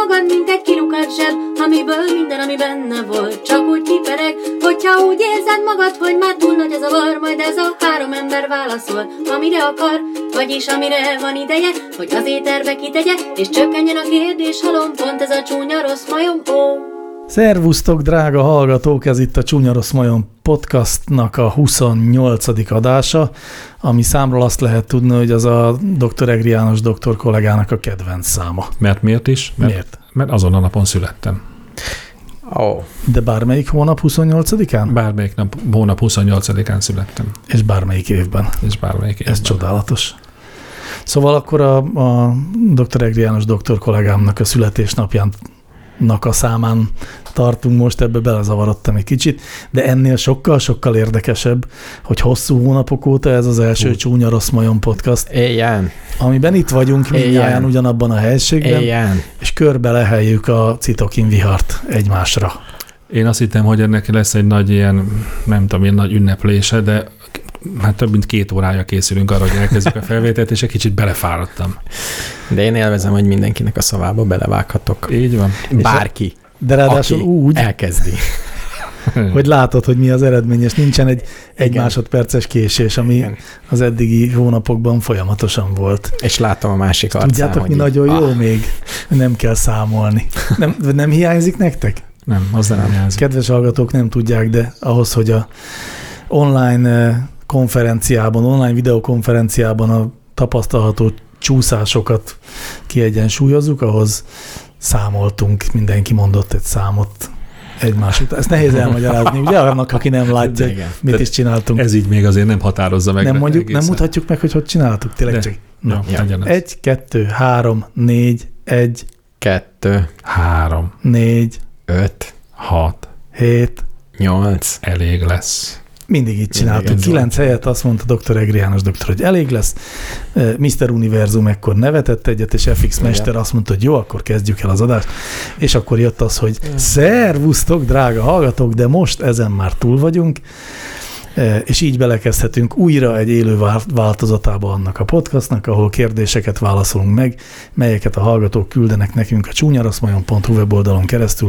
magad, mint egy kilukat zseb, amiből minden, ami benne volt, csak úgy kipereg. Hogyha úgy érzed magad, hogy már túl nagy a zavar, majd ez a 3 ember válaszol, amire akar, vagyis amire van ideje, hogy az éterbe kitegye, és csökkenjen a kérdés halom, pont ez a csúnya rossz majom, ó. Szervusztok, drága hallgatók! Ez itt a Csúnya Rossz Majom podcastnak a 28. adása, ami számról azt lehet tudni, hogy az a Dr. Egri János doktor kollégának a kedvenc száma. Mert miért is? Miért? Mert azon a napon születtem. Oh. De bármelyik hónap 28-án? Bármelyik hónap 28-án születtem. És bármelyik évben. És bármelyik évben. Ez csodálatos. Szóval akkor a Dr. Egri János doktor kollégámnak a születésnapjának a számán tartunk most, ebbe belezavarodtam egy kicsit, de ennél sokkal érdekesebb, hogy hosszú hónapok óta ez az első Csúnya Rossz Majom podcast, amiben itt vagyunk mindjárt ugyanabban a helységben, és körbe leheljük a citokin vihart egymásra. Én azt hittem, hogy ennek lesz egy nagy ilyen, nem tudom, ilyen nagy ünneplése, de hát több mint 2 órája készülünk arra, hogy elkezdjük a felvételt, és egy kicsit belefáradtam. De én élvezem, hogy mindenkinek a szavába belevághatok. Így van. Bárki. De ráadásul úgy elkezdi. Hogy látod, hogy mi az eredmény, és nincsen egy másodperces késés, ami igen. Az eddigi hónapokban folyamatosan volt. És látom a másik arcán. Tudjátok, mi nagyon jó még? Nem kell számolni. Nem hiányzik nektek? Nem, az nem hiányzik. Kedves hallgatók nem tudják, de ahhoz, hogy a online konferenciában, online videokonferenciában a tapasztalható csúszásokat kiegyensúlyozzuk, ahhoz számoltunk, mindenki mondott egy számot egymás után. Ezt nehéz elmagyarázni, ugye annak, aki nem látja, mit is csináltunk. Ez így még azért nem határozza meg. Nem mutatjuk meg, hogy csináltuk, tényleg csak. 1, 2, 3, 4, 1, 2, 3, 4, 5, 6, 7, 8. Elég lesz. Mindig így csináltunk. 9 helyet azt mondta Dr. Egri János doktor, hogy elég lesz. Mr. Univerzum ekkor nevetett egyet, és FX Mester azt mondta, hogy jó, akkor kezdjük el az adást. És akkor jött az, hogy szervusztok, drága hallgatók, de most ezen már túl vagyunk, és így belekezdhetünk újra egy élő változatába annak a podcastnak, ahol kérdéseket válaszolunk meg, melyeket a hallgatók küldenek nekünk a csúnyaroszmajon.hu weboldalon keresztül.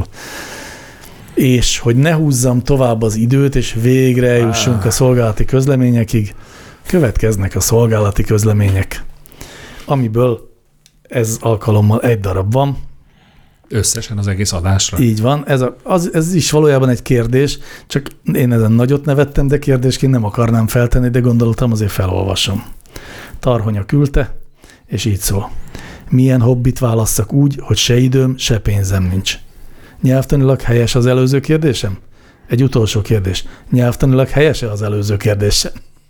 És hogy ne húzzam tovább az időt, és végre eljussunk a szolgálati közleményekig, következnek a szolgálati közlemények, amiből ez alkalommal 1 darab van. Összesen az egész adásra. Így van. Ez is valójában egy kérdés, csak én ezen nagyot nevettem, de kérdésként nem akarnám feltenni, de gondoltam, azért felolvasom. Tarhonya küldte, és így szól. Milyen hobbit válasszak úgy, hogy se időm, se pénzem nincs? Nyelvtanilag helyes az előző kérdésem? Egy utolsó kérdés. Nyelvtanilag helyes-e az előző kérdésem?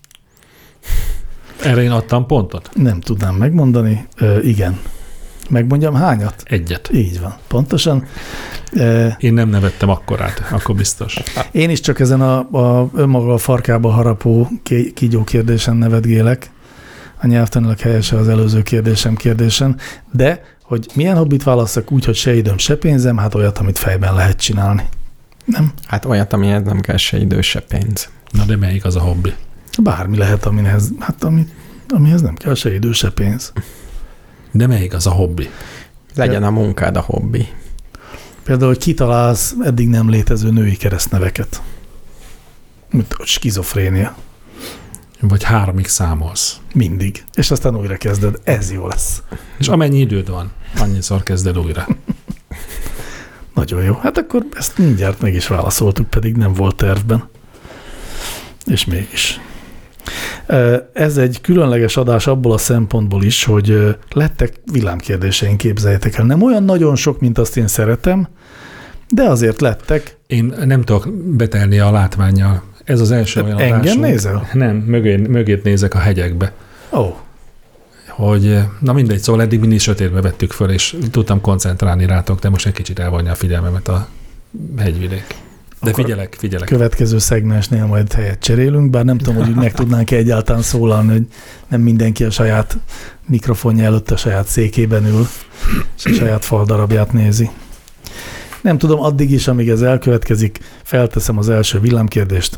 Erre én adtam pontot? Nem tudnám megmondani. Igen. Megmondjam hányat? 1. Így van. Pontosan. Én nem nevettem akkorát, akkor biztos. Én is csak ezen a önmaga a farkába harapó kígyó kérdésen nevetgélek. A nyelvtanilag helyes-e az előző kérdésen, de hogy milyen hobbit válasszak úgy, hogy se időm, se pénzem, hát olyat, amit fejben lehet csinálni. Nem? Hát olyat, amihez nem kell se idő, se pénz. Na de melyik az a hobbi? Bármi lehet, amihez nem kell se idő, se pénz. De melyik az a hobbi? Legyen a munkád a hobbi. Például, hogy kitalálsz eddig nem létező női keresztneveket. Mint skizofrénia. Vagy 3-ig számolsz. Mindig. És aztán újra kezded. Ez jó lesz. És amennyi időd van, annyiszor kezded újra. Nagyon jó. Hát akkor ezt mindjárt meg is válaszoltuk, pedig nem volt tervben. És mégis. Ez egy különleges adás abból a szempontból is, hogy lettek villámkérdéseink, képzeljétek el. Nem olyan nagyon sok, mint azt én szeretem, de azért lettek. Én nem tudok betelni a látvánnyal. Ez az első olyan adásunk. Engem nézel? Nem, mögét nézek a hegyekbe. Hogy, na mindegy, szóval eddig mindig sötétbe vettük föl, és tudtam koncentrálni rátok, de most egy kicsit elvonja a figyelmemet a hegyvidék. De akkor figyelek. Következő szegmensnél majd helyet cserélünk, bár nem tudom, hogy meg tudnánk-e egyáltalán szólalni, hogy nem mindenki a saját mikrofonja előtt a saját székében ül, és a saját faldarabját nézi. Nem tudom, addig is, amíg ez elkövetkezik, felteszem az első villámkérdést,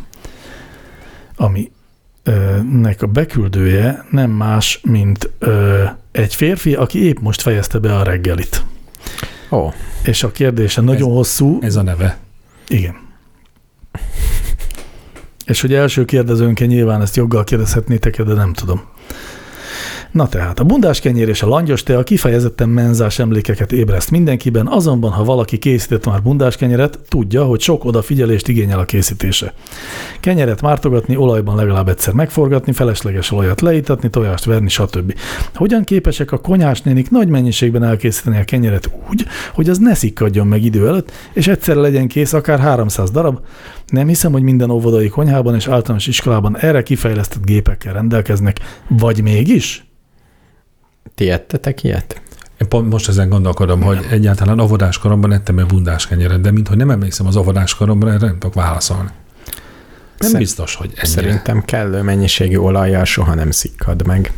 aminek a beküldője nem más, mint egy férfi, aki épp most fejezte be a reggelit. Ó. És a kérdése nagyon hosszú. Ez a neve. Igen. És hogy első kérdezőnk, nyilván ezt joggal kérdezhetnétek, de nem tudom. Na tehát, a bundáskenyér és a langyos tea kifejezetten menzás emlékeket ébreszt mindenkiben, azonban, ha valaki készített már bundáskenyeret, tudja, hogy sok odafigyelést igényel a készítése. Kenyeret mártogatni, olajban legalább egyszer megforgatni, felesleges olajat leítatni, tojást verni, stb. Hogyan képesek a konyhásnénik nagy mennyiségben elkészíteni a kenyeret úgy, hogy az ne szikkadjon meg idő előtt, és egyszerre legyen kész akár 300 darab? Nem hiszem, hogy minden óvodai konyhában és általános iskolában erre kifejlesztett gépekkel rendelkeznek, vagy mégis? Ti ettetek ilyet? Én pont most ezen gondolkodom, hogy egyáltalán óvodáskoromban ettem-e bundáskenyeret, de minthogy nem emlékszem az óvodáskoromban, erre nem tudok válaszolni. Nem biztos, hogy ennyire. Szerintem kellő mennyiségű olajjal soha nem szikkad meg.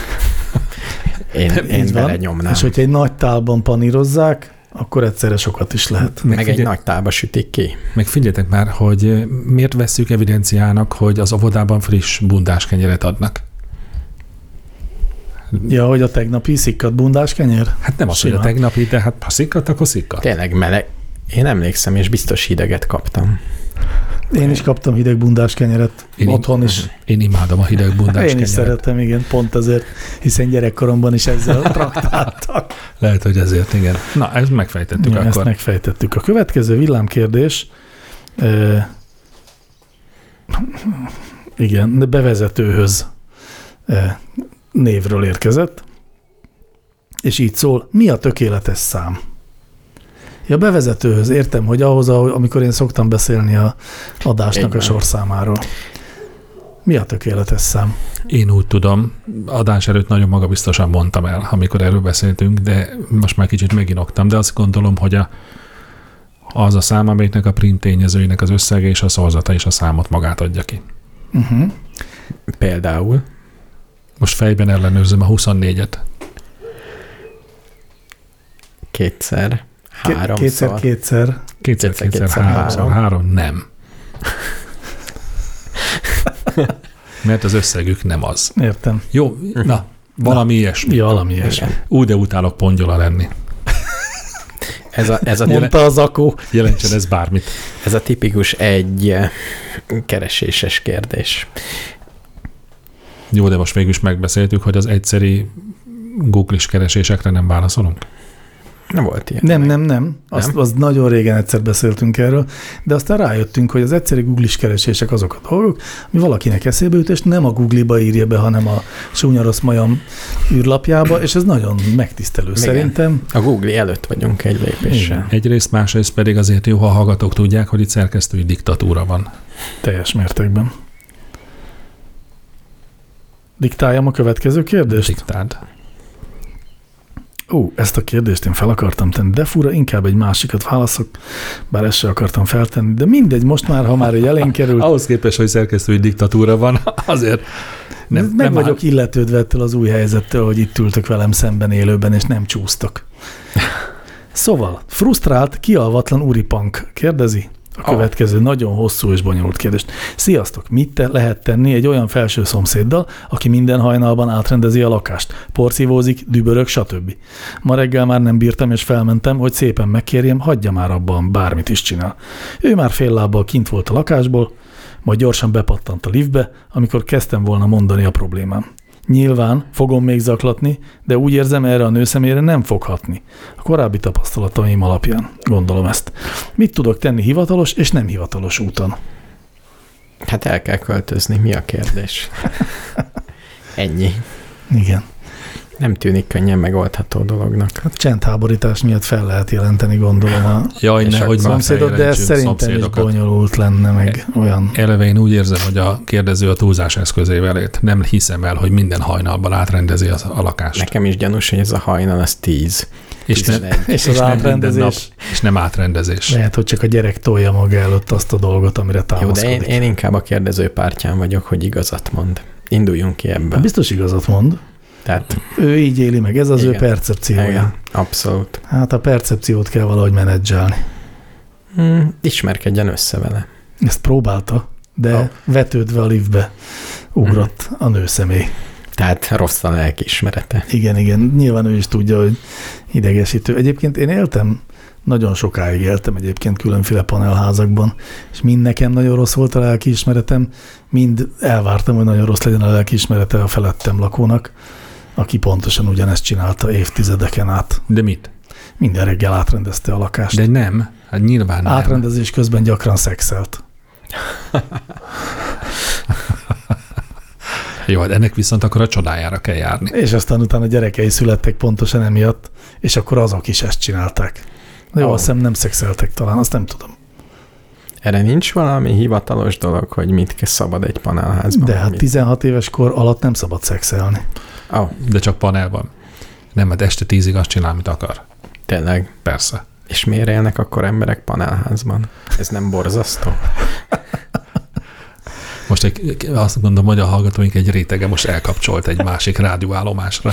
Én belenyomnám. És hogyha egy nagy tálban panírozzák, akkor egyszerre sokat is lehet. Meg egy nagy tálba sütik ki. Meg figyeljetek már, hogy miért vesszük evidenciának, hogy az óvodában friss bundáskenyeret adnak? Ja, hogy a tegnapi szikkadt bundáskenyér? Hát nem az, hogy a tegnapi, de hát ha szikkadt, akkor szikkadt. Tényleg meleg. Én emlékszem, és biztos hideget kaptam. Én is kaptam hideg bundáskenyeret otthon is. Én imádom a hideg bundáskenyeret. Én is szeretem, igen, pont azért, hiszen gyerekkoromban is ezzel traktáltak. Lehet, hogy ezért, igen. Na, ezt megfejtettük ja, akkor. Ezt megfejtettük. A következő villámkérdés, igen, bevezetőhöz névről érkezett, és így szól, mi a tökéletes szám? Ja, bevezetőhöz értem, hogy ahhoz, amikor én szoktam beszélni a adásnak a sorszámáról. Mi a tökéletes szám? Én úgy tudom, adás előtt nagyon magabiztosan mondtam el, amikor erről beszéltünk, de most már kicsit meginoktam, de azt gondolom, hogy az a szám, amelyiknek a print tényezőinek az összege és a szorzata és a számot magát adja ki. Uh-huh. Például? Most fejben ellenőrzöm a 24-et. Kétszer, háromszor. Három nem. Mert az összegük nem az. Értem. Jó, na, valami ilyesmi. Ja, valami ilyesmi. Úgy, de utálok pongyola lenni. Ez a mondta az Akó. Jelentsen ez bármit. Ez a tipikus egy kereséses kérdés. Jó, de most végül is megbeszéltük, hogy az egyszeri Google-is keresésekre nem válaszolunk. Nem volt ilyen. Nem. Azt nagyon régen egyszer beszéltünk erről, de aztán rájöttünk, hogy az egyszerű Google-is keresések azok a dolgok, ami valakinek eszébe jut, és nem a Google-ba írja be, hanem a Súnya Rossz Majom űrlapjába, és ez nagyon megtisztelő. Igen. Szerintem. A Google előtt vagyunk egy lépéssel. Igen. Egyrészt, másrészt pedig azért jó, ha hallgatók tudják, hogy itt szerkesztői diktatúra van. Teljes mértékben. Diktáljam a következő kérdést? Diktáld. Ezt a kérdést én fel akartam tenni, de fura, inkább egy másikat válaszok, bár ezt sem akartam feltenni, de mindegy, most már, ha már egy elén került. Ahhoz képest, hogy szerkesztői diktatúra van, azért nem vagyok illetődve ettől az új helyzettől, hogy itt ültök velem szemben élőben, és nem csúsztok. Szóval, frusztrált, kialvatlan úripank kérdezi a következő nagyon hosszú és bonyolult kérdést. Sziasztok! Mit lehet tenni egy olyan felső szomszéddal, aki minden hajnalban átrendezi a lakást, porszívózik, dübörög, stb. Ma reggel már nem bírtam, és felmentem, hogy szépen megkérjem, hagyja már abban, bármit is csinál. Ő már fél lábbal kint volt a lakásból, majd gyorsan bepattant a liftbe, amikor kezdtem volna mondani a problémám. Nyilván fogom még zaklatni, de úgy érzem, erre a nő személyre nem fog hatni. A korábbi tapasztalataim alapján gondolom ezt. Mit tudok tenni hivatalos és nem hivatalos úton? Hát el kell költözni, mi a kérdés? Ennyi. Igen. Nem tűnik könnyen megoldható dolognak. Hát csendháborítás miatt fel lehet jelenteni, gondolom a szomszédot, de ez szerintem is bonyolult lenne, meg olyan. Eleve én úgy érzem, hogy a kérdező a túlzás eszközével élt. Nem hiszem el, hogy minden hajnalban átrendezi a lakást. Nekem is gyanús, hogy ez a hajnal az 10. És az átrendezés. És nem átrendezés. Lehet, hogy csak a gyerek tolja maga előtt azt a dolgot, amire támaszkodik. Jó, de én inkább a kérdező pártján vagyok, hogy igazat mond. Induljunk ki ebből. Biztos igazat mond. Tehát, ő így éli meg, ez az ő percepciója. Igen, abszolút. Hát a percepciót kell valahogy menedzselni. Ismerkedjen össze vele. Ezt próbálta, de vetődve a liftbe ugrott a nőszemély. Tehát rossz a lelkiismerete. Igen, nyilván ő is tudja, hogy idegesítő. Egyébként én éltem, nagyon sokáig éltem egyébként különféle panelházakban, és mind nekem nagyon rossz volt a lelkiismeretem, mind elvártam, hogy nagyon rossz legyen a lelkiismerete a felettem lakónak, aki pontosan ugyanezt csinálta évtizedeken át. De mit? Minden reggel átrendezte a lakást. De nem, hát nyilván nem. Átrendezés közben gyakran szexelt. Jó, hát ennek viszont akkor a csodájára kell járni. És aztán utána gyerekei születtek pontosan emiatt, és akkor azok is ezt csinálták. De jó, azt hiszem nem szexeltek talán, azt nem tudom. Erre nincs valami hivatalos dolog, hogy mit szabad egy panelházban? De hát 16 éves kor alatt nem szabad szexelni. Oh. De csak panelban. Nem, mert este 10-ig azt csinál, amit akar. Tényleg? Persze. És miért élnek akkor emberek panelházban? Ez nem borzasztó? Most azt gondolom, hogy a hallgatóink egy rétege most elkapcsolt egy másik rádióállomásra.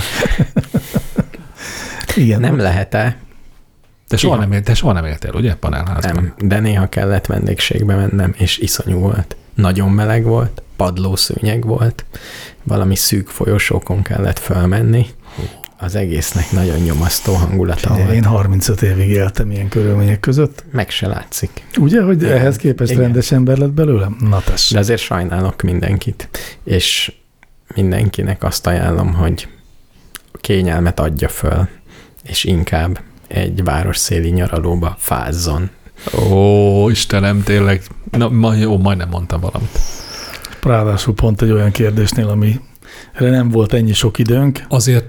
Igen. Nem lehet-e? Te soha nem éltél, ugye, panelházban? Nem, de néha kellett vendégségbe mennem, és iszonyú volt. Nagyon meleg volt, padlószőnyeg volt, valami szűk folyosókon kellett fölmenni. Az egésznek nagyon nyomasztó hangulata volt. Én 35 évig éltem ilyen körülmények között. Meg se látszik. Ugye, hogy igen, ehhez képest igen. Rendes ember lett belőlem? Na tessék. De azért sajnálok mindenkit. És mindenkinek azt ajánlom, hogy a kényelmet adja föl, és inkább egy városszéli nyaralóba fázzon. Ó, Istenem, tényleg. Na, majdnem mondtam valamit. Ráadásul pont egy olyan kérdésnél, amire nem volt ennyi sok időnk. Azért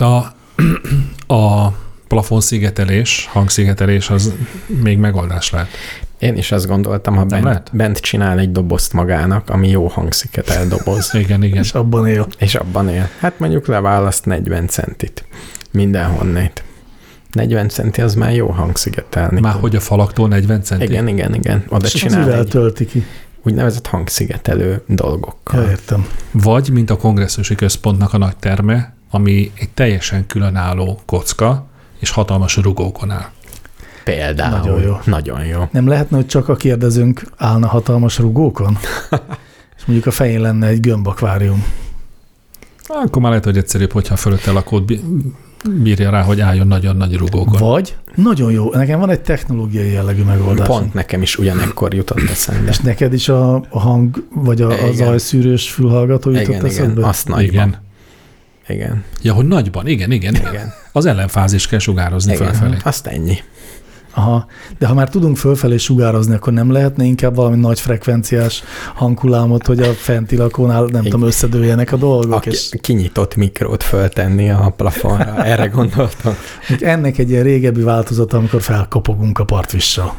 a plafonszigetelés, hangszigetelés az még megoldás lehet. Én is azt gondoltam, ha bent csinál egy dobozt magának, ami jó hangszigetel doboz. Igen. És abban él. Hát mondjuk leválaszt 40 centit. Mindenhonnét. 40 centi az már jó hangszigetelni. Már hogy a falaktól 40 centi? Igen. Oda és csinál egy tölti ki. úgynevezett hangszigetelő dolgokkal. Ja, értem. Vagy, mint a kongresszusi központnak a nagy terme, ami egy teljesen különálló kocka, és hatalmas rugókon áll. Például. Nagyon jó. Nem lehetne, hogy csak a kérdezőnk állna hatalmas rugókon? És mondjuk a fején lenne egy gömbakvárium. Akkor már lehet, hogy egyszerűbb, hogyha fölötte lakót bírja rá, hogy álljon nagyon nagy rugókon. Vagy, nagyon jó, nekem van egy technológiai jellegű megoldás. Pont nekem is ugyanekkor jutott eszembe. És neked is a hang, vagy a zajszűrős fülhallgató jutott eszembe? Igen, azt nagyban. Igen. Ja, hogy nagyban, igen. Az ellenfázis kell sugározni fölfelé. Azt ennyi. Aha, de ha már tudunk fölfelé sugározni, akkor nem lehetne inkább valami nagy frekvenciás hanghullámot, hogy a fenti lakónál, nem tudom, összedőljenek a dolgok. És kinyitott mikrót föltenni a plafonra, erre gondoltam. Ennek egy ilyen régebbi változata, amikor felkopogunk a partvissal.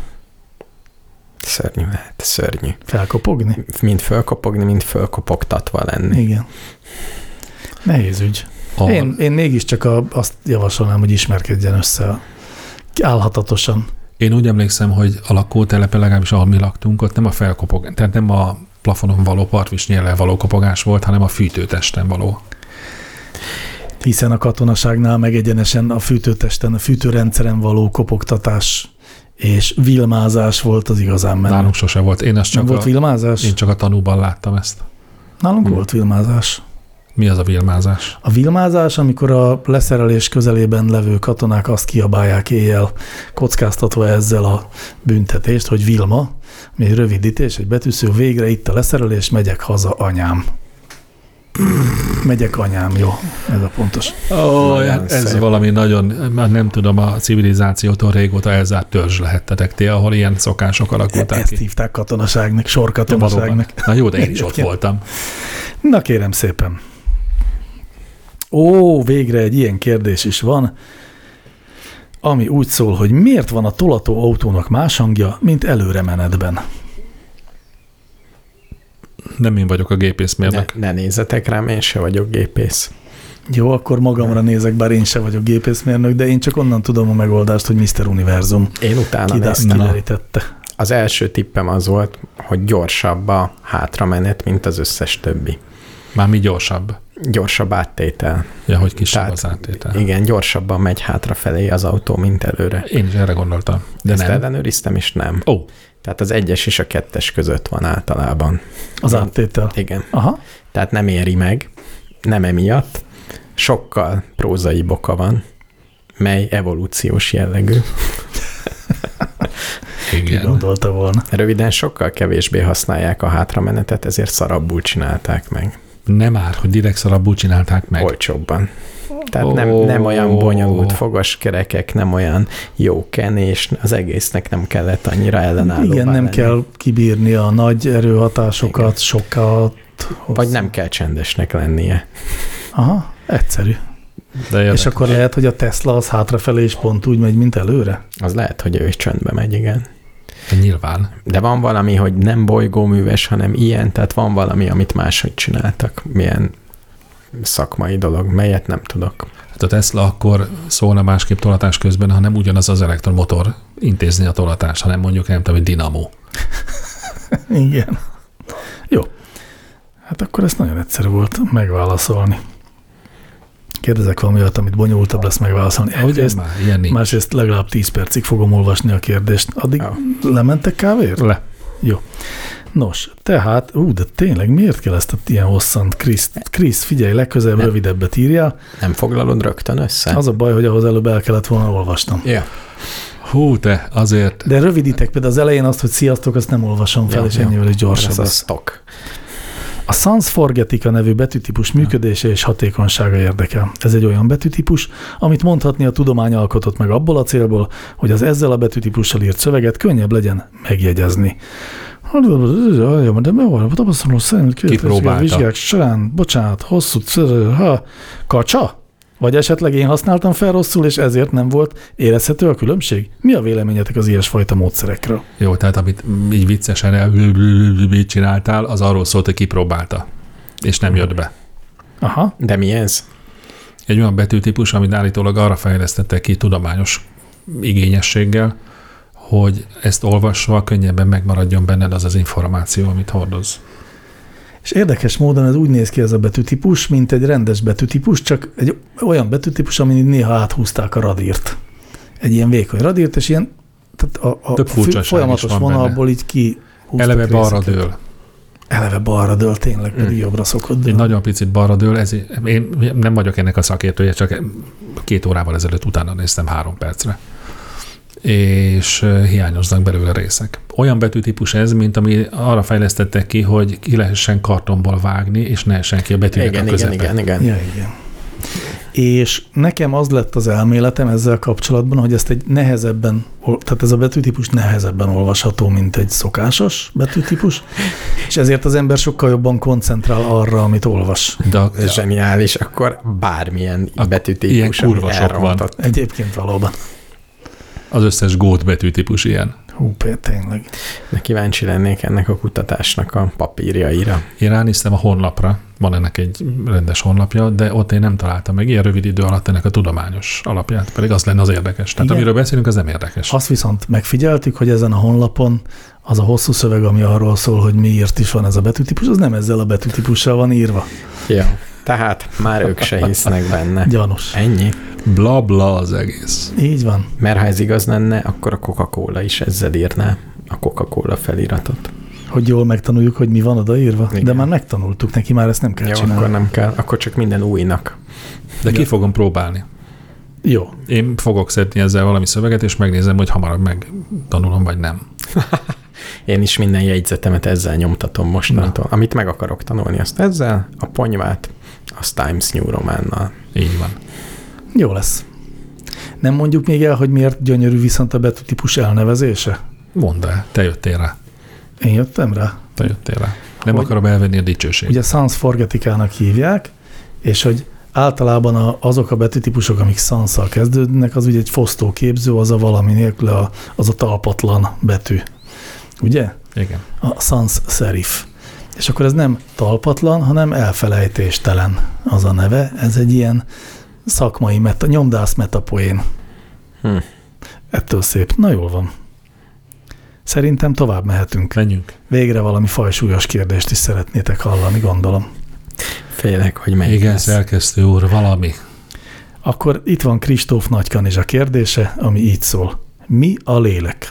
Szörnyű. Felkopogni? Mind fölkopogni, mind fölkopogtatva lenni. Igen. Nehéz ügy. Én mégiscsak azt javasolnám, hogy ismerkedjen össze állhatatosan. Én úgy emlékszem, hogy a lakótelepen, legalábbis ahol mi laktunk, ott nem a felkopogás, tehát nem a plafonon való partvisnyellel való kopogás volt, hanem a fűtőtesten való. Hiszen a katonaságnál meg egyenesen a fűtőtesten, a fűtőrendszeren való kopogtatás és vilmázás volt az igazán menő. Nálunk sose volt. Volt vilmázás? Én csak a tanúban láttam ezt. Nálunk volt vilmázás. Mi az a vilmázás? A vilmázás, amikor a leszerelés közelében levő katonák azt kiabálják éjjel, kockáztatva ezzel a büntetést, hogy Vilma, ami egy rövidítés, egy betűszó, végre itt a leszerelés, megyek haza, anyám. Megyek, anyám, jó, ez a pontos. Ez szép. Valami nagyon, nem tudom, a civilizációtól régóta elzárt törzs lehettetek ti, ahol ilyen szokások alakultak ki. Ezt hívták katonaságnak, sorkatonaságnak. Na jó, de én is ott voltam. Na kérem szépen. Végre egy ilyen kérdés is van, ami úgy szól, hogy miért van a tolató autónak más hangja, mint előre menetben? Nem én vagyok a gépészmérnök. Ne nézzetek rám, én se vagyok gépész. Jó, akkor magamra nézek, bár én se vagyok gépészmérnök, de én csak onnan tudom a megoldást, hogy Mr. Univerzum én utána kiderítette. Az első tippem az volt, hogy gyorsabb a hátramenet, mint az összes többi. Már mi gyorsabb? Gyorsabb áttétel. Ja, hogy kisebb az áttétel. Igen, gyorsabban megy hátrafelé az autó, mint előre. Én is erre gondoltam. De ezt ellenőriztem, és nem. Tehát az 1-es és a 2-es között van általában. Az áttétel? Igen. Aha. Tehát nem éri meg, nem emiatt, sokkal prózaibb oka van, mely evolúciós jellegű. Ki gondolta volna. Röviden sokkal kevésbé használják a hátramenetet, ezért szarabbul csinálták meg. Nem már, hogy direkt szarabbul csinálták meg. Olcsóbban. Tehát nem olyan bonyolult fogaskerekek, nem olyan jó kenés, az egésznek nem kellett annyira ellenállóvá Igen, nem lenni. kell kibírni a nagy erőhatásokat, igen. Sokkal... Vagy nem kell csendesnek lennie. Aha, egyszerű. De és akkor lehet, hogy a Tesla az hátrafelé is pont úgy megy, mint előre? Az lehet, hogy ő is csöndbe megy, igen. De nyilván. De van valami, hogy nem bolygóműves, hanem ilyen, tehát van valami, amit máshogy csináltak. Milyen szakmai dolog, melyet nem tudok. Hát a Tesla akkor szólna másképp tolatás közben, ha nem ugyanaz az elektromotor intézni a tolatást, hanem mondjuk nem tudom, hogy dinamó. Igen. Jó. Hát akkor ezt nagyon egyszerű volt megválaszolni. Kérdezek valami olyat, amit bonyolultabb lesz megválaszolni. Másrészt legalább 10 percig fogom olvasni a kérdést. Addig lementek kávéra? Le. Jó. Nos, tehát, de tényleg miért kell ezt ilyen hosszan? Krisz, figyelj, legközelebb rövidebbet írjál. Nem foglalod rögtön össze? Az a baj, hogy ahhoz előbb el kellett volna olvasnom. Ja. Hú, te azért... De rövidítek, például az elején azt, hogy sziasztok, azt nem olvasom fel, és ennyivel is gyorsabb. Ez a stock. A Sans Forgetica nevű betűtípus működése és hatékonysága érdekel. Ez egy olyan betűtípus, amit mondhatni a tudomány alkotott meg abból a célból, hogy az ezzel a betűtípussal írt szöveget könnyebb legyen megjegyezni. De mi volt? Tapasztalom szerint vizsgák során, bocsánat, hosszú kacsa? Vagy esetleg én használtam fel rosszul, és ezért nem volt érezhető a különbség? Mi a véleményetek az ilyesfajta módszerekről? Jó, tehát amit így viccesen csináltál, az arról szólt, hogy kipróbálta, és nem jött be. Aha. De mi ez? Egy olyan betűtípus, amit állítólag arra fejlesztettek ki tudományos igényességgel, hogy ezt olvasva könnyebben megmaradjon benned az az információ, amit hordoz. És érdekes módon ez úgy néz ki ez a betűtípus, mint egy rendes betűtípus, csak egy olyan betűtípus, amin néha áthúzták a radírt. Egy ilyen vékony radírt, és ilyen tehát a folyamatos vonalból így ki eleve balra dől. Eleve balra dől, tényleg, pedig jobbra szokott dől. Egy nagyon picit balra dől, én nem vagyok ennek a szakértője, csak 2 órával ezelőtt utána néztem 3 percre. És hiányoznak belőle részek. Olyan betűtípus ez, mint ami arra fejlesztettek ki, hogy ki lehessen kartonból vágni, és ne essen ki a betűnek a közepe. Igen. Ja, igen. És nekem az lett az elméletem ezzel kapcsolatban, hogy ezt egy nehezebben, tehát ez a betűtípus nehezebben olvasható, mint egy szokásos betűtípus, és ezért az ember sokkal jobban koncentrál arra, amit olvas. Ez zseniális, akkor bármilyen betűtípus, ilyen kurva sok van. Egyébként valóban. Az összes gót betűtípus ilyen. Hú, tényleg. De kíváncsi lennék ennek a kutatásnak a papírjaira. Én ránéztem a honlapra, van ennek egy rendes honlapja, de ott én nem találtam meg ilyen rövid idő alatt ennek a tudományos alapját, pedig az lenne az érdekes. Tehát igen. Amiről beszélünk, az nem érdekes. Azt viszont megfigyeltük, hogy ezen a honlapon az a hosszú szöveg, ami arról szól, hogy miért is van ez a betűtípus, az nem ezzel a betűtípussal van írva. Ja, tehát már ők se hisznek benne. Gyanús. Ennyi. Bla bla az egész. Így van. Mert ha ez igaz lenne, akkor a Coca-Cola is ezzel írná a Coca-Cola feliratot. Hogy jól megtanuljuk, hogy mi van odaírva? Igen. De már megtanultuk, neki már ezt nem kell csinálni. Akkor nem kell, akkor csak minden újnak. De ki fogom próbálni. Jó. Én fogok szedni ezzel valami szöveget, és megnézem, hogy hamarabb megtanulom, vagy nem. Én is minden jegyzetemet ezzel nyomtatom mostantól. Amit meg akarok tanulni, azt ezzel, a ponyvát, azt Times New Románnal. Így van. Jó lesz. Nem mondjuk még el, hogy miért gyönyörű viszont a betűtípus elnevezése? Mondd el, te jöttél rá. Én jöttem rá? Te jöttél rá. Nem akarom elvenni a dicsőséget. Ugye Sans Forgetica-nak hívják, és hogy általában azok a betűtípusok, amik Sans-szal kezdődnek, az ugye egy fosztóképző, az a valami nélkül az a talpatlan betű. Ugye? Igen. A sans serif. És akkor ez nem talpatlan, hanem elfelejtéstelen az a neve. Ez egy ilyen szakmai nyomdász metapoén. Ettől szép. Na jól van. Szerintem tovább mehetünk. Menjünk. Végre valami fajsúlyos kérdést is szeretnétek hallani, gondolom. Félek, hogy melyik igen, lesz. szerkesztő úr, valami. Akkor itt van Kristóf Nagykanizsa kérdése, ami így szól. Mi a lélek?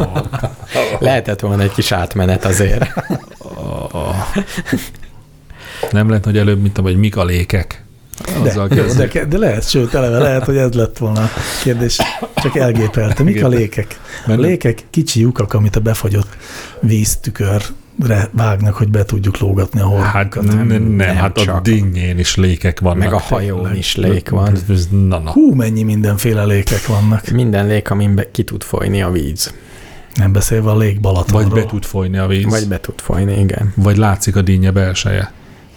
Lehetett volna egy kis átmenet azért. Nem lehet, hogy előbb, mint hogy mik a lékek. De lehet, sőt, eleve lehet, hogy ez lett volna a kérdés. Csak elgépelte. Mik a lékek? A lékek kicsi lyukak, amit a befagyott víztükörre vágnak, hogy be tudjuk lógatni a horgokat. Hát nem, hát a dinnyén is lékek vannak. Meg a hajón is lék van. Hú, mennyi mindenféle lékek vannak. Minden lék, amin ki tud folyni a víz. Nem beszélve a lék Balatonról. Vagy be tud folyni a víz. Vagy be tud folyni, igen. Vagy látszik a dinnye belseje.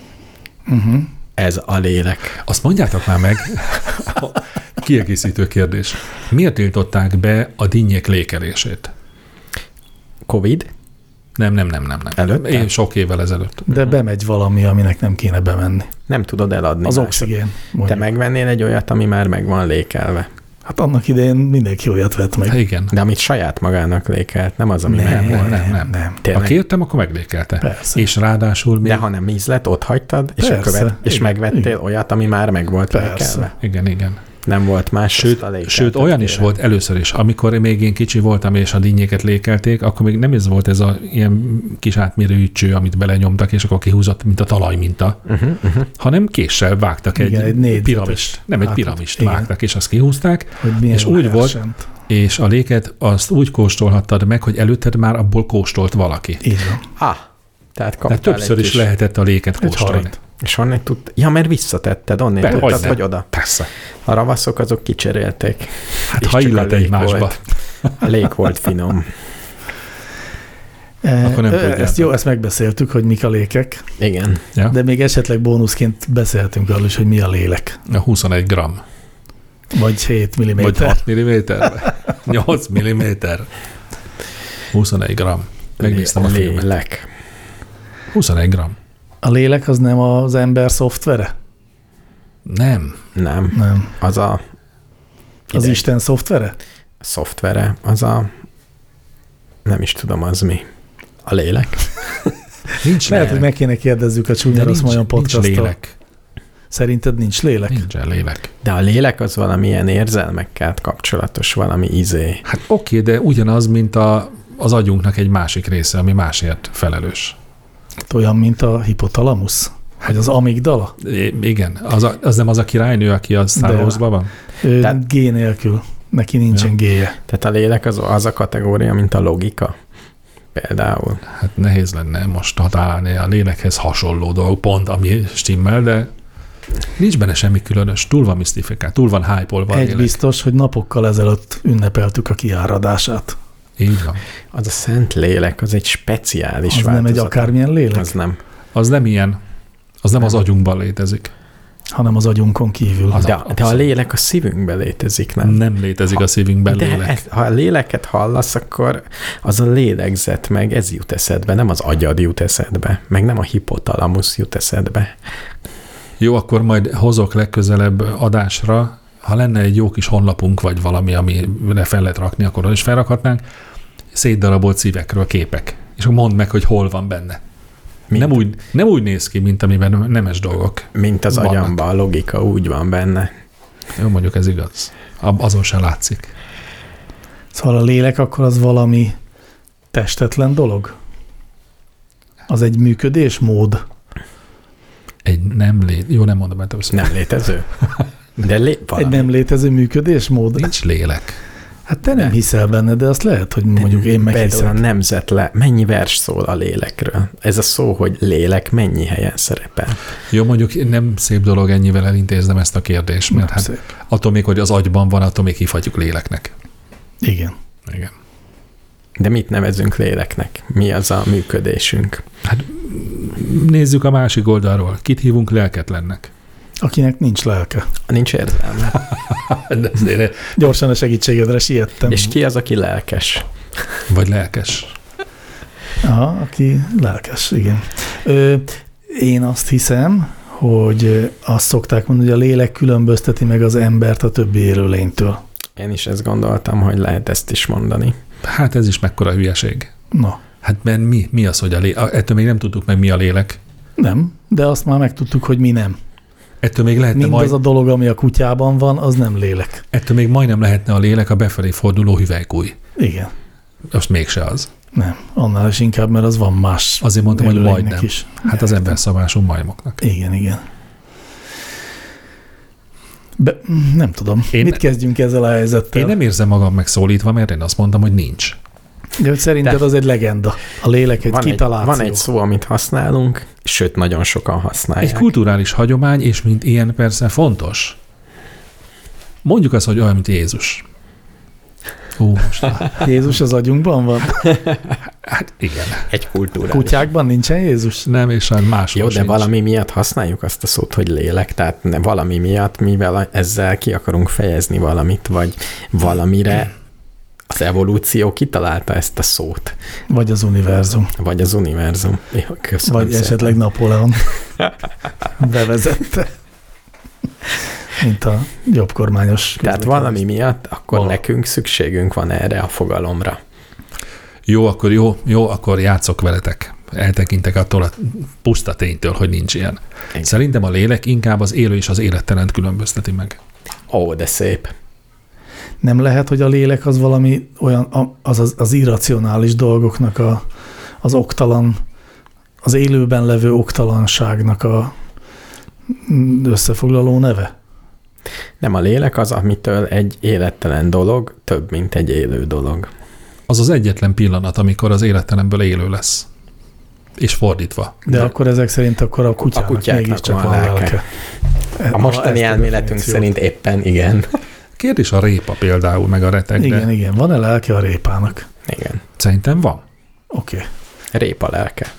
Ez a lélek. Azt mondjátok már meg, kiegészítő kérdés. Miért tiltották be a dinnyék lékelését? Covid? Nem. Előtte? Én sok évvel ezelőtt. De bemegy valami, aminek nem kéne bemenni. Nem tudod eladni. Az oxigén. Te megvennél egy olyat, ami már meg van lékelve. Hát annak idején mindenki olyat vett meg. Igen. De amit saját magának lékelt, nem az, ami Nem. Ha kértem, akkor meglékelte. Persze. És ráadásul még... De ha nem ízlet, ott hagytad, és igen, megvettél igen. olyat, ami már meg volt lékelve. Igen. Nem volt más. Sőt, olyan is volt először is, amikor még én kicsi voltam, és a dinnyéket lékelték, akkor még nem ez volt ez a ilyen kis átmérő ügycső, amit belenyomtak, és akkor kihúzott, mint a talajminta, hanem késsel vágtak egy piramist. Nem, egy piramist vágtak, és azt kihúzták, és úgy volt, és a léket azt úgy kóstolhattad meg, hogy előtted már abból kóstolt valaki. Így van. Tehát többször is lehetett a léket kóstolni. És onnan ja, mert visszatetted, onnan tudtad, hogy oda. Persze. A ravaszok azok kicserélték. Hát ha illet egymásba. A lék volt finom. Akkor nem ezt megbeszéltük, hogy mik a lékek. Igen. Ja. De még esetleg bónuszként beszéltünk arról is, hogy mi a lélek. A 21 gram. Vagy 7 mm. Vagy 6 mm. 8 mm. 21 gram. Megnéztem a filmet. Lélek. 21 gram. A lélek az nem az ember szoftvere? Nem. Az Isten szoftvere? A szoftvere, nem is tudom, az mi. A lélek. Nincs Lehet, lélek. hogy meg kéne kérdezzük a Csúnya Rossz Majom podcasttól. Nincs lélek. Szerinted nincs lélek? Nincsen lélek. De a lélek az valamilyen érzelmekkel kapcsolatos, valami izé. Hát oké, de ugyanaz, mint az agyunknak egy másik része, ami másért felelős. Olyan, mint a hipotalamusz? Vagy az amigdala? Igen. Az nem az a királynő, aki a Star Wars-ban van? G nélkül. Neki nincsen G-je. Tehát a lélek az a kategória, mint a logika. Például. Hát nehéz lenne most találni a lélekhez hasonló dolog, pont ami stimmel, de nincs benne semmi különös. Túl van misztifikált, túl van hype-olva a lélek. Biztos, hogy napokkal ezelőtt ünnepeltük a kiáradását. Így van. Az a szent lélek, az egy speciális változat. Az nem egy akármilyen lélek? Az nem. Az nem ilyen. Az nem az agyunkban létezik. Hanem az agyunkon kívül. De a lélek a szívünkben létezik, nem? Nem létezik a szívünkben lélek. Ha a léleket hallasz, akkor az a lélegzet meg ez jut eszedbe, nem az agyad jut eszedbe, meg nem a hipotalamusz jut eszedbe. Jó, akkor majd hozok legközelebb adásra, ha lenne egy jó kis honlapunk, vagy valami, amire fel lehet rakni, akkor is felrakhatnánk, szétdarabolt szívekről képek. És akkor mondd meg, hogy hol van benne. Nem úgy néz ki, mint amiben nemes dolgok. Mint az agyamban, a logika úgy van benne. Jó, mondjuk ez igaz. Azon sem látszik. Szóval a lélek akkor az valami testetlen dolog? Az egy működésmód? Jó, nem mondom, mert nem létező? De egy nem létező működésmód? Nincs lélek. Hát te nem hiszel benne, de azt lehet, hogy mondjuk én meghiszek. A nemzet mennyi vers szól a lélekről? Ez a szó, hogy lélek mennyi helyen szerepel? Jó, mondjuk nem szép dolog ennyivel elintéznem ezt a kérdést, mert hát attól még, hogy az agyban van, attól még hívhatjuk léleknek. Igen. De mit nevezünk léleknek? Mi az a működésünk? Hát nézzük a másik oldalról. Kit hívunk lelketlennek? Akinek nincs lelke. Nincs érzelme. Gyorsan a segítségedre siettem. És ki az, aki lelkes? Vagy lelkes. Aha, aki lelkes, igen. Én azt hiszem, hogy azt szokták mondani, hogy a lélek különbözteti meg az embert a többi élőlénytől. Én is ezt gondoltam, hogy lehet ezt is mondani. Hát ez is mekkora hülyeség. Na. Hát mert mi az, hogy ettől még nem tudtuk meg, mi a lélek? Nem, de azt már megtudtuk, hogy mi nem. Ettől még lehetne mindaz a dolog, ami a kutyában van, az nem lélek. Ettől még majdnem lehetne a lélek a befelé forduló hüvelykúj. Igen. Azt mégse az. Nem, annál is inkább, mert az van más. Azért mondtam, hogy élőlénynek majdnem. is. Hát az emberszabású majmoknak. Igen. Nem tudom. Mit kezdjünk ezzel a helyzettel? Én nem érzem magam megszólítva, mert én azt mondtam, hogy nincs. De hogy szerinted az egy legenda. A lélek egy kitaláció. Van egy szó, amit használunk, sőt, nagyon sokan használják. Egy kulturális hagyomány, és mint ilyen persze fontos. Mondjuk azt, hogy olyan, mint Jézus. Most. Jézus az agyunkban van? Hát igen. Egy kulturális. Kutyákban nincsen Jézus? Nem, és máshol Jó, de sincs. valami miatt használjuk azt a szót, hogy lélek, tehát valami miatt, mivel ezzel ki akarunk fejezni valamit, vagy valamire az evolúció kitalálta ezt a szót. Vagy az univerzum. Vagy az univerzum. Jó, köszönöm Vagy szépen. esetleg Napóleon bevezette. Mint a jobbkormányos. Tehát valami miatt akkor nekünk szükségünk van erre a fogalomra. Jó, akkor játszok veletek. Eltekintek attól a puszta ténytől, hogy nincs ilyen. Igen. Szerintem a lélek inkább az élő és az élettelent különbözteti meg. Ó, de szép. Nem lehet, hogy a lélek az valami olyan, az irracionális dolgoknak az oktalan, az élőben levő oktalanságnak a összefoglaló neve? Nem, a lélek az, amitől egy élettelen dolog több, mint egy élő dolog. Az az egyetlen pillanat, amikor az élettelenből élő lesz. És fordítva. De akkor ezek szerint akkor a kutyának mégiscsak van lelke. A mostani elméletünk szerint éppen igen. Kérdés a répa például, meg a reteg. Igen. Van-e lelke a répának? Igen. Szerintem van. Oké. Répa lelke.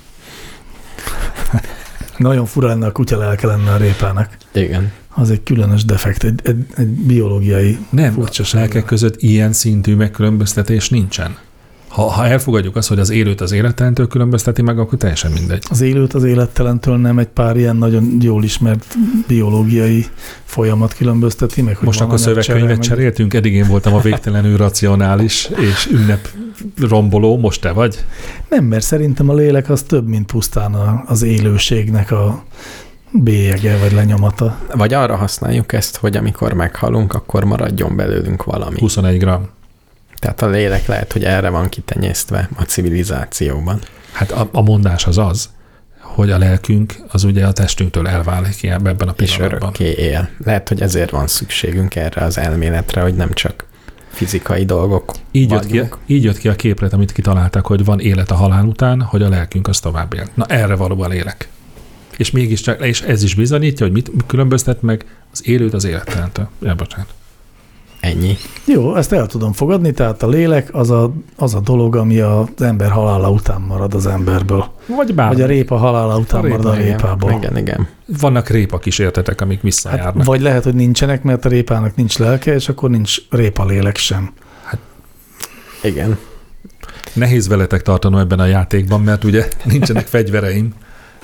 Nagyon fura lenne, a kutya lelke lenne a répának. Igen. Az egy különös defekt, egy biológiai furcsaság. Lelkek között ilyen szintű megkülönböztetés nincsen. Ha elfogadjuk azt, hogy az élőt az élettelentől különbözteti meg, akkor teljesen mindegy. Az élőt az élettelentől nem egy pár ilyen nagyon jól ismert biológiai folyamat különbözteti meg. Most akkor szövegkönyvet cseréltünk, eddig én voltam a végtelenül racionális és ünnep romboló, most te vagy? Nem, mert szerintem a lélek az több, mint pusztán az élőségnek a bélyege vagy lenyomata. Vagy arra használjuk ezt, hogy amikor meghalunk, akkor maradjon belőlünk valami. 21 gram. Tehát a lélek lehet, hogy erre van kitenyésztve a civilizációban. Hát a mondás az, hogy a lelkünk az ugye a testünktől elválik ilyen ebben a pillanatban. És örökké él. Lehet, hogy ezért van szükségünk erre az elméletre, hogy nem csak fizikai dolgok így jött ki a képlet, amit kitalálták, hogy van élet a halál után, hogy a lelkünk az tovább él. Na erre való a lélek. És mégiscsak, és ez is bizonyítja, hogy mit különböztet meg az élőt az élettelentől. Bocsánat. Ennyi. Jó, ezt el tudom fogadni, tehát a lélek az a dolog, ami az ember halála után marad az emberből. Vagy a répa halála után marad a répából. Igen. Vannak répa kísértetek, amik visszajárnak. Hát, vagy lehet, hogy nincsenek, mert a répának nincs lelke, és akkor nincs répa lélek sem. Hát, igen. Nehéz veletek tartanom ebben a játékban, mert ugye nincsenek fegyvereim.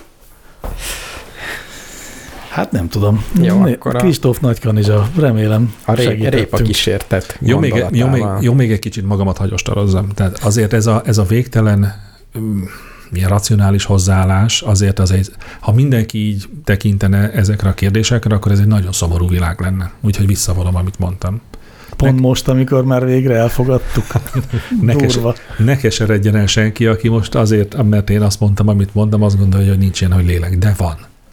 Hát nem tudom. Jó, akkor Kristóf Nagykanizsa, remélem a répa kísértet jó, még egy kicsit magamat hagyostarozzam. Tehát azért ez a végtelen ilyen racionális hozzáállás, azért ha mindenki így tekintene ezekre a kérdésekre, akkor ez egy nagyon szomorú világ lenne. Úgyhogy visszavonom, amit mondtam. Pont most, amikor már végre elfogadtuk. Ne keseredjen el senki, aki most azért, mert én azt mondtam, amit mondtam, azt gondolja, hogy nincs ilyen, hogy lélek, de van.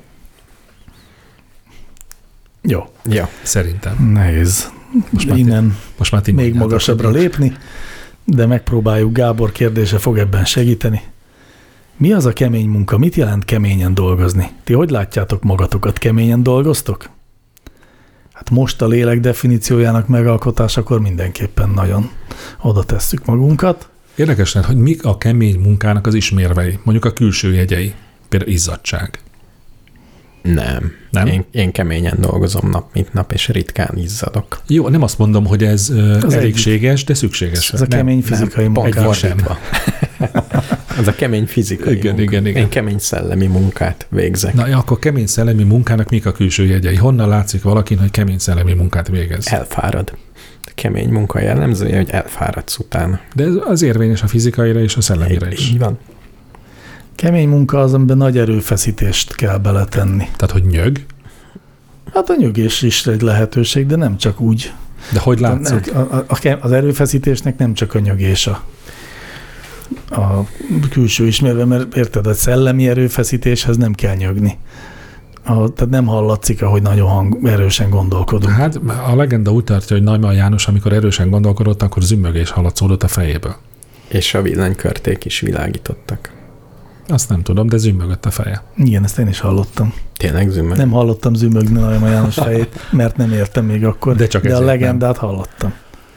Jó. Szerintem. Nehéz. Most már még magasabbra lépni, de megpróbáljuk. Gábor kérdése fog ebben segíteni. Mi az a kemény munka? Mit jelent keményen dolgozni? Ti hogy látjátok magatokat? Keményen dolgoztok? Hát most a lélek definíciójának megalkotásakor mindenképpen nagyon oda tesszük magunkat. Érdekes lehet, hogy mik a kemény munkának az ismérvei, mondjuk a külső jegyei, például izzadtság. Nem? Én keményen dolgozom nap, mint nap, és ritkán izzadok. Jó, nem azt mondom, hogy ez elégséges, de szükséges. Ez a kemény fizikai munka. Ez a kemény fizikai munka. Igen. Én kemény szellemi munkát végzek. Na, akkor kemény szellemi munkának mik a külső jegyei? Honnan látszik valakin, hogy kemény szellemi munkát végez? Elfárad. A kemény munka jellemzője, hogy elfáradsz utána. De ez az érvényes a fizikaira és a szellemire is. Így van. Kemény munka az, amiben nagy erőfeszítést kell beletenni. Tehát, hogy nyög? Hát a nyögés is egy lehetőség, de nem csak úgy. De hogy látszik? Az erőfeszítésnek nem csak a nyögés a külső ismerve, mert érted, a szellemi erőfeszítéshez nem kell nyögni. Tehát nem hallatszik, ahogy nagyon erősen gondolkodunk. Hát a legenda úgy tartja, hogy Neumann János, amikor erősen gondolkodott, akkor zümmögés hallatszódott a fejéből. És a villanykörték is világítottak. Azt nem tudom, de zümmögött a feje. Igen, ezt én is hallottam. Tényleg zümmög? Nem hallottam zümmögni Neumann János fejét, mert nem értem még akkor, de a legendát nem hallottam.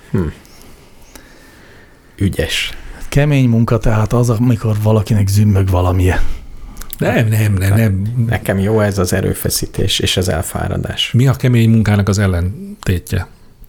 Ügyes. Kemény munka tehát az, amikor valakinek zümmög valamije. Nem. Nekem jó ez az erőfeszítés és az elfáradás. Mi a kemény munkának az ellentétje?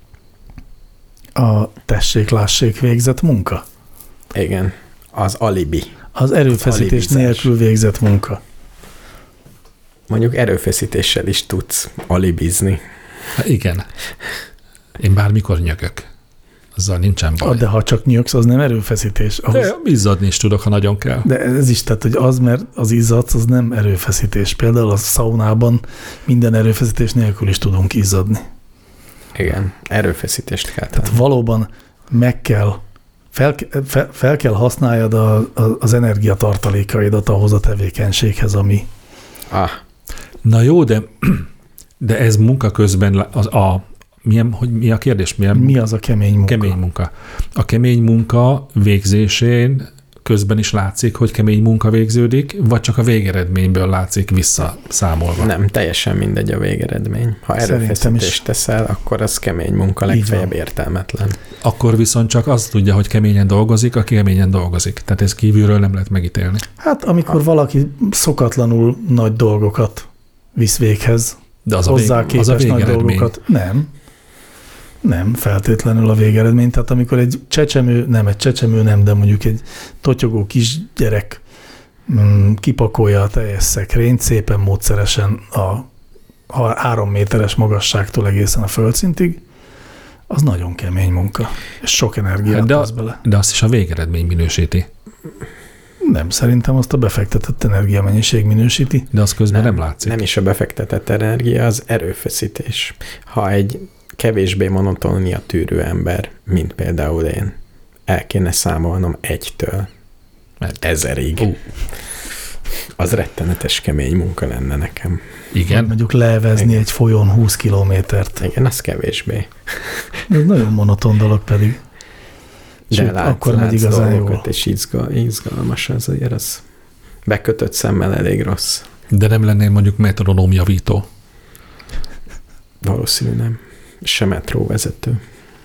A tessék-lássék végzett munka? Igen, az alibi. Az erőfeszítés nélkül végzett munka. Mondjuk erőfeszítéssel is tudsz alibizni. Hát igen. Én bármikor nyögök. Azzal nincsen baj. De ha csak nyögsz, az nem erőfeszítés. Ahhoz... De izzadni is tudok, ha nagyon kell. De ez is, tehát, hogy az, mert az izzadsz, az nem erőfeszítés. Például a szaunában minden erőfeszítés nélkül is tudunk izzadni. Igen, erőfeszítést kell tenni. Tehát valóban fel kell használjad az energiatartalékaidat ahhoz a tevékenységhez, ami... Na jó, de ez munka közben mi a kérdés? Mi az a kemény munka? Kemény munka. A kemény munka végzésén közben is látszik, hogy kemény munka végződik, vagy csak a végeredményből látszik visszaszámolva? Nem, teljesen mindegy a végeredmény. Ha erőfeszítést teszel, akkor az kemény munka, legfeljebb értelmetlen. Akkor viszont csak az tudja, hogy keményen dolgozik, aki keményen dolgozik. Tehát ez kívülről nem lehet megítélni. Hát amikor valaki szokatlanul nagy dolgokat visz véghez, de az hozzá képes nagy dolgokat. Nem feltétlenül a végeredmény. Tehát amikor egy csecsemő, de mondjuk egy totyogó kisgyerek kipakolja a teljes szekrényt szépen módszeresen a 3 méteres magasságtól egészen a földszintig, az nagyon kemény munka. És sok energiát tesz bele. De azt is a végeredmény minősíti. Nem, szerintem azt a befektetett energiamennyiség minősíti. De az közben nem látszik. Nem is a befektetett energia, az erőfeszítés. Ha egy kevésbé monotónia tűrő ember, mint például én, el kéne számolnom 1-től 1000-ig. Az rettenetes kemény munka lenne nekem. Igen? Mondjuk levezni egy folyón 20 kilométert. Igen, az kevésbé. Ez nagyon monoton dolog pedig. De látsz dolgokat, és izgalmas azért, az bekötött szemmel elég rossz. De nem lennél mondjuk metronómjavító? Valószínű nem. Se metróvezető.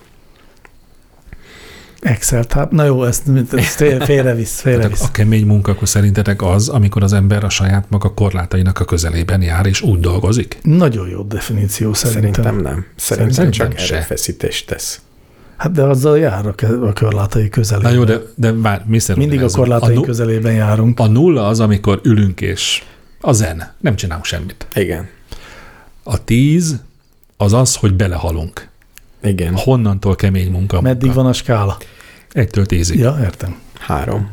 Excel-tab. Na jó, ezt félrevisz. A kemény munka akkor szerintetek az, amikor az ember a saját maga korlátainak a közelében jár, és úgy dolgozik? Nagyon jó definíció szerintem. Nem. Szerintem csak erőfeszítést tesz. Hát de azzal jár a korlátai közelében. Na jó, de már mindig a korlátai közelében járunk. A 0 az, amikor ülünk, és a zen. Nem csinálunk semmit. Igen. A 10 az az, hogy belehalunk. Igen. Honnantól kemény munka? Meddig van a skála? 1-től 10-ig. Ja, értem. 3.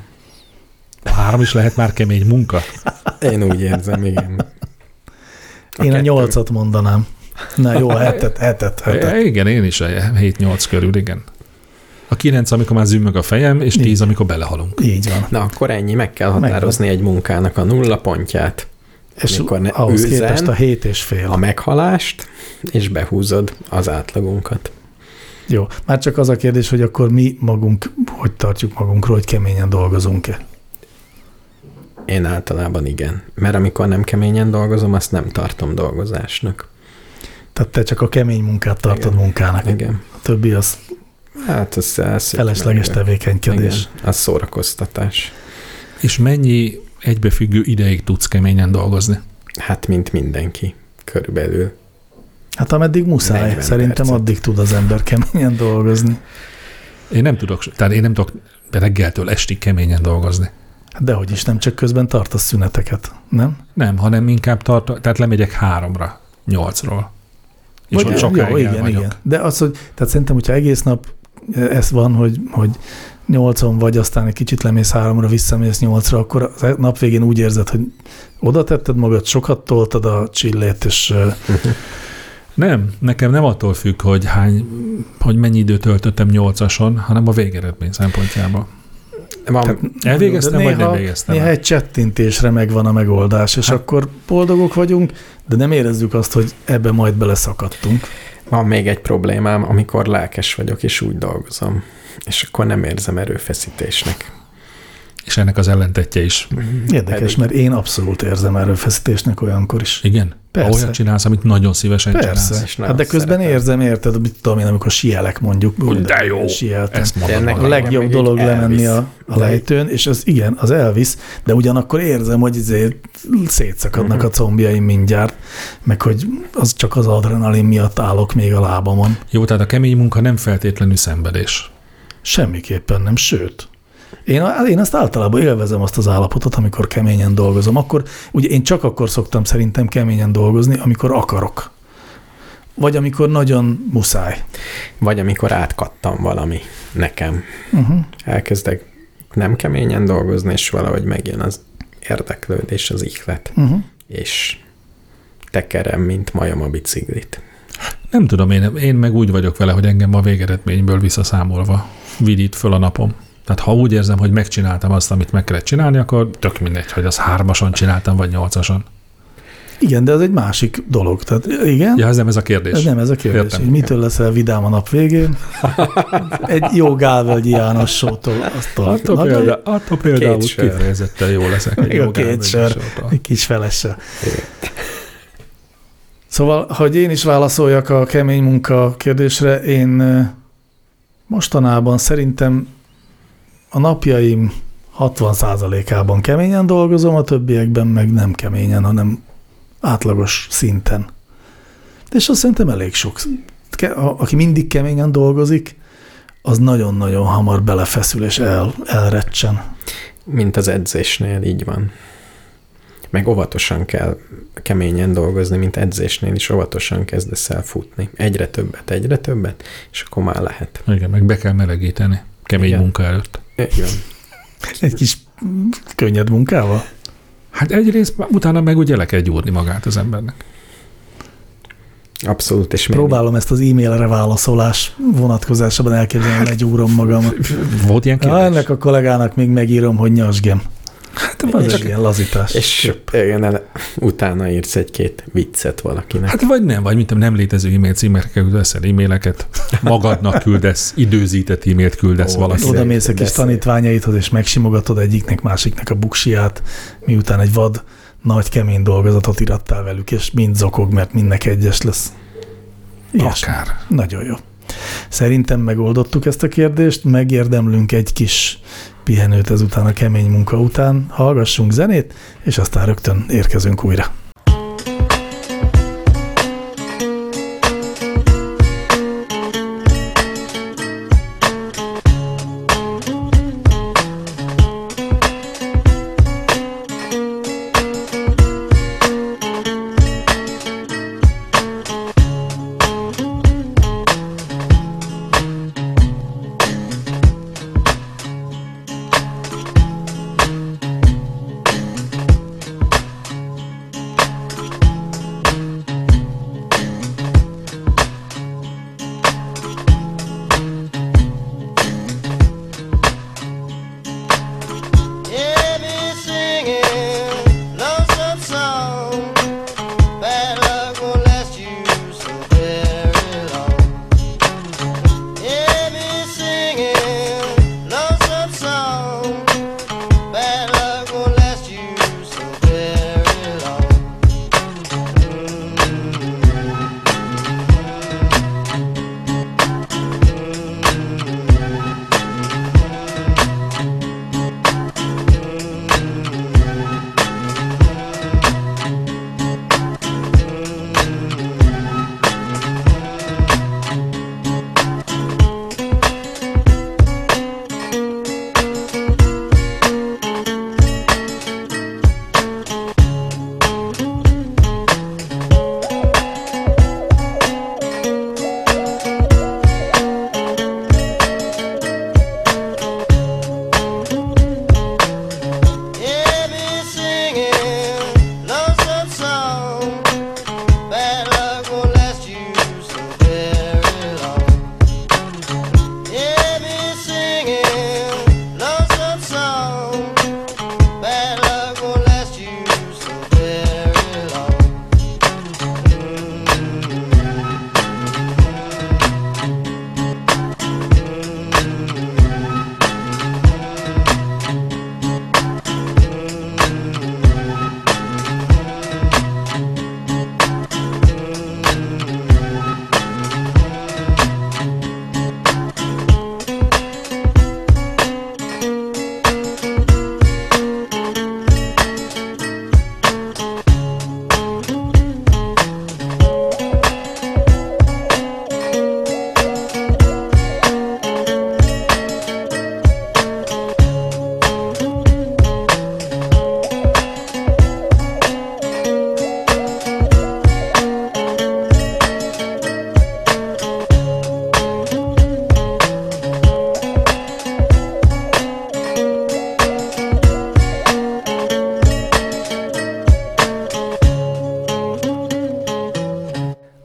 3 is lehet már kemény munka? Én úgy érzem, igen. Én a 8-at mondanám. Na jó, 7-et. Igen, én is a 7-8 körül, igen. A 9, amikor már zümmög a fejem, és 10, amikor belehalunk. Így van. Na, akkor ennyi, meg kell határozni egy munkának a 0 pontját. És ahhoz képest a 7,5. A meghalást, és behúzod az átlagunkat. Jó, már csak az a kérdés, hogy akkor mi magunk, hogy tartjuk magunkról, hogy keményen dolgozunk-e? Én általában igen. Mert amikor nem keményen dolgozom, azt nem tartom dolgozásnak. Tehát te csak a kemény munkát tartod munkának. Igen. A többi az felesleges tevékenykedés. Igen, az szórakoztatás. És mennyi egybefüggő ideig tudsz keményen dolgozni? Hát, mint mindenki, körülbelül. Hát ameddig muszáj. Szerintem percet. Addig tud az ember keményen dolgozni. Én nem tudok reggeltől estig keményen dolgozni. Hát dehogy is, nem csak közben tartasz szüneteket, nem? Nem, hanem inkább tehát lemegyek 3-ra, 8-ról. És ott sokáig igen. De az, hogy, tehát szerintem, hogyha egész nap ez van, hogy 8-on vagy, aztán egy kicsit lemész 3-ra, visszamész 8-ra, akkor a nap végén úgy érzed, hogy oda tetted magad, sokat toltad a csillét, és... Nem, nekem nem attól függ, hogy mennyi időt töltöttem 8-ason, hanem a végeredmény szempontjából. Elvégeztem, vagy nem végeztem? Néha egy csettintésre megvan a megoldás, és akkor boldogok vagyunk, de nem érezzük azt, hogy ebbe majd beleszakadtunk. Van még egy problémám, amikor lelkes vagyok, és úgy dolgozom, és akkor nem érzem erőfeszítésnek. És ennek az ellentetje is. Érdekes, mert én abszolút érzem erőfeszítésnek olyankor is. Igen? Persze. Olyat csinálsz, amit nagyon szívesen Persze. csinálsz. Hát de közben érzem, érted, mit tudom én, amikor sielek mondjuk. De jó, ezt mondom. A legjobb dolog lemenni a lejtőn, és az igen, az elvisz, de ugyanakkor érzem, hogy szétszakadnak a combjaim mindjárt, meg hogy az csak az adrenalin miatt állok még a lábamon. Jó, tehát a kemény munka nem feltétlenül szenvedés. Semmiképpen nem, sőt. Én ezt általában élvezem azt az állapotot, amikor keményen dolgozom. Akkor, ugye én csak akkor szoktam szerintem keményen dolgozni, amikor akarok. Vagy amikor nagyon muszáj. Vagy amikor átkattam valami nekem. Elkezdek nem keményen dolgozni, és valahogy megjön az érdeklődés, az ihlet. És tekerem, mint majom a biciklit. Nem tudom, én meg úgy vagyok vele, hogy engem a végeredményből visszaszámolva vidít föl a napom. Tehát ha úgy érzem, hogy megcsináltam azt, amit meg kellett csinálni, akkor tök mindegy, hogy az 3-ason csináltam, vagy 8-ason. Igen, de ez egy másik dolog. Tehát igen. Ja, ez nem ez a kérdés. Ez nem ez a kérdés. Értem. Mitől leszel vidám a nap végén? Egy jó Gálvölgyi János sótól. Attól például kifejezetten jó leszek. Egy két sör, egy kis felessel. Szóval, hogy én is válaszoljak a kemény munka kérdésre, én mostanában szerintem a napjaim 60%-ában keményen dolgozom, a többiekben meg nem keményen, hanem átlagos szinten. És azt szerintem elég sok. Aki mindig keményen dolgozik, az nagyon-nagyon hamar belefeszül és elrecsen. Mint az edzésnél, így van. Meg óvatosan kell keményen dolgozni, mint edzésnél is óvatosan kezdesz el futni. Egyre többet, és akkor már lehet. Igen, meg be kell melegíteni kemény munka előtt. Igen. Egy kis könnyed munkával? Hát egyrészt utána meg ugye le kell gyúrni magát az embernek. Abszolút. És próbálom ezt az e-mailre válaszolás vonatkozásában elképzelni, hogy legyúrom magam. Volt ilyen kérdés? Ennek a kollégának még megírom, hogy nyasgem. Hát ez egy ilyen lazítás. És utána írsz egy-két viccet valakinek. Hát vagy nem létező e-mail címekkel küldesz el e-maileket, magadnak küldesz, időzített e-mailt küldesz valakinek. Oda mész a kis tanítványaidhoz, és megsimogatod egyiknek, másiknak a buksiját, miután egy vad, nagy, kemény dolgozatot irattál velük, és mind zokog, mert mindnek egyes lesz. Akár. Nagyon jó. Szerintem megoldottuk ezt a kérdést, megérdemlünk egy kis pihenőt ezután a kemény munka után, hallgassunk zenét, és aztán rögtön érkezünk újra.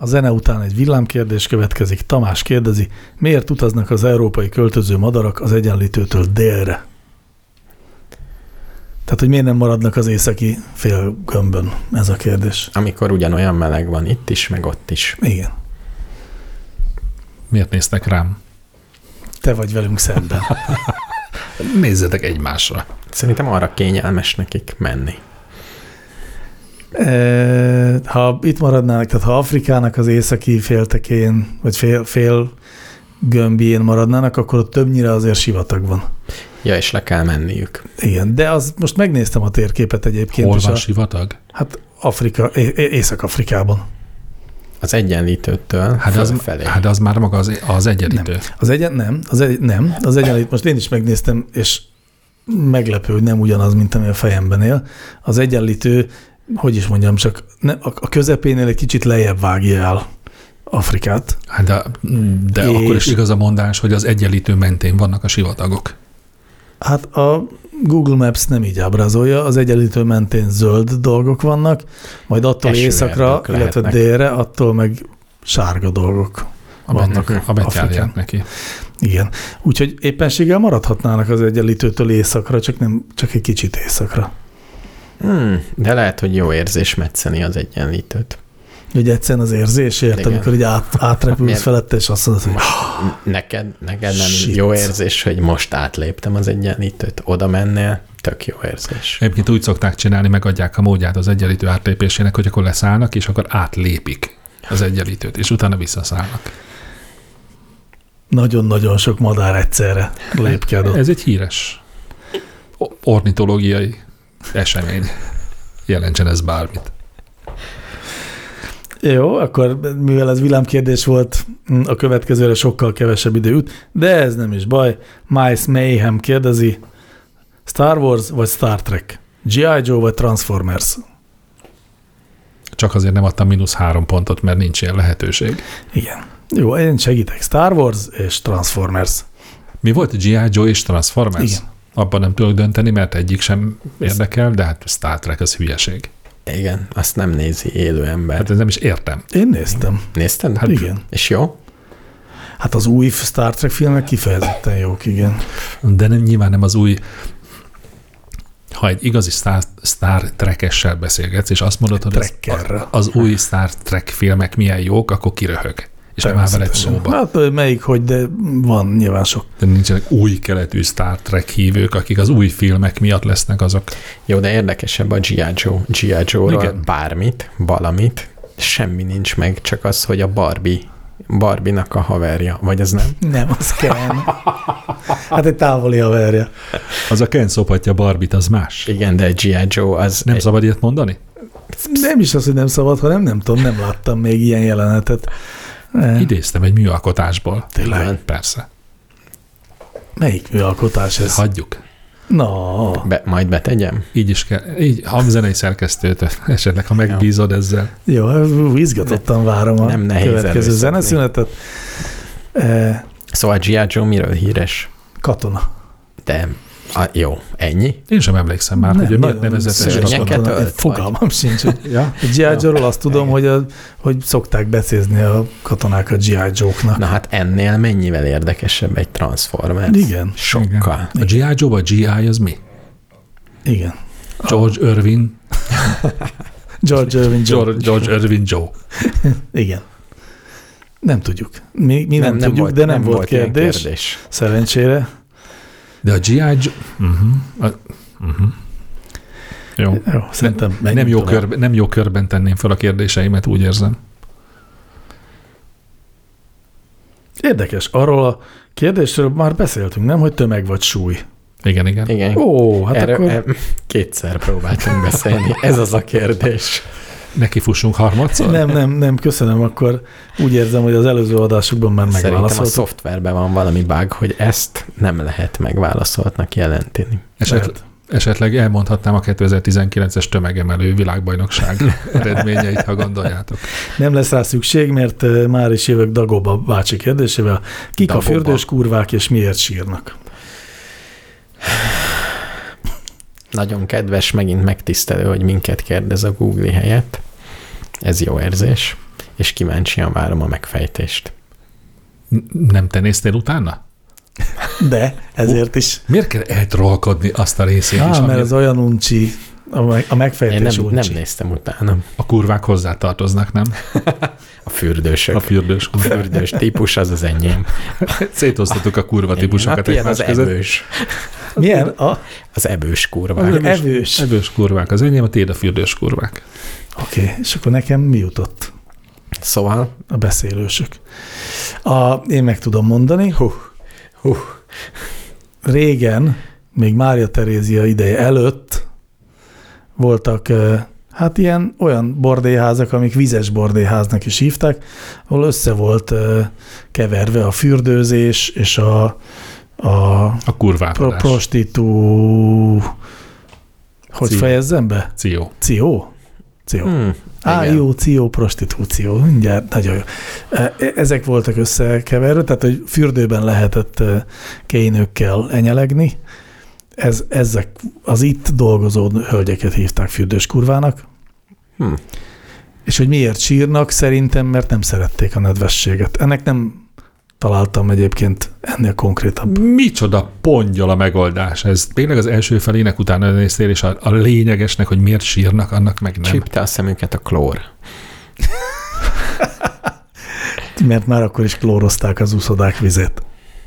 zene után egy villámkérdés következik. Tamás kérdezi, miért utaznak az európai költöző madarak az Egyenlítőtől délre? Tehát, hogy miért nem maradnak az északi félgömbön, ez a kérdés. Amikor ugyanolyan meleg van itt is, meg ott is. Igen. Miért néztek rám? Te vagy velünk szemben. Nézzetek egymásra. Szerintem arra kényelmes nekik menni. Ha itt maradnának, tehát ha Afrikának az északi féltekén, vagy fél gömbjén maradnának, akkor ott többnyire azért sivatag van. Ja, és le kell menniük. Igen, de az, most megnéztem a térképet egyébként. Hol van sivatag? Hát Észak-Afrikában. Az Egyenlítőtől fölfelé. Hát az már maga az Egyenlítő. Az Egyenlítő, most én is megnéztem, és meglepő, hogy nem ugyanaz, mint ami a fejemben él. Az Egyenlítő, hogy is mondjam, csak a közepénél egy kicsit lejjebb vágja el Afrikát. Hát de akkor is igaz a mondás, hogy az Egyenlítő mentén vannak a sivatagok. Hát a Google Maps nem így ábrázolja, az Egyenlítő mentén zöld dolgok vannak, majd attól északra, illetve délre, attól meg sárga dolgok vannak Afrikán. Neki. Igen. Úgyhogy éppenséggel maradhatnának az Egyenlítőtől északra, csak egy kicsit északra. De lehet, hogy jó érzés metszeni az Egyenlítőt. Hogy egyszerűen az érzésért, amikor így átrepülsz felette, és azt mondod, hogy neked nem jó érzés, hogy most átléptem az Egyenlítőt, oda mennél, tök jó érzés. Egyébként úgy szokták csinálni, megadják a módját az Egyenlítő átlépésének, hogy akkor leszállnak, és akkor átlépik az Egyenlítőt, és utána visszaszállnak. Nagyon-nagyon sok madár egyszerre lépked. Ez egy híres ornitológiai esemény. Jelentsen ez bármit. Jó, akkor mivel ez villámkérdés volt, a következőre sokkal kevesebb idő jut, de ez nem is baj. Mice Mayhem kérdezi, Star Wars vagy Star Trek? G.I. Joe vagy Transformers? Csak azért nem adtam -3 pontot, mert nincs ilyen lehetőség. Igen. Jó, én segítek. Star Wars és Transformers. Mi volt? G.I. Joe és Transformers? Igen. Abban nem tudok dönteni, mert egyik sem érdekel, de hát Star Trek az hülyeség. Igen, azt nem nézi élő ember. Hát ez nem is értem. Én néztem. Nézted? Hát igen. És jó? Hát az új Star Trek filmek kifejezetten jók, igen. De nyilván nem az új... Ha egy igazi Star Trek-essel beszélgetsz, és azt mondod, hogy az új Star Trek filmek milyen jók, akkor kiröhög. És nem áll veled szóba. Hát melyik hogy, de van nyilván sok. De nincsenek új keletű Star Trek hívők, akik az új filmek miatt lesznek azok. Jó, de érdekesebb a G.I. Joe-ról bármit, valamit, semmi nincs meg, csak az, hogy a Barbie-nak a haverja, vagy ez nem? Nem, az Ken. Hát egy távoli haverja. Az a Ken szopatja Barbie-t, az más. Igen, de G.I. Joe az... Nem szabad ilyet mondani? Nem is az, hogy nem szabad, hanem nem tudom, nem láttam még ilyen jelenetet. Idéztem egy műalkotásból. Tényleg? Persze. Melyik műalkotás ez? Hagyjuk. No. Majd betegyem? Így is kell. Így hangzenei szerkesztőt esetleg, ha megbízod ezzel. Jó, izgatottan várom a következő zeneszünetet. Szóval G.I. Joe miről híres? Katona. De jó, ennyi? Én sem emlékszem már, hogy miért nevezetesen katona. Fogalmam sincs, hogy ja? G.I. Joe-ról azt tudom, hogy szokták becézni a katonákat G.I. Joe-knak. Na hát ennél mennyivel érdekesebb egy Transformers? Igen. Sokkal. A G.I. Joe vagy G.I. az mi? Igen. George Irvin. George Irvin Joe. Igen. Nem tudjuk. Mi nem tudjuk, de nem volt kérdés. Szerencsére. De a G.I. Joe... Jó. Szerintem nem jó körben tenném fel a kérdéseimet, úgy érzem. Érdekes. Arról a kérdésről már beszéltünk, nem? Hogy tömeg vagy súly. Igen. Ó, hát akkor... Kétszer próbáltunk beszélni. Ez az a kérdés. Neki fussunk harmadszor? Nem, köszönöm, akkor úgy érzem, hogy az előző adásokban már megválaszoltuk. Szerintem a szoftverben van valami bug, hogy ezt nem lehet megválaszoltnak jelenteni. Esetleg elmondhatnám a 2019-es tömegemelő világbajnokság eredményeit, ha gondoljátok. Nem lesz rá szükség, mert már is jövök Dagoba bácsi kérdésével. Kik a fürdős kurvák, és miért sírnak? Nagyon kedves, megint megtisztelő, hogy minket kérdez a Google helyett. Ez jó érzés. és kíváncsian várom a megfejtést. Nem te néztél utána? De ezért is. Miért kell eltrollkodni azt a részét is? Mert ez olyan uncsi, a megfejtés Én uncsi. nem néztem utána. A kurvák hozzátartoznak, nem? A fürdősök. A fürdős A fürdős típus az enyém. Szétosztottuk a kurva típusokat Hát ilyen az egymás között. ebős. Milyen? Az ebős kurva. Az evős. Ebős kurvák az enyém, a tiéd a fürdős kurvák. Oké, és akkor nekem mi jutott? Szóval? A beszélősök. Én meg tudom mondani, régen, még Mária Terézia ideje előtt voltak hát olyan bordélyházak, amik vizes bordélyháznak is hívták, ahol össze volt keverve a fürdőzés és a kurválkodás. hogy fejezzem be? Ció. Jó, ció, prostitúció. Mindjárt, nagyon jó. Ezek voltak összekeverve, tehát hogy fürdőben lehetett kéinőkkel enyelegni. Ezek az itt dolgozó hölgyeket hívták fürdős kurvának. És hogy miért sírnak? Szerintem, mert nem szerették a nedvességet. Ennek nem találtam egyébként ennél konkrétabb. Micsoda pongyol a megoldás. Ez tényleg az első felének utána néztél, és a lényegesnek, hogy miért sírnak, annak meg nem. Csípte a szemüket a klór. Mert már akkor is klórozták az úszodák vizet.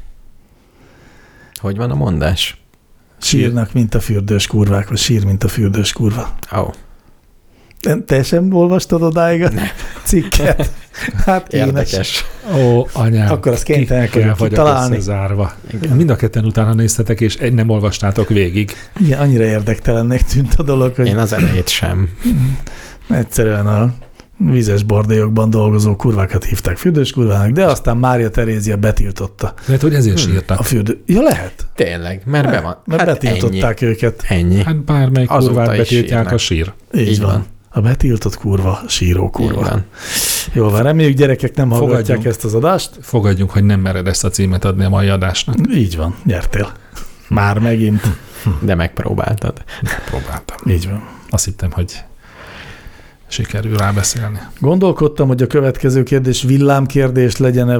Hogy van a mondás? Sírnak, mint a fürdős kurvák, vagy sír, mint a fürdős kurva. Te sem olvastad odáig a cikket? Hát érdekes. Ó, anyám. Akkor azt kénytelenek vagyok találni. Összezárva. Mind a ketten utána néztetek, és nem olvastátok végig. Igen, annyira érdektelennek tűnt a dolog, hogy... Én az elejét sem. Egyszerűen a vizes bordélyokban dolgozó kurvákat hívták fürdős kurvának, de aztán Mária Terézia betiltotta. Lehet, hogy ezért sírtak. A Ja, lehet. Tényleg, mert be van. Mert betiltották őket. Ennyi. Hát bármelyik kurvát betiltják, a sír. Így van. A betiltott kurva, síró kurva. Jól van, reméljük gyerekek nem hallgatják ezt az adást. Fogadjunk, hogy nem mered ezt a címet adni a mai adásnak. Így van, nyertél. Már megint. De megpróbáltad. Megpróbáltam. Így van. Azt hittem, hogy sikerül rábeszélni. Gondolkodtam, hogy a következő kérdés villámkérdés legyen-e,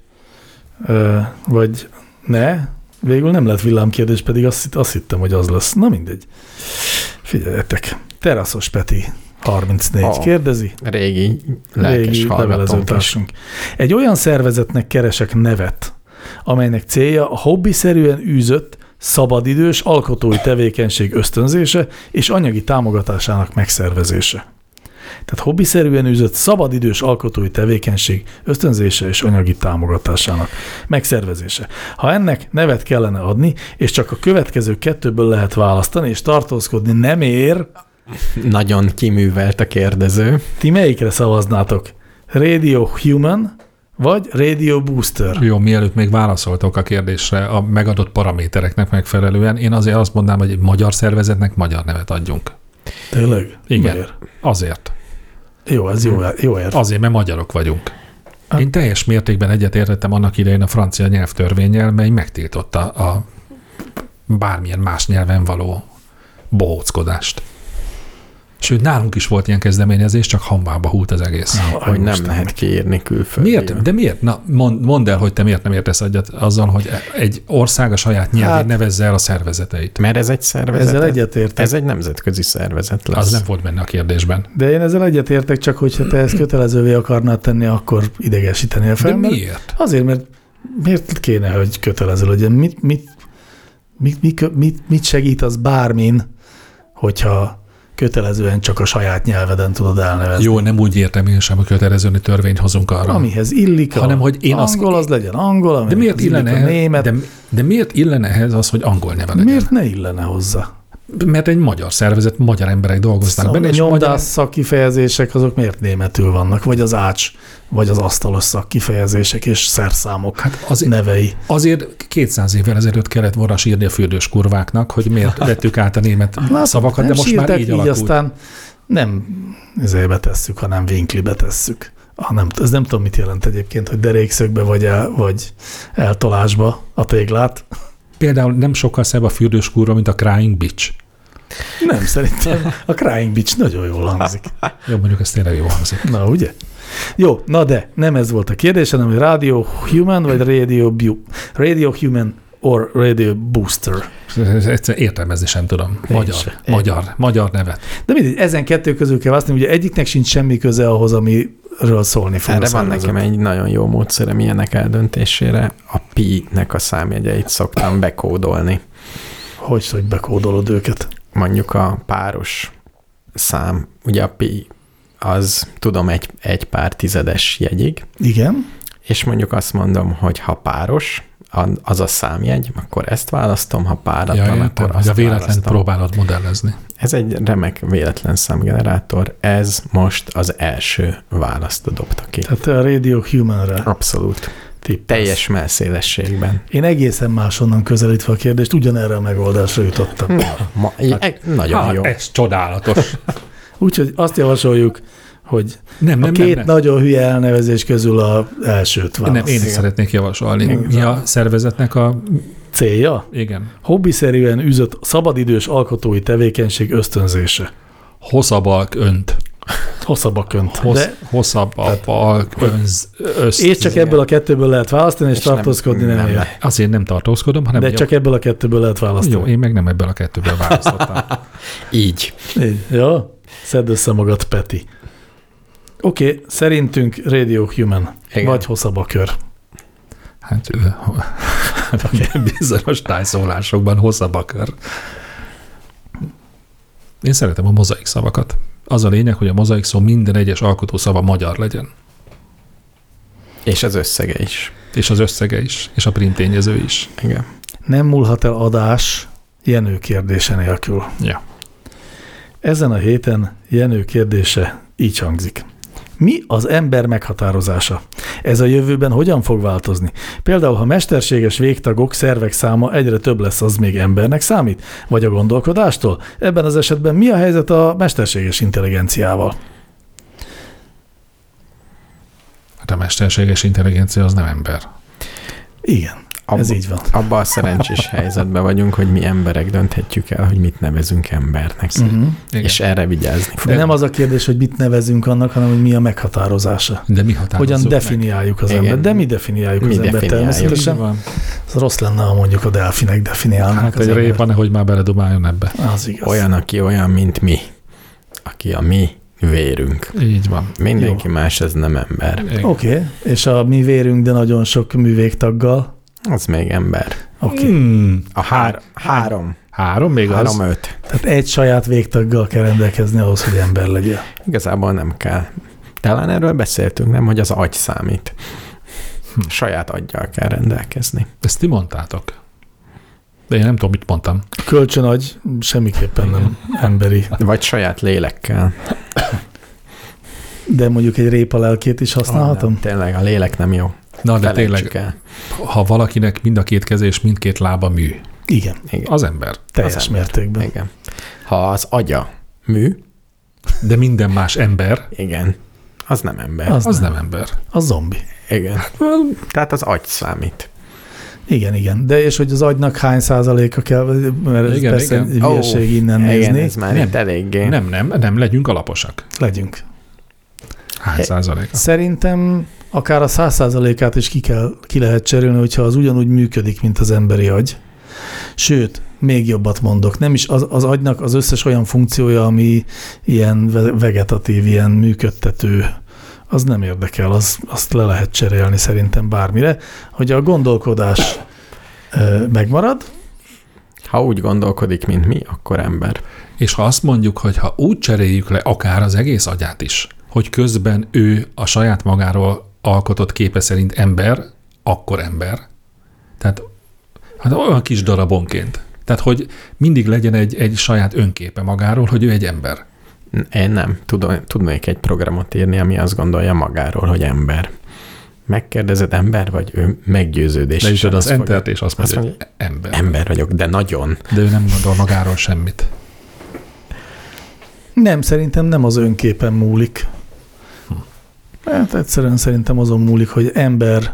vagy ne. Végül nem lett villámkérdés, pedig azt hittem, hogy az lesz. Na mindegy. Figyeljetek. Teraszos Peti 34 kérdezi. Régi levelezőtársunk. Egy olyan szervezetnek keresek nevet, amelynek célja a hobbiszerűen űzött, szabadidős alkotói tevékenység ösztönzése és anyagi támogatásának megszervezése. Tehát hobbiszerűen űzött, szabadidős alkotói tevékenység ösztönzése és anyagi támogatásának megszervezése. Ha ennek nevet kellene adni, és csak a következő kettőből lehet választani, és tartózkodni nem ér... Nagyon kiművelt a kérdező. Ti melyikre szavaznátok? Radio Human vagy Radio Booster? Jó, mielőtt még válaszoltok a kérdésre a megadott paramétereknek megfelelően, én azért azt mondanám, hogy egy magyar szervezetnek magyar nevet adjunk. Tényleg? Igen. Miért? Azért. Jó, ez jó ér. Azért, mert magyarok vagyunk. Én teljes mértékben egyetértettem annak idején a francia nyelvtörvénnyel, mely megtiltotta a bármilyen más nyelven való bohóckodást. Sőt, nálunk is volt ilyen kezdeményezés, csak hambába húlt az egész. Hogy nem lehet kiírni külföldre. Miért? De miért? Na, mondd el, hogy te miért nem értesz egyet azzal, hogy egy ország a saját nyelvén nevezze el a szervezeteit. Mert ez egy szervezet. Ezzel egyetértek. Ez egy nemzetközi szervezet lesz. Az nem volt benne a kérdésben. De én ezzel egyetértek, csak hogyha te ezt kötelezővé akarnád tenni, akkor idegesítenél fel. De miért? Azért, mert miért kéne, hogy kötelező legyen? Mit segít az bármin, hogyha kötelezően csak a saját nyelveden tudod elnevezni? Jó, nem úgy értem én sem, hogy kötelezően törvényt hozunk arra. Amihez illik, hanem, hogy én angol az legyen angol, de miért illene német. De miért illene ehhez az, hogy angol neve legyen? Miért ne illene hozzá? Mert egy magyar szervezet, magyar emberek dolgoznak benne. A nyomdász szakkifejezések azok miért németül vannak? Vagy az ács, vagy az asztalos szakkifejezések és szerszámok nevei. Azért 200 évvel ezelőtt kellett volna sírni a fürdős kurváknak, hogy miért vettük át a német szavakat, de most már így alakult. Aztán nem ezébe tesszük, hanem vinklibe tesszük. Ez nem tudom, mit jelent egyébként, hogy derékszögbe vagy eltolásba a téglát. Például nem sokkal szebb a fürdős kurva, mint a Crying Bitch. Nem, szerintem a Crying Bitch nagyon jól hangzik. Jó, mondjuk ez tényleg jól hangzik. Na, ugye? Jó, na de nem ez volt a kérdés, hanem hogy Radio Human vagy Radio Human or Radio Booster. Egyszerűen értelmezni sem tudom. Magyar nevet. De mindegy, ezen kettő közül kell választani, ugye egyiknek sincs semmi köze ahhoz, amiről szólni fog. Erre van nekem egy nagyon jó módszerem ilyenek eldöntésére. A pi-nek a számjegyeit szoktam bekódolni. Hogy bekódolod őket? Mondjuk a páros szám, ugye a pi az tudom egy pár tizedes jegyig. Igen. És mondjuk azt mondom, hogy ha páros, az a számjegy, akkor ezt választom, ha páratlan, akkor azt a véletlen választom. próbálod modellezni. Ez egy remek véletlen számgenerátor, ez most az első választ dobta ki. Tehát a Radio Human-re. Abszolút. Tippelsz. Teljes mellszélességben. Én egészen máshonnan közelítve a kérdést, ugyanerre a megoldásra jutottam. Nagyon jó. Ez csodálatos. Úgyhogy azt javasoljuk, hogy nem, két nagyon hülye elnevezés közül az elsőt válasz. Nem, én is szeretnék javasolni. Mi a szervezetnek a célja? Igen. Hobbiszerűen űzött szabadidős alkotói tevékenység ösztönzése. Hosszabbak önt. Hosszabbak önt. Hosszabbak és csak ebből a kettőből lehet választani, és tartózkodni nem ér. Azért nem tartózkodom, hanem... De csak ebből a kettőből lehet választani. Jó, én meg nem ebből a kettőből választottam. Így. Jó? Szedd össze magad, Peti. Oké, szerintünk Radio Human. Igen. Vagy hosszabb a kör. Hát bizonyos tájszólásokban hosszabb a kör. Én szeretem a mozaik szavakat. Az a lényeg, hogy a mozaik szó minden egyes alkotó szava magyar legyen. És az összege is. És az összege is. És a printényező is. Igen. Nem múlhat el adás Jenő kérdése nélkül. Ja. Ezen a héten Jenő kérdése így hangzik. Mi az ember meghatározása? Ez a jövőben hogyan fog változni? Például, ha mesterséges végtagok, szervek száma egyre több lesz, az még embernek számít? Vagy a gondolkodástól? Ebben az esetben mi a helyzet a mesterséges intelligenciával? Hát a mesterséges intelligencia az nem ember. Igen. Ez így van. Abban a szerencsés helyzetben vagyunk, hogy mi emberek dönthetjük el, hogy mit nevezünk embernek. És erre vigyázni fogunk. De nem az a kérdés, hogy mit nevezünk annak, hanem hogy mi a meghatározása. De mi határozzuk hogyan definiáljuk az embert. De mi definiáljuk az embert természetesen. Az rossz lenne, ha mondjuk a delfinek definiálnák hát az embert. Hát egy répa, nehogy már beledobáljon ebbe. Az igaz. Olyan, aki olyan, mint mi. Aki a mi vérünk. Így van. Mindenki más, ez nem ember. Oké. És a mi vérünk, de nagyon sok művégtaggal. Az még ember. Oké. A három. Három még 3-5. Tehát egy saját végtaggal kell rendelkezni ahhoz, hogy ember legyen. Igazából nem kell. Talán erről beszéltünk, nem, hogy az agy számít. Saját aggyal kell rendelkezni. Ezt ti mondtátok. De én nem tudom, mit mondtam. Kölcsönagy semmiképpen nem emberi. Vagy saját lélekkel. De mondjuk egy répa lelkét is használhatom? Tényleg, a lélek nem jó. Na, de tényleg, ha valakinek mind a két keze és mindkét lába mű. Igen. Az ember. Teljes mértékben. Igen. Ha az agya mű. De minden más ember. Igen. Az nem ember. Az nem ember. Az zombi. Igen. Tehát az agy számít. Igen. De és hogy az agynak hány százaléka kell, mert ez persze hülyeség innen nézni. Igen, ez már itt eléggé. Nem, legyünk alaposak. Legyünk. Hány százaléka? Szerintem akár a 100%-át is ki lehet cserélni, hogyha az ugyanúgy működik, mint az emberi agy. Sőt, még jobbat mondok, nem is az agynak az összes olyan funkciója, ami ilyen vegetatív, ilyen működtető, az nem érdekel, azt le lehet cserélni szerintem bármire, hogy a gondolkodás megmarad. Ha úgy gondolkodik, mint mi, akkor ember. És ha azt mondjuk, hogy ha úgy cseréljük le akár az egész agyát is, hogy közben ő a saját magáról alkotott képe szerint ember, akkor ember. Tehát hát olyan kis darabonként. Tehát, hogy mindig legyen egy saját önképe magáról, hogy ő egy ember. Én nem. Tudnék egy programot írni, ami azt gondolja magáról, hogy ember. Megkérdezed, ember vagy? Ő meggyőződés. Leütöd az entert, és azt mondja, hogy ember. Ember vagyok, de nagyon. De ő nem gondol magáról semmit. Nem, szerintem nem az önképen múlik. Hát egyszerűen szerintem azon múlik, hogy ember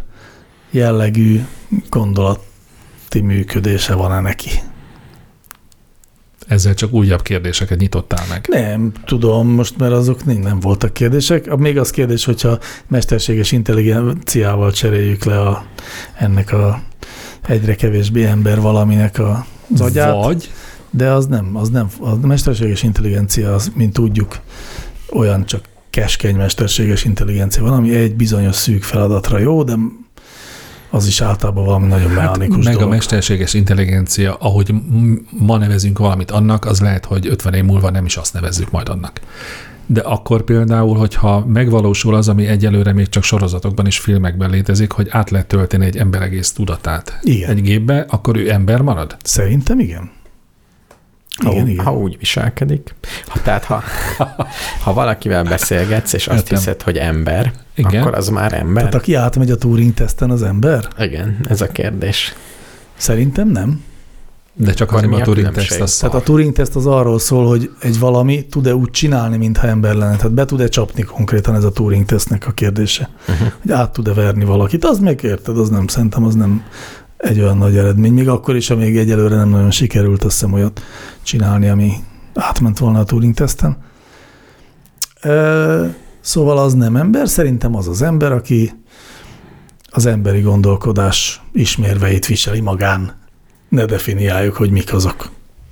jellegű gondolati működése van-e neki. Ezzel csak újabb kérdéseket nyitottál meg. Nem tudom most, mert azok nem voltak kérdések. Még az kérdés, hogyha mesterséges intelligenciával cseréljük le ennek a egyre kevésbé ember valaminek az agyát. Vagy? De az nem. A mesterséges intelligencia, az, mint tudjuk, olyan csak keskeny mesterséges intelligencia van, ami egy bizonyos szűk feladatra jó, de az is általában valami nagyon mechanikus meg dolog. A mesterséges intelligencia, ahogy ma nevezünk valamit annak, az lehet, hogy 50 év múlva nem is azt nevezzük majd annak. De akkor például, hogyha megvalósul az, ami egyelőre még csak sorozatokban és filmekben létezik, hogy át lehet tölteni egy ember egész tudatát egy gépbe, akkor ő ember marad? Szerintem igen. Igen. Ha úgy viselkedik. Ha valakivel beszélgetsz, és azt hiszed, hogy ember, igen, akkor az már ember. Tehát aki átmegy a Turing-teszten, az ember? Igen, ez a kérdés. Szerintem nem. De csak az a Turing-teszt az Tehát a Turing-teszt az arról szól, hogy egy valami tud-e úgy csinálni, mintha ember lenne. Tehát be tud-e csapni konkrétan, ez a Turing-tesztnek a kérdése. Hogy át tud-e verni valakit. Az megérted, az nem, szerintem az nem egy olyan nagy eredmény. Még akkor is, amíg egyelőre nem nagyon sikerült, azt hiszem, olyat csinálni, ami átment volna a Turing-teszten. Szóval az nem ember, szerintem az az ember, aki az emberi gondolkodás ismérveit viseli magán. Ne definiáljuk, hogy mik azok.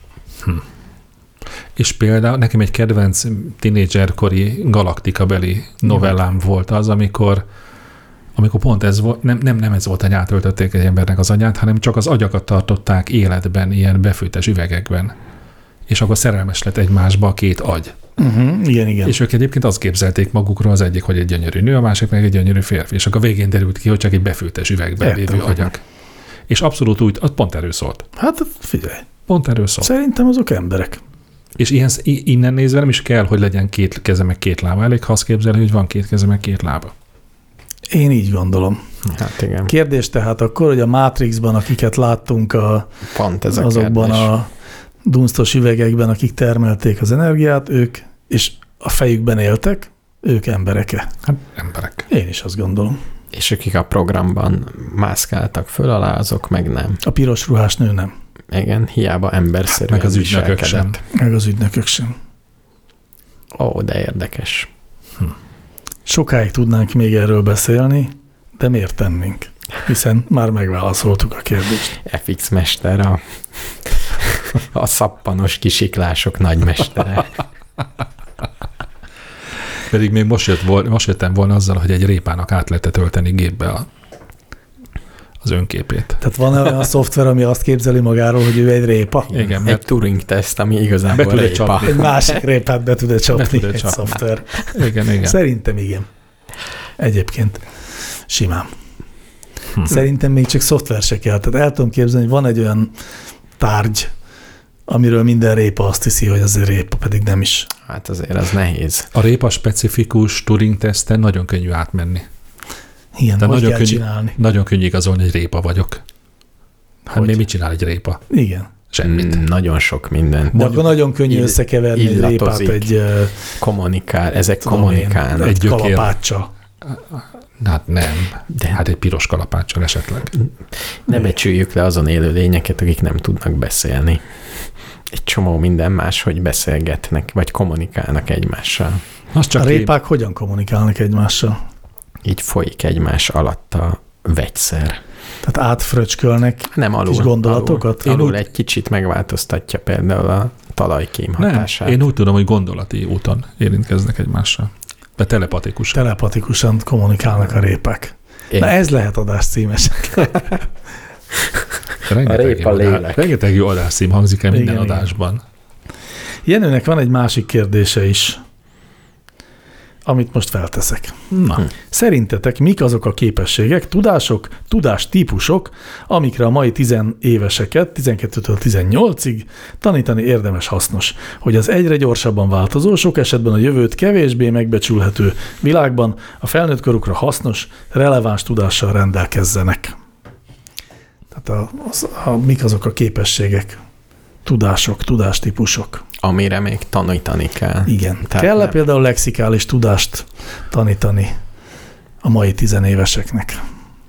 És például nekem egy kedvenc tinédzserkori galaktikabeli novellám volt az, amikor pont ez volt, nem ez volt, hogy átöltötték egy embernek az agyát, hanem csak az agyakat tartották életben, ilyen befőttes üvegekben. És akkor szerelmes lett egymásba a két agy. Igen. És ők egyébként azt képzelték magukról, az egyik, hogy egy gyönyörű nő, a másik meg egy gyönyörű férfi. És akkor végén derült ki, hogy csak egy befőttes üvegben lévő agyak. És abszolút úgy, az pont erről szólt. Hát figyelj. Pont erről szólt. Szerintem azok emberek. És innen nézve nem is kell, hogy legyen két keze meg két lába. Elég, ha azt képzelni, hogy van két keze meg két lába. Én így gondolom. Hát igen. Kérdés tehát akkor, hogy a Matrixban, akiket láttunk azokban a dunsztos üvegekben, akik termelték az energiát, ők, és a fejükben éltek, ők emberek-e? Hát emberek. Én is azt gondolom. És akik a programban mászkáltak föl alá, azok meg nem. A piros ruhás nő nem. Igen, hiába emberszerűen meg az ügynökök sem. Meg az ügynökök sem. Ó, de érdekes. Sokáig tudnánk még erről beszélni, de miért tennénk? Hiszen már megválaszoltuk a kérdést. FX mester a szappanos kisiklások nagymestere. Pedig még most jöttem volna azzal, hogy egy répának át lehetett tölteni gépbe az önképét. Tehát van olyan szoftver, ami azt képzeli magáról, hogy ő egy répa? Igen, mert egy Turing-teszt, ami igazából répa. Egy másik répát be tud-e csapni egy szoftver. Igen. Szerintem igen. Egyébként simán. Szerintem még csak szoftver se kell. Tehát el tudom képzelni, hogy van egy olyan tárgy, amiről minden répa azt hiszi, hogy az egy répa, pedig nem is. Hát azért az nehéz. A répa specifikus Turing-teszten nagyon könnyű átmenni. Igen, hogy nagyon kell csinálni. Nagyon könnyű igazolni, hogy répa vagyok. Hát még mit csinál egy répa? Igen. Semmit. Nagyon sok minden. De akkor nagyon könnyű összekeverni egy répát egy... ezek kommunikálnak. Egy kalapáccsal. Hát nem. Hát egy piros kalapáccsal esetleg. Ne becsüljük le azon élő lényeket, akik nem tudnak beszélni. Egy csomó minden más, hogy beszélgetnek, vagy kommunikálnak egymással. A répák hogyan kommunikálnak egymással? Így folyik egymás alatt a vegyszer. Tehát átfröcskölnek nem alul, kis gondolatokat? Alul egy kicsit megváltoztatja például a talajkém hatását. Én úgy tudom, hogy gondolati úton érintkeznek egymással. De telepatikusan. Telepatikusan kommunikálnak a répák. Na ez lehet adás címes. Rengeteg jó adásszím hangzik el minden adásban. Jenőnek van egy másik kérdése is, amit most felteszek. Na. Szerintetek mik azok a képességek, tudások, tudástípusok, amikre a mai 10 éveseket, 12-től 18-ig tanítani érdemes, hasznos, hogy az egyre gyorsabban változó, sok esetben a jövőt kevésbé megbecsülhető világban a felnőtt korukra hasznos, releváns tudással rendelkezzenek. Tehát mik azok a képességek, tudások, tudástípusok? Amire még tanítani kell. Igen. Kell-e például lexikális tudást tanítani a mai 10 éveseknek?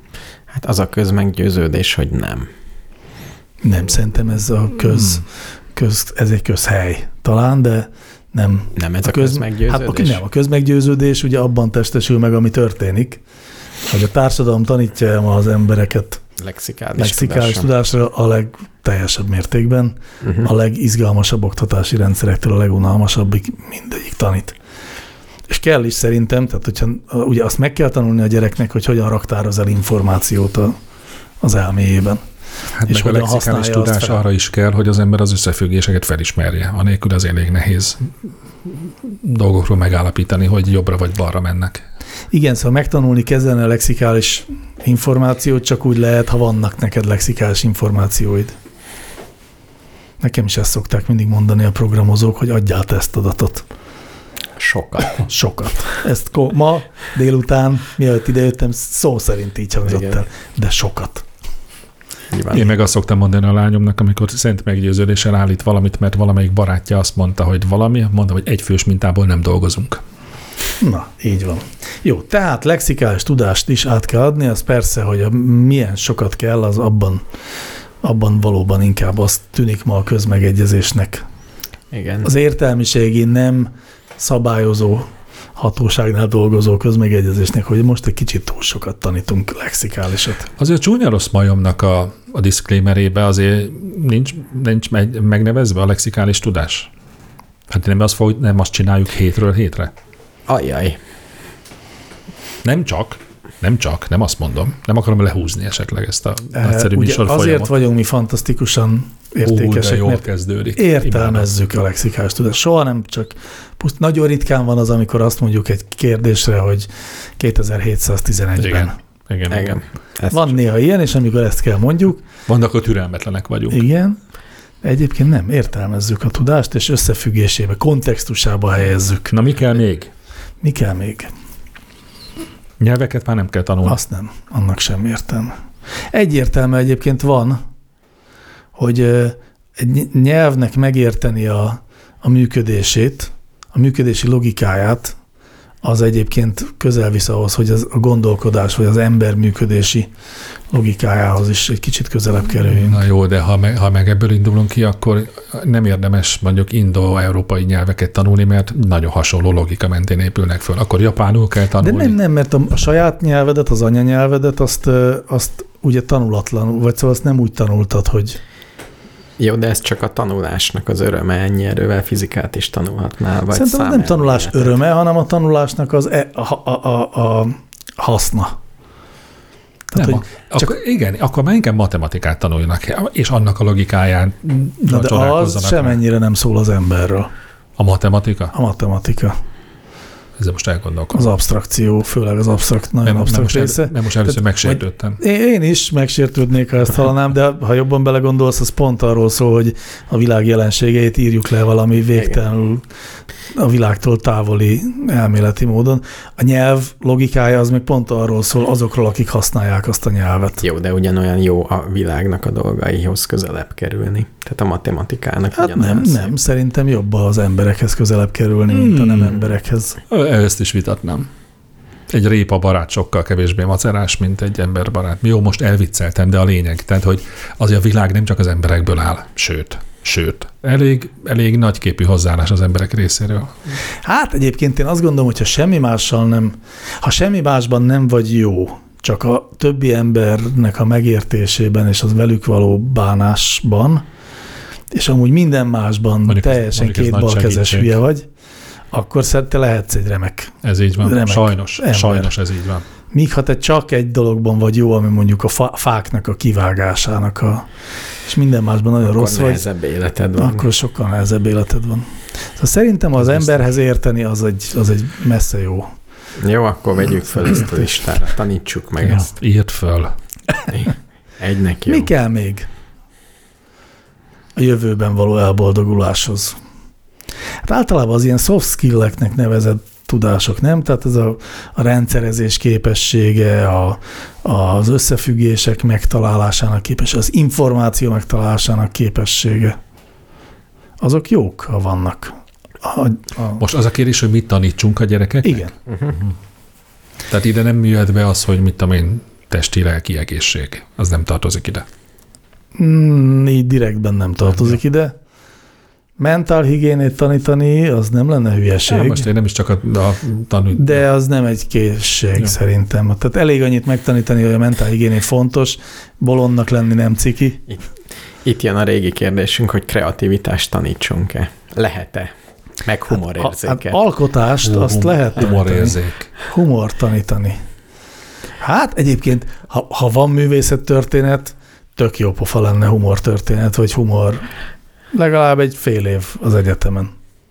Hát az a közmeggyőződés, hogy nem. Nem, szerintem ez a ez egy közhely talán, de nem. Nem ez a közmeggyőződés? Nem, a közmeggyőződés ugye abban testesül meg, ami történik, hogy a társadalom tanítja az embereket lexikális tudásra a legteljesebb mértékben, a legizgalmasabb oktatási rendszerektől a legunalmasabbig mindegyik tanít. És kell is szerintem, tehát hogyha ugye azt meg kell tanulni a gyereknek, hogy hogyan raktároz el információt az elméjében. Hát és meg a lexikális tudás arra is kell, hogy az ember az összefüggéseket felismerje. Anélkül az elég nehéz dolgokról megállapítani, hogy jobbra vagy balra mennek. Igen, szóval megtanulni kezelni a lexikális információt csak úgy lehet, ha vannak neked lexikális információid. Nekem is ezt szokták mindig mondani a programozók, hogy adjál tesztadatot. Sokat. Ezt ma délután, mielőtt idejöttem, szó szerint így hangzott el, de sokat. Én meg azt szoktam mondani a lányomnak, amikor szent meggyőződéssel állít valamit, mert valamelyik barátja azt mondta, hogy mondta, hogy egyfős mintából nem dolgozunk. Na, így van. Jó, tehát lexikális tudást is át kell adni, az persze, hogy milyen sokat kell, az abban valóban inkább azt tűnik ma a közmegegyezésnek. Igen. Az értelmiségi nem szabályozó hatóságnál dolgozó közmegegyezésnek, hogy most egy kicsit túl sokat tanítunk lexikálisat. Azért csúnya rossz majomnak a disclaimerébe azért nincs megnevezve a lexikális tudás. Hát nem azt csináljuk hétről hétre. Ajjaj. Nem azt mondom. Nem akarom lehúzni esetleg ezt a nagyszerű műsorfolyamot. Azért vagyunk mi fantasztikusan értékesek, jól mert kezdődik. Értelmezzük a lexikális tudást. Soha nem csak nagyon ritkán van az, amikor azt mondjuk egy kérdésre, hogy 2711-ben. Igen. Van néha ilyen, és amikor ezt kell mondjuk. Vannak, hogy türelmetlenek vagyunk. Igen. Egyébként nem. Értelmezzük a tudást, és összefüggésébe, kontextusába helyezzük. Na, mi kell még? Mi kell még? Nyelveket már nem kell tanulni. Azt nem. Annak sem értelme. Egyértelmű egyébként van, hogy egy nyelvnek megérteni a működését, a működési logikáját, az egyébként közel visz ahhoz, hogy a gondolkodás, vagy az ember működési logikájához is egy kicsit közelebb kerüljünk. Na jó, de ha meg ebből indulunk ki, akkor nem érdemes mondjuk indo-európai nyelveket tanulni, mert nagyon hasonló logika mentén épülnek föl. Akkor japánul kell tanulni. De nem, mert a saját nyelvedet, az anyanyelvedet, azt ugye tanulatlanul, vagy szóval azt nem úgy tanultad, hogy... Jó, de ez csak a tanulásnak az öröme, ennyi erővel fizikát is tanulhatnál, vagy szerintem nem tanulás öröme, hanem a tanulásnak az a haszna. Tehát, nem, akkor már inkább matematikát tanuljanak, és annak a logikáján de az semennyire nem szól az emberről. A matematika? A matematika. Ezzel most elgondolkodom. Az abstrakció, főleg az nagyon absztrakt része. Nem most először megsértődtem. Én is megsértődnék, ha ezt hallanám, de ha jobban belegondolsz, az pont arról szól, hogy a világ jelenségeit írjuk le valami végtelenül a világtól távoli elméleti módon. A nyelv logikája az még pont arról szól, azokról, akik használják azt a nyelvet. Jó, de ugyanolyan jó a világnak a dolgaihoz közelebb kerülni. Tehát a matematikának ugyanolyan nem, szerintem jobb az emberekhez közelebb kerülni, mint a nem emberekhez. Ezt is vitatnám. Egy répa barát sokkal kevésbé macerás, mint egy ember barát. Jó, most elvicceltem, de a lényeg. Tehát, hogy azért a világ nem csak az emberekből áll. Sőt, elég nagyképű hozzáállás az emberek részéről. Hát egyébként én azt gondolom, hogy ha semmi másban nem vagy jó, csak a többi embernek a megértésében és az velük való bánásban, és amúgy minden másban mondjuk teljesen kétbalkezes hülye vagy, akkor te lehetsz egy remek. Ez így van. Sajnos ez így van. Míg ha te csak egy dologban vagy jó, ami mondjuk a fáknak a kivágásának, és minden másban nagyon akkor rossz vagy, életed van. Akkor sokkal nehezebb életed van. Szóval szerintem az emberhez érteni az egy messze jó. Jó, akkor vegyük fel ezt a listára, tanítsuk meg ezt. Írd föl. Egynek jó. Mi kell még a jövőben való elboldoguláshoz? Hát általában az ilyen soft skill-eknek nevezett tudások, nem? Tehát ez a rendszerezés képessége, az összefüggések megtalálásának képessége, az információ megtalálásának képessége. Azok jók, ha vannak. Most az a kérdés, hogy mit tanítsunk a gyerekeknek? Igen. Tehát ide nem jöhet be az, hogy mit tudom én, testi-lelki egészség. Az nem tartozik ide. Így direktben nem tartozik ide. mentálhigiénét tanítani, az nem lenne hülyeség. Most én nem is csak a tanulni. De az nem egy készség szerintem. Tehát elég annyit megtanítani, hogy a mentálhigiéné fontos, bolondnak lenni nem ciki. Itt jön a régi kérdésünk, hogy kreativitást tanítsunk-e? Lehet-e? Meg humorérzéket. Hát alkotást azt lehet humorérzék. Humor tanítani. Hát egyébként, ha van művészettörténet, tök jó pofa lenne humortörténet, vagy humor legalább egy fél év az egyetemen.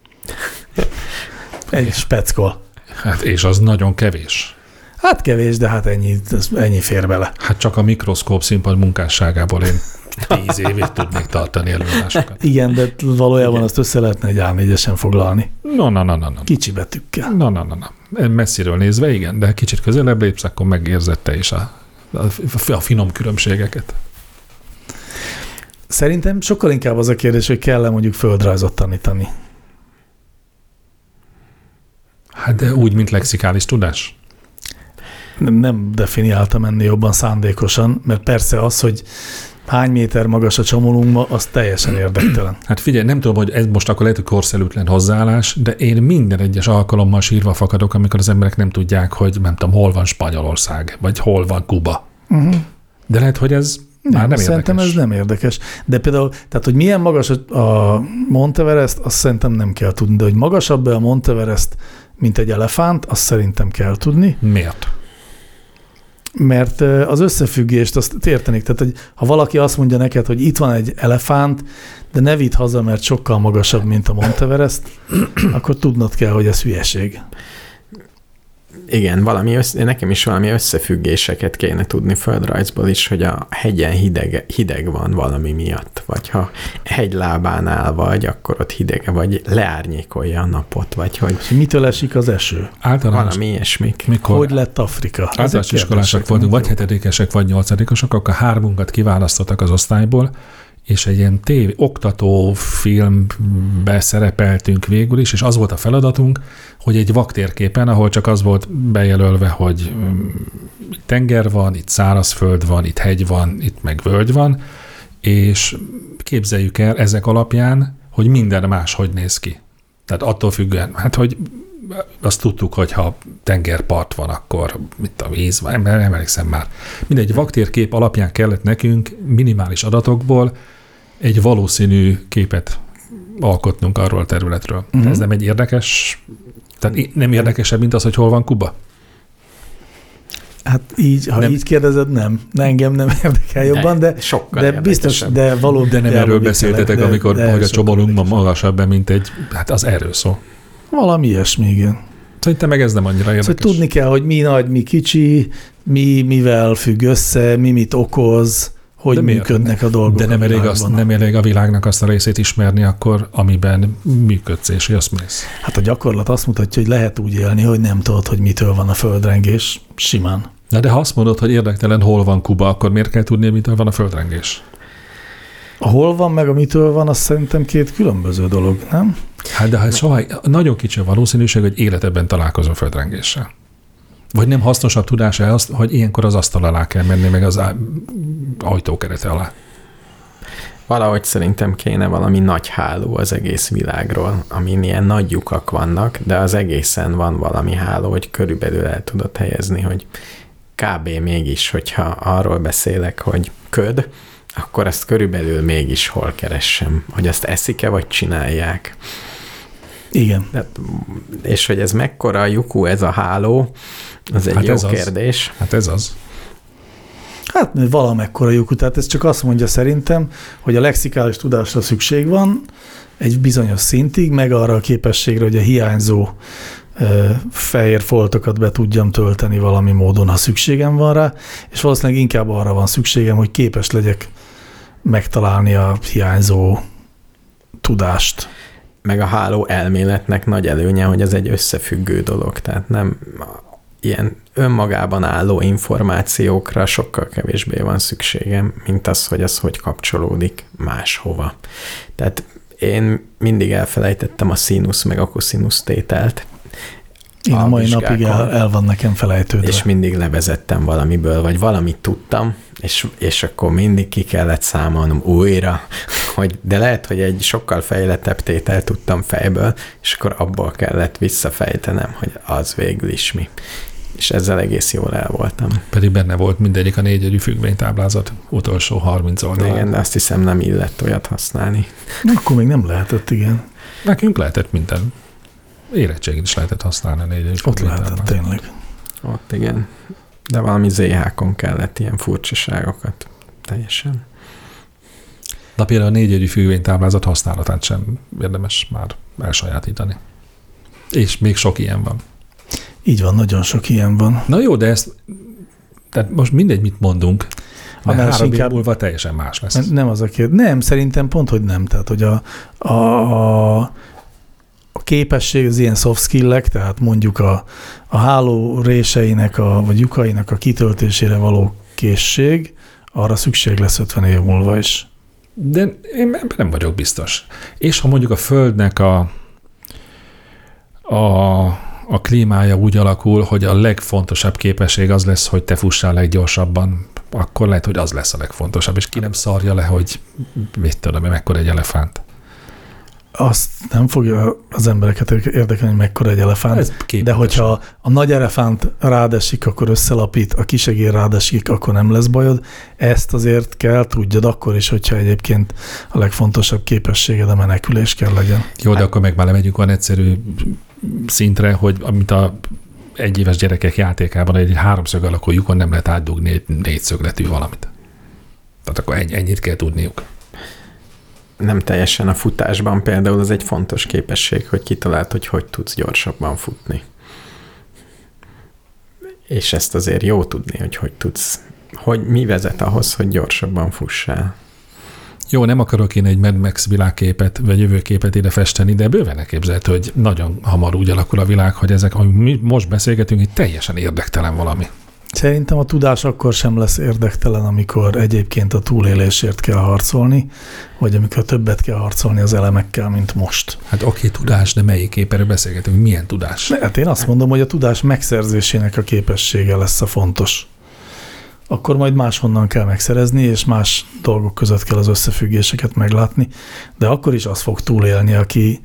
Egy speckol. Hát és az nagyon kevés. Hát kevés, de hát ennyi fér bele. Hát csak a mikroszkóp színpad munkásságából én 10 évét tudnék tartani előadásokat. Igen, de valójában azt össze lehetne egy A4-esen foglalni. No. Kicsi betűkkel. No. Messziről nézve, igen, de kicsit közelebb lépsz, akkor megérzette is a finom különbségeket. Szerintem sokkal inkább az a kérdés, hogy kell-e mondjuk földrajzot tanítani. Hát de úgy, mint lexikális tudás? Nem definiáltam ennél jobban szándékosan, mert persze az, hogy hány méter magas a csomólunkba, az teljesen érdektelen. Hát figyelj, nem tudom, hogy ez most akkor lehet, hogy korszerűtlen hozzáállás, de én minden egyes alkalommal sírva fakadok, amikor az emberek nem tudják, hogy nem tudom, hol van Spanyolország, vagy hol van Kuba. Uh-huh. De lehet, hogy ez már nem szerintem érdekes. Ez nem érdekes. De például, tehát, hogy milyen magas a Monteverest, azt szerintem nem kell tudni, de hogy magasabb-e a Monteverest, mint egy elefánt, azt szerintem kell tudni. Miért? Mert az összefüggést azt értenék. Tehát, hogy ha valaki azt mondja neked, hogy itt van egy elefánt, de ne vidd haza, mert sokkal magasabb, mint a Monteverest, akkor tudnod kell, hogy ez hülyeség. Igen, nekem is valami összefüggéseket kéne tudni földrajzból is, hogy a hegyen hideg van valami miatt, vagy ha hegylábánál vagy, akkor ott hidege, vagy leárnyékolja a napot, vagy hogy... Mitől esik az eső? Valami ilyesmik. Hogy lett Afrika? Általános iskolások voltunk, vagy 7-esek, vagy 8-osok, akkor 3-unkat kiválasztottak az osztályból, és egy ilyen oktatófilmbe szerepeltünk végül is, és az volt a feladatunk, hogy egy vaktérképen, ahol csak az volt bejelölve, hogy itt tenger van, itt szárazföld van, itt hegy van, itt meg völgy van, és képzeljük el ezek alapján, hogy minden más hogy néz ki. Tehát attól függően, hát hogy azt tudtuk, hogy ha tengerpart van, akkor mit a víz van, nem emlékszem már. Mindegy vaktérkép alapján kellett nekünk minimális adatokból egy valószínű képet alkotnunk arról a területről. Uh-huh. Ez nem egy érdekes, tehát nem érdekesebb, mint az, hogy hol van Kuba? Hát így, ha nem, így kérdezed, nem. Engem nem érdekel jobban, de biztos, de valóban. De nem erről beszéltetek, amikor hogy a csomólunkban magasabb, mint egy, hát az erről szó. Valami ilyesmi, igen. Szerintem meg ez nem annyira érdekes. Szóval tudni kell, hogy mi nagy, mi kicsi, mivel függ össze, mi mit okoz, hogy működnek a dolgok. De nem elég a világnak azt a részét ismerni akkor, amiben működsz, és azt mész. Hát a gyakorlat azt mutatja, hogy lehet úgy élni, hogy nem tudod, hogy mitől van a földrengés, simán. De ha azt mondod, hogy érdektelen, hol van Kuba, akkor miért kell tudni, mitől van a földrengés? A hol van, meg a mitől van, az szerintem két különböző dolog, nem? Hát de soha nagyon kicsi a valószínűség, hogy életedben találkozol földrengéssel. Vagy nem hasznosabb tudása azt, hogy ilyenkor az asztal alá kell menni, meg az ajtókerete alá. Valahogy szerintem kéne valami nagy háló az egész világról, amin ilyen nagy lyukak vannak, de az egészen van valami háló, hogy körülbelül el tudod helyezni, hogy kb. Mégis, hogyha arról beszélek, hogy köd, akkor ezt körülbelül mégis hol keressem, hogy ezt eszik-e, vagy csinálják. Igen. És hogy ez mekkora lyukú ez a háló, az egy jó kérdés. Hát ez az. Hát valamekkora lyukú, tehát ez csak azt mondja szerintem, hogy a lexikális tudásra szükség van egy bizonyos szintig, meg arra a képességre, hogy a hiányzó fehér foltokat be tudjam tölteni valami módon, ha szükségem van rá, és valószínűleg inkább arra van szükségem, hogy képes legyek megtalálni a hiányzó tudást. Meg a háló elméletnek nagy előnye, hogy ez egy összefüggő dolog, tehát nem ilyen önmagában álló információkra sokkal kevésbé van szükségem, mint az, hogy az hogy kapcsolódik máshova. Tehát én mindig elfelejtettem a színusz meg a koszinusz tételt. Én a mai napig el van nekem felejtődve. És mindig levezettem valamiből, vagy valamit tudtam, és akkor mindig ki kellett számolnom újra, de lehet, hogy egy sokkal fejlettebb tételt tudtam fejből, és akkor abból kellett visszafejtenem, hogy az végül is mi. És ezzel egész jól el voltam. Pedig benne volt mindegyik a 4 jegyű függvénytáblázat utolsó 30 oldalán. Igen, de azt hiszem nem illett olyat használni. Akkor még nem lehetett, igen. Nekünk lehetett minden. Érettségét is lehetett használni a 4 jegyű függvénytáblázat. Ott lehetett, tényleg. Ott igen. De valami ZH-kon kellett ilyen furcsaságokat. Teljesen. De például a 4 jegyű függvénytáblázat használatát sem érdemes már elsajátítani. És még sok ilyen van. Így van, nagyon sok ilyen van. Na jó, de tehát most mindegy, mit mondunk, mert 3 év múlva teljesen más lesz. Nem az a kérdés. Nem, szerintem pont, hogy nem. Tehát, hogy a képesség, az ilyen soft skill-ek, tehát mondjuk a háló réseinek, vagy lyukainak a kitöltésére való készség, arra szükség lesz 50 év múlva is. De én ebben nem vagyok biztos. És ha mondjuk a Földnek a klímája úgy alakul, hogy a legfontosabb képesség az lesz, hogy te fussál leggyorsabban, akkor lehet, hogy az lesz a legfontosabb, és ki nem szarja le, hogy mit tudom, mekkora egy elefánt. Azt nem fogja az embereket érdekelni, hogy mekkora egy elefánt, de hogyha a nagy elefánt rádesik, akkor összelapít, a kisegér rádesik, akkor nem lesz bajod. Ezt azért kell, tudjad akkor is, hogyha egyébként a legfontosabb képességed a menekülés kell legyen. Jó, de akkor meg már lemegyünk olyan egyszerű szintre, hogy amit a egyéves gyerekek játékában egy 3-szög alakú lyukon nem lehet átdugni egy 4-szögletű valamit. Tehát akkor ennyit kell tudniuk. Nem teljesen a futásban például az egy fontos képesség, hogy kitaláld, hogy tudsz gyorsabban futni. És ezt azért jó tudni, hogy tudsz, hogy mi vezet ahhoz, hogy gyorsabban fussál. Jó, nem akarok én egy Mad Max világképet, vagy jövőképet ide festeni, de bőven elképzelhető, hogy nagyon hamar úgy alakul a világ, hogy ezek, amit mi most beszélgetünk, hogy teljesen érdektelen valami. Szerintem a tudás akkor sem lesz érdektelen, amikor egyébként a túlélésért kell harcolni, vagy amikor többet kell harcolni az elemekkel, mint most. Hát oké, tudás, de melyik erről beszélgetünk? Milyen tudás? Hát én azt mondom, hogy a tudás megszerzésének a képessége lesz a fontos. Akkor majd máshonnan kell megszerezni, és más dolgok között kell az összefüggéseket meglátni, de akkor is az fog túlélni, aki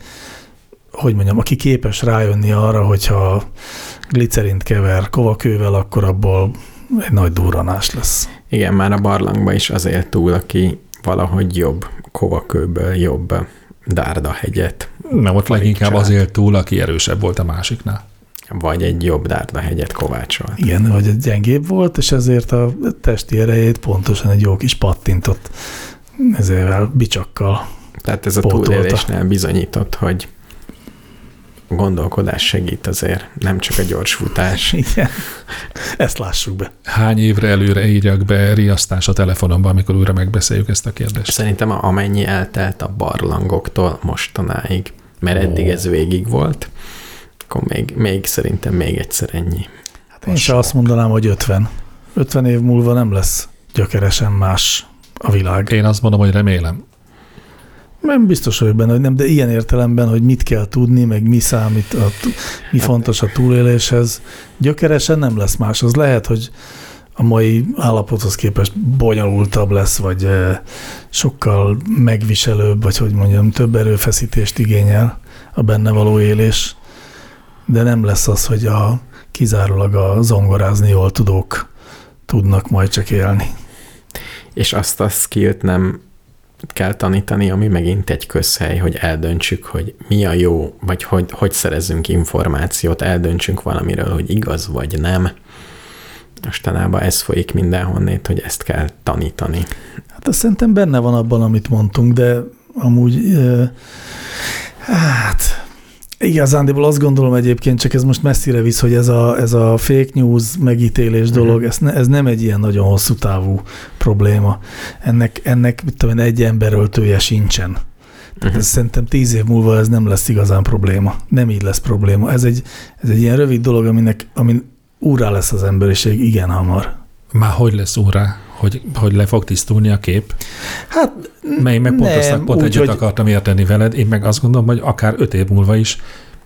képes rájönni arra, hogyha glicerint kever kovakővel, akkor abból egy nagy durranás lesz. Igen, már a barlangban is az él túl, aki valahogy jobb kovakőből jobb dárdahegyet. Nem, ott leginkább az él túl, aki erősebb volt a másiknál. Vagy egy jobb dárdahegyet kovácsolt. Igen, vagy egy gyengébb volt, és ezért a testi erejét pontosan egy jó kis pattintott ezért bicsakkal. Tehát ez a túlélésnél bizonyított, hogy gondolkodás segít azért, nem csak a gyors futás. Igen, ezt lássuk be. Hány évre előre írjak be riasztás a telefonomban, amikor újra megbeszéljük ezt a kérdést? Szerintem amennyi eltelt a barlangoktól mostanáig, mert eddig ez végig volt, akkor még szerintem még egyszer ennyi. Hát én se azt mondanám, hogy 50. 50 év múlva nem lesz gyökeresen más a világ. Én azt mondom, hogy remélem. Nem biztos vagyok benne, hogy nem, de ilyen értelemben, hogy mit kell tudni, meg mi számít, mi fontos a túléléshez. Gyökeresen nem lesz más. Az lehet, hogy a mai állapothoz képest bonyolultabb lesz, vagy sokkal megviselőbb, vagy hogy mondjam, több erőfeszítést igényel a benne való élés, de nem lesz az, hogy kizárólag a zongorázni jól tudók tudnak majd csak élni. És azt a skillt nem kell tanítani, ami megint egy közhely, hogy eldöntsük, hogy mi a jó, vagy hogy szerezzünk információt, eldöntsünk valamiről, hogy igaz vagy nem. Mostanában ez folyik mindenhonnét, hogy ezt kell tanítani. Hát azt szerintem benne van abban, amit mondtunk, de amúgy igazándiból azt gondolom egyébként, csak ez most messzire visz, hogy ez a fake news megítélés dolog, ez nem egy ilyen nagyon hosszú távú probléma. Ennek mit tudom én, egy emberöltője sincsen. Tehát ez szerintem 10 év múlva ez nem lesz igazán probléma. Nem így lesz probléma. Ez egy ilyen rövid dolog, amin úrrá lesz az emberiség igen hamar. Már hogy lesz úrrá? Hogy le fog tisztulni a kép? Hát mely meg pont egyet akartam érteni veled. Én meg azt gondolom, hogy akár 5 év múlva is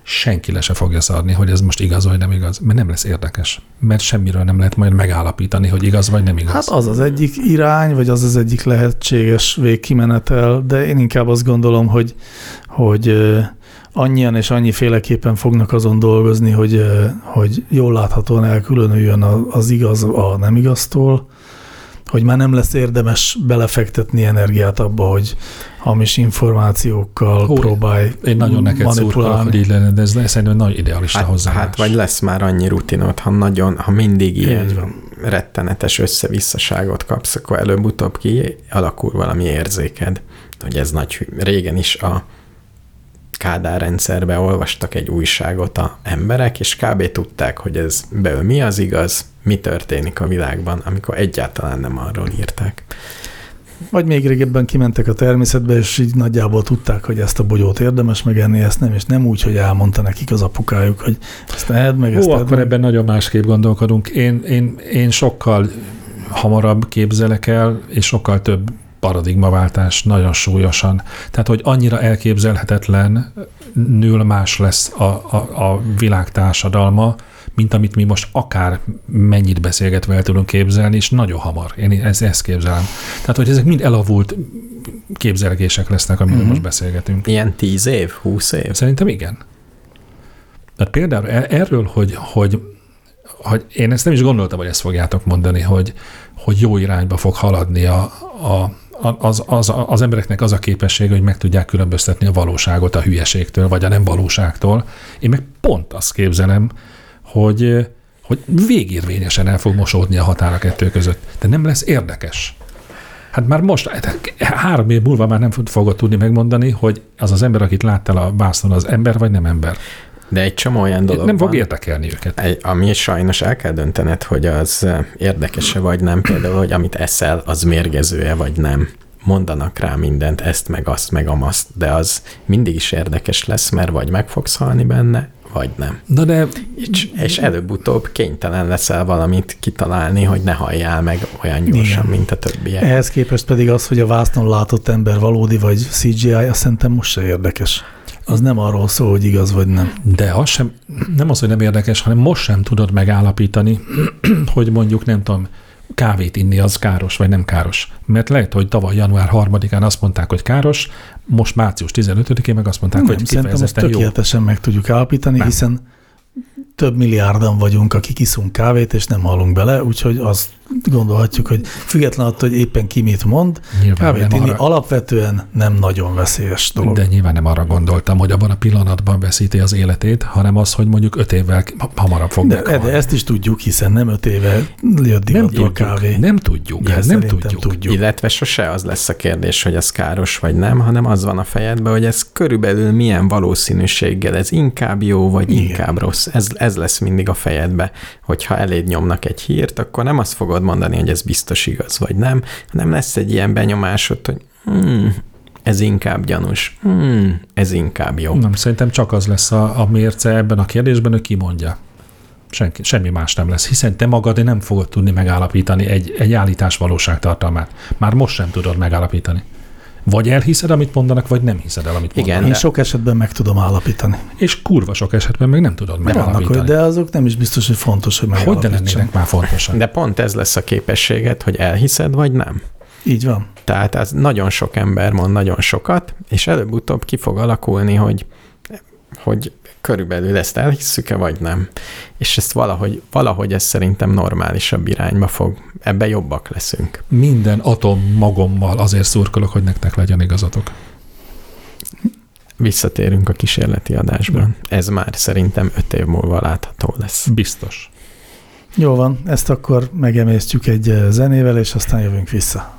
senki le se fogja szarni, hogy ez most igaz vagy nem igaz, mert nem lesz érdekes. Mert semmiről nem lehet majd megállapítani, hogy igaz vagy nem igaz. Hát az az egyik irány, vagy az az egyik lehetséges végkimenetel, de én inkább azt gondolom, hogy annyian és annyiféleképpen fognak azon dolgozni, hogy jól láthatóan elkülönüljön az igaz a nem igaztól, hogy már nem lesz érdemes belefektetni energiát abba, hogy hamis információkkal próbálj én nagyon neked szurkolok, hogy így lenne, de ez szerintem nagy idealista hozzáállás. Hát vagy lesz már annyi rutinod, ha mindig ilyen rettenetes összevisszaságot kapsz, akkor előbb-utóbb alakul valami érzéked, hogy ez régen is a Kádár rendszerben olvastak egy újságot az emberek, és kb. Tudták, hogy ez belül mi az igaz, mi történik a világban, amikor egyáltalán nem arról írták. Vagy még régebben kimentek a természetbe, és így nagyjából tudták, hogy ezt a bogyót érdemes megenni, ezt nem, és nem úgy, hogy elmondta nekik az apukájuk, hogy ezt edd meg, ezt akkor ebben nagyon másképp gondolkodunk. Én sokkal hamarabb képzelek el, és sokkal több paradigmaváltás nagyon súlyosan. Tehát, hogy annyira elképzelhetetlenül más lesz a világ társadalma, mint amit mi most akár mennyit beszélgetve el tudunk képzelni, és nagyon hamar. Én ezt képzelem. Tehát, hogy ezek mind elavult képzelgések lesznek, amiről most beszélgetünk. Ilyen 10 év, 20 év? Szerintem igen. Tehát például erről, hogy én ezt nem is gondoltam, hogy ezt fogjátok mondani, hogy jó irányba fog haladni az embereknek az a képessége, hogy meg tudják különböztetni a valóságot a hülyeségtől, vagy a nem valóságtól. Én meg pont azt képzelem, hogy végérvényesen el fog mosódni a határ a kettő között. De nem lesz érdekes. Hát már most, 3 év múlva már nem fogod tudni megmondani, hogy az ember, akit láttál a vásznon, az ember vagy nem ember. De egy csomó olyan dolog nem fog érdekelni őket. Ami sajnos el kell döntened, hogy az érdekes-e vagy nem, például, hogy amit eszel, az mérgező-e vagy nem. Mondanak rá mindent, ezt, meg azt, meg amaszt, de az mindig is érdekes lesz, mert vagy meg fogsz halni benne, vagy nem. Na de... És előbb-utóbb kénytelen leszel valamit kitalálni, hogy ne halljál meg olyan gyorsan, mint a többiek. Ehhez képest pedig az, hogy a vásznon látott ember valódi vagy CGI, azt szerintem most se érdekes. Az nem arról szól, hogy igaz vagy nem. De az sem, nem az, hogy nem érdekes, hanem most sem tudod megállapítani, hogy mondjuk nem tudom, kávét inni az káros, vagy nem káros. Mert lehet, hogy tavaly január 3-án azt mondták, hogy káros, most március 15-én meg azt mondták, nem, hogy kifejezetten jó. Tökéletesen meg tudjuk állapítani, nem. Hiszen több milliárdan vagyunk, akik iszunk kávét, és nem hallunk bele, úgyhogy azt gondolhatjuk, hogy független attól, hogy éppen ki mit mond, kávét inni alapvetően nem nagyon veszélyes dolog. De nyilván nem arra gondoltam, hogy abban a pillanatban veszíti az életét, hanem az, hogy mondjuk 5 évvel hamarabb fog meghalni. De ezt is tudjuk, hiszen nem 5 éve jött divatba a kávé. Nem tudjuk. Illetve sose az lesz a kérdés, hogy ez káros vagy nem, hanem az van a fejedben, hogy ez körülbelül milyen valószínűséggel, ez inkább jó, vagy inkább rossz. Ez lesz mindig a fejedbe, hogyha eléd nyomnak egy hírt, akkor nem azt fogod mondani, hogy ez biztos igaz, vagy nem, hanem lesz egy ilyen benyomásod, hogy ez inkább gyanús, ez inkább jó. Nem, szerintem csak az lesz a mérce ebben a kérdésben, hogy ki mondja. Semmi más nem lesz, hiszen te magad nem fogod tudni megállapítani egy állítás valóságtartalmát. Már most sem tudod megállapítani. Vagy elhiszed, amit mondanak, vagy nem hiszed el, amit mondanak. Én sok esetben meg tudom állapítani. És kurva sok esetben meg nem tudod megállapítani. De azok nem is biztos, hogy fontos, hogy megállapítsam. Hogy de lennének már fontosak. De pont ez lesz a képességed, hogy elhiszed, vagy nem. Így van. Tehát ez nagyon sok ember mond nagyon sokat, és előbb-utóbb ki fog alakulni, hogy körülbelül ezt elhisszük-e, vagy nem. És ezt valahogy ez szerintem normálisabb irányba fog. Ebben jobbak leszünk. Minden atom magommal azért szurkolok, hogy nektek legyen igazatok. Visszatérünk a kísérleti adásban. Ez már szerintem 5 év múlva látható lesz. Biztos. Jó van, ezt akkor megemésztjük egy zenével, és aztán jövünk vissza.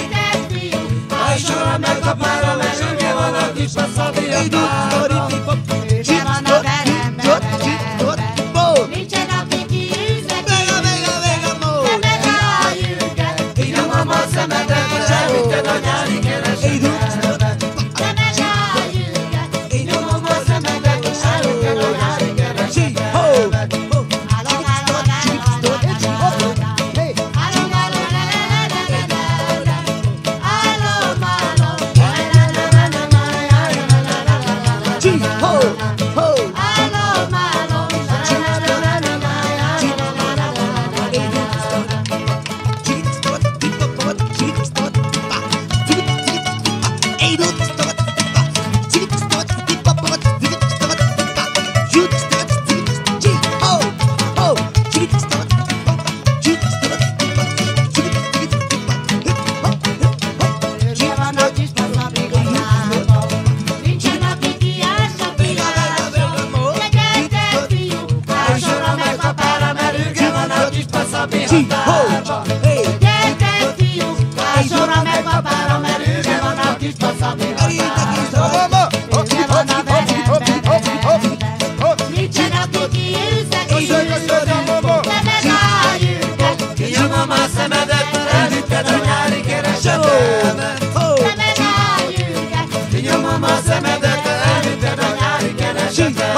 Sabia sorba. Gyertek fiúk, vásora meg papára, mert őre van a kis paszabiradár. Őre van a veremben, nincsenek ki őszek is. Te megállj őket, Kinyomom a szemedet, elvitted a nyári keresetemet. te megállj őket. Kinyomom a szemedet, elvitted a nyári keresetemet.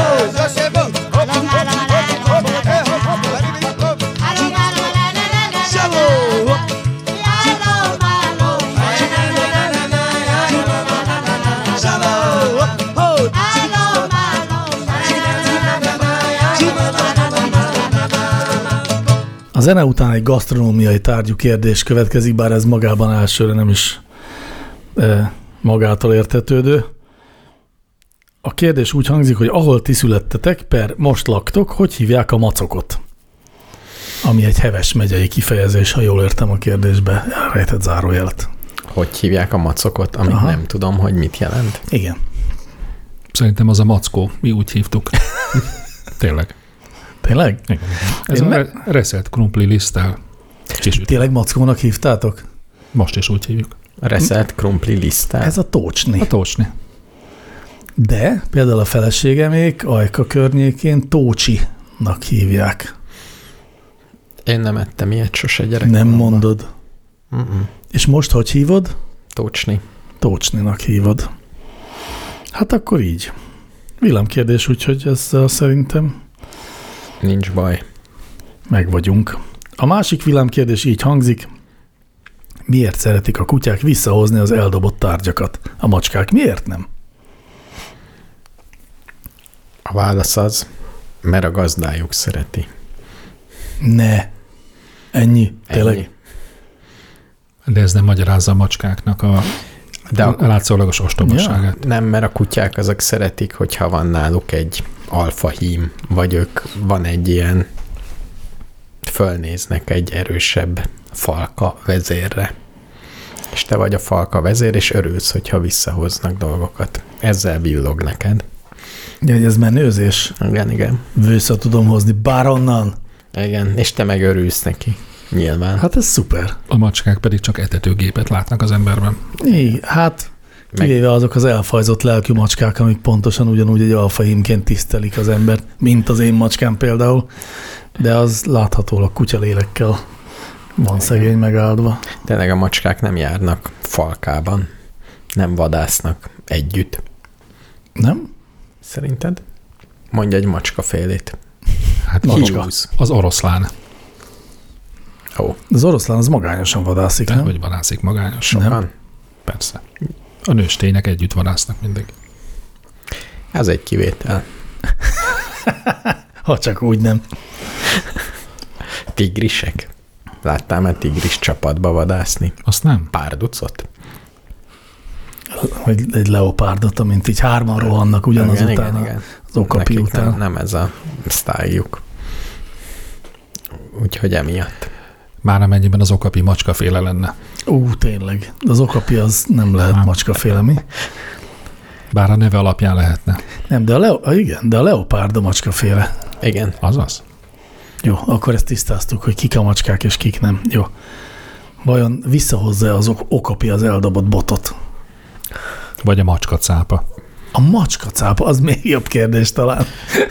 A zene után egy gasztronómiai tárgyú kérdés következik, bár ez magában elsőre nem is magától értetődő. A kérdés úgy hangzik, hogy ahol ti születtetek, most laktok, hogy hívják a macokot? Ami egy Heves megyei kifejezés, ha jól értem a kérdésbe, elrejtett zárójelet. Hogy hívják a macokot, amit Aha. nem tudom, hogy mit jelent. Igen. Szerintem az a mackó, mi úgy hívtuk. Tényleg. Tényleg? Igen. Ez Én a reszelt krumpli liszttel. Kisüt. Tényleg mackónak hívtátok? Most is úgy hívjuk. Reszelt krumpli liszttel. Ez a tócsni. A tócsni. De például a feleségemék Ajka környékén tócsinak hívják. Én nem ettem ilyet sose gyerekkoromban. Nem mondod. És most hogy hívod? Tócsni. Tócsninak hívod. Hát akkor így. Villámkérdés, úgyhogy ezzel szerintem Nincs baj. meg vagyunk. A másik villámkérdés így hangzik. Miért szeretik a kutyák visszahozni az eldobott tárgyakat? A macskák miért nem? A válasz az, mert a gazdájuk szereti. Ne. Ennyi. Tényleg. Ennyi. De ez nem magyarázza a macskáknak a De a látszólagos ostobaságát. Nem, mert a kutyák azok szeretik, hogyha van náluk egy alfa hím, vagy ők van egy ilyen, fölnéznek egy erősebb falka vezérre. És te vagy a falka vezér, és örülsz, hogyha visszahoznak dolgokat. Ezzel villog neked. Ja, hogy ez menőzés. Igen, igen. Vissza tudom hozni bárhonnan. Igen, és te meg örülsz neki. Nyilván. Hát ez szuper. A macskák pedig csak etetőgépet látnak az emberben. Igen, hát kivéve azok az elfajzott lelkű macskák, amik pontosan ugyanúgy egy alfahímként tisztelik az embert, mint az én macskám például, de az láthatólag kutyalélekkel van szegény megáldva. Tényleg a macskák nem járnak falkában. Nem vadásznak együtt. Nem? Szerinted? Mondj egy macskafélét. Hát Macska. Húz. az oroszlán. Ó, Az oroszlán az magányosan vadászik, De nem? hogy vadászik magányos. sokan? Persze. A nőstények együtt vadásznak mindig. Ez egy kivétel. Ha csak úgy nem. Tigrisek? Láttál már tigris csapatba vadászni? Azt nem? Párducot? Hogy egy leopárdot, amint így hárman rohannak ugyanaz után, az okapi Nekik után. nem ez a sztájljuk. Úgyhogy emiatt. Már amennyiben az okapi macskaféle lenne. Tényleg. De az okapi az nem lehet macskaféle, mi? Bár a neve alapján lehetne. Nem, de igen, de a leopárd a macskaféle. Igen. Azaz? Jó, akkor ezt tisztáztuk, hogy kik a macskák és kik nem. Jó. Vajon visszahozza az okapi az eldobott botot? Vagy a macskacápa. A macskacápa, az még jobb kérdés talán.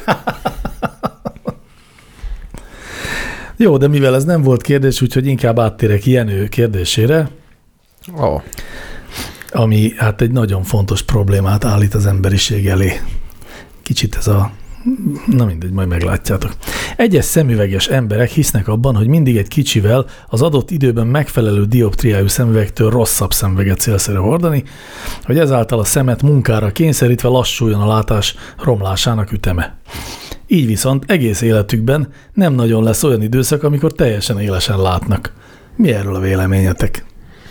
Jó, de mivel ez nem volt kérdés, úgyhogy inkább áttérek Jenő kérdésére, Ó, ami hát egy nagyon fontos problémát állít az emberiség elé. Kicsit ez a... Na mindegy, majd meglátjátok. Egyes szemüveges emberek hisznek abban, hogy mindig egy kicsivel az adott időben megfelelő dioptriájú szemüvegtől rosszabb szemüveget célszerű hordani, hogy ezáltal a szemet munkára kényszerítve lassuljon a látás romlásának üteme. Így viszont egész életükben nem nagyon lesz olyan időszak, amikor teljesen élesen látnak. Mi erről a véleményetek?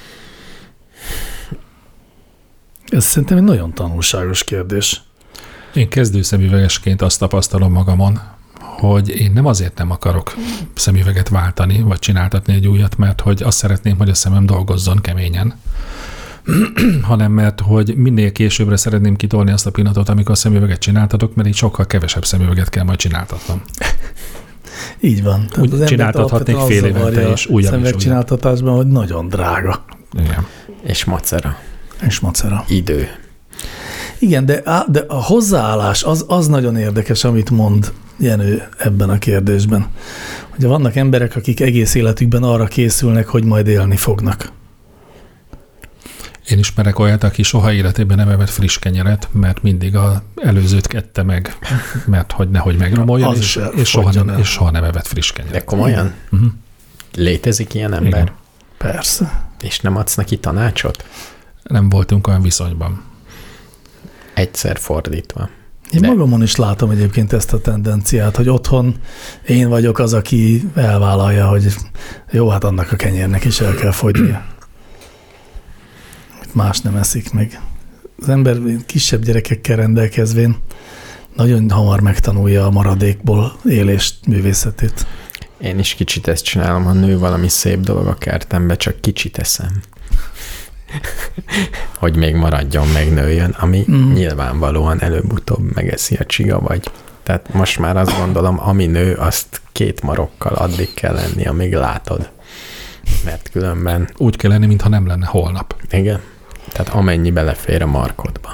Ez szerintem egy nagyon tanulságos kérdés. Én kezdőszemüvegesként azt tapasztalom magamon, hogy én nem azért nem akarok szemüveget váltani, vagy csináltatni egy újat, mert hogy azt szeretném, hogy a szemem dolgozzon keményen, hanem mert hogy minél későbbre szeretném kitolni azt a pillanatot, amikor a szemüveget csináltatok, mert így sokkal kevesebb szemüveget kell majd csináltatnom. Így van. Tehát úgy csináltathatnék fél évente is újabb szemüvegcsináltatásban, hogy nagyon drága. Igen. És macera. Idő. Igen, de a hozzáállás az nagyon érdekes, amit mond Jenő ebben a kérdésben. Hogy vannak emberek, akik egész életükben arra készülnek, hogy majd élni fognak. Én ismerek olyat, aki soha életében nem evett friss kenyeret, mert mindig az előzőt kette meg, mert hogy nehogy megromoljon, és soha nem evett friss kenyeret. De komolyan? Uh-huh. Létezik ilyen ember? Igen. Persze. És nem adsz neki tanácsot? Nem voltunk olyan viszonyban. Egyszer fordítva. Én magamon is látom egyébként ezt a tendenciát, hogy otthon én vagyok az, aki elvállalja, hogy jó, hát annak a kenyérnek is el kell fogynia. Más nem eszik meg. Az ember kisebb gyerekekkel rendelkezvén nagyon hamar megtanulja a maradékból élést, művészetét. Én is kicsit ezt csinálom, ha nő valami szép dolog a kertembe, csak kicsit eszem. Hogy még maradjon, meg nőjön, ami nyilvánvalóan előbb-utóbb megeszi a csiga vagy. Tehát most már azt gondolom, ami nő, azt 2 marokkal addig kell lenni, amíg látod. Mert különben... Úgy kell lenni, mintha nem lenne holnap. Igen. Tehát amennyi belefér a markodba.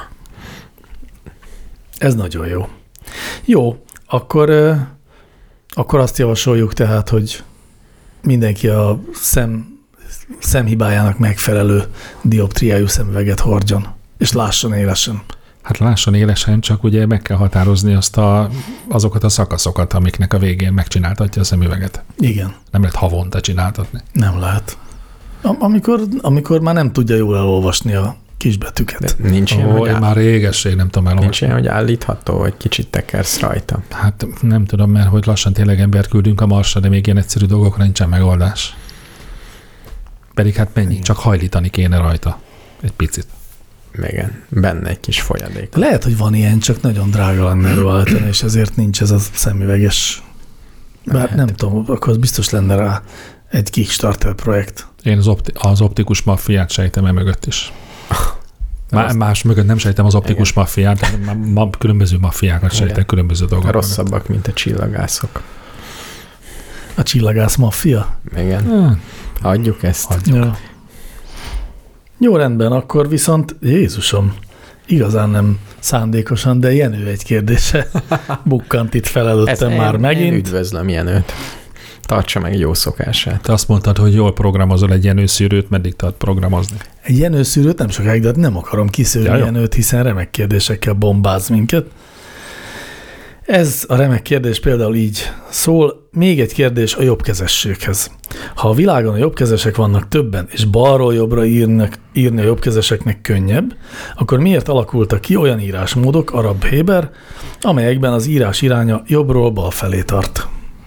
Ez nagyon jó. Jó, akkor azt javasoljuk tehát, hogy mindenki a szemhibájának megfelelő dioptriájú szemüveget hordjon, és lásson élesen. Hát lásson élesen, csak ugye meg kell határozni azokat a szakaszokat, amiknek a végén megcsináltatja a szemüveget. Igen. Nem lehet havonta csináltatni. Nem lehet. Amikor már nem tudja jól elolvasni a kisbetűket. De nincs ilyen, hogy már régesség nem tudom elolvasni. Nincs ilyen, hogy állítható, vagy kicsit tekersz rajta. Hát nem tudom, mert hogy lassan tényleg embert küldünk a Marsra, de még ilyen egyszerű dolgokra nincsen megoldás. Pedig hát mennyi? Csak hajlítani kéne rajta. Egy picit. Igen, benne egy kis folyadék. Lehet, hogy van ilyen, csak nagyon drága lenne előállítani, és ezért nincs ez a szemüveges. Bár nem tudom, akkor biztos lenne rá egy Kickstarter projekt. Én az optikus maffiát sejtem mögött is. Más mögött nem sejtem az optikus maffiát, különböző maffiákat sejtek, különböző dolgokat. Rosszabbak, mint a csillagászok. A csillagász maffia? Igen. Adjuk ezt. Adjuk. Ja. Jó, rendben, akkor viszont Jézusom, igazán nem szándékosan, de Jenő egy kérdése bukkant itt fel előttem már megint. Én üdvözlöm Jenőt. Tartsa meg jó szokását. Te azt mondtad, hogy jól programozol egy Jenő-szűrőt, meddig tart programozni? Egy Jenő-szűrőt nem sokáig, de nem akarom kiszűrni Jenőt, hiszen remek kérdésekkel bombáz minket. Ez a remek kérdés például így szól. Még egy kérdés a jobbkezességhez. Ha a világon a jobbkezesek vannak többen, és balról jobbra írni a jobbkezeseknek könnyebb, akkor miért alakultak ki olyan írásmódok, arab héber, amelyekben az írás iránya jobbról bal felé tart?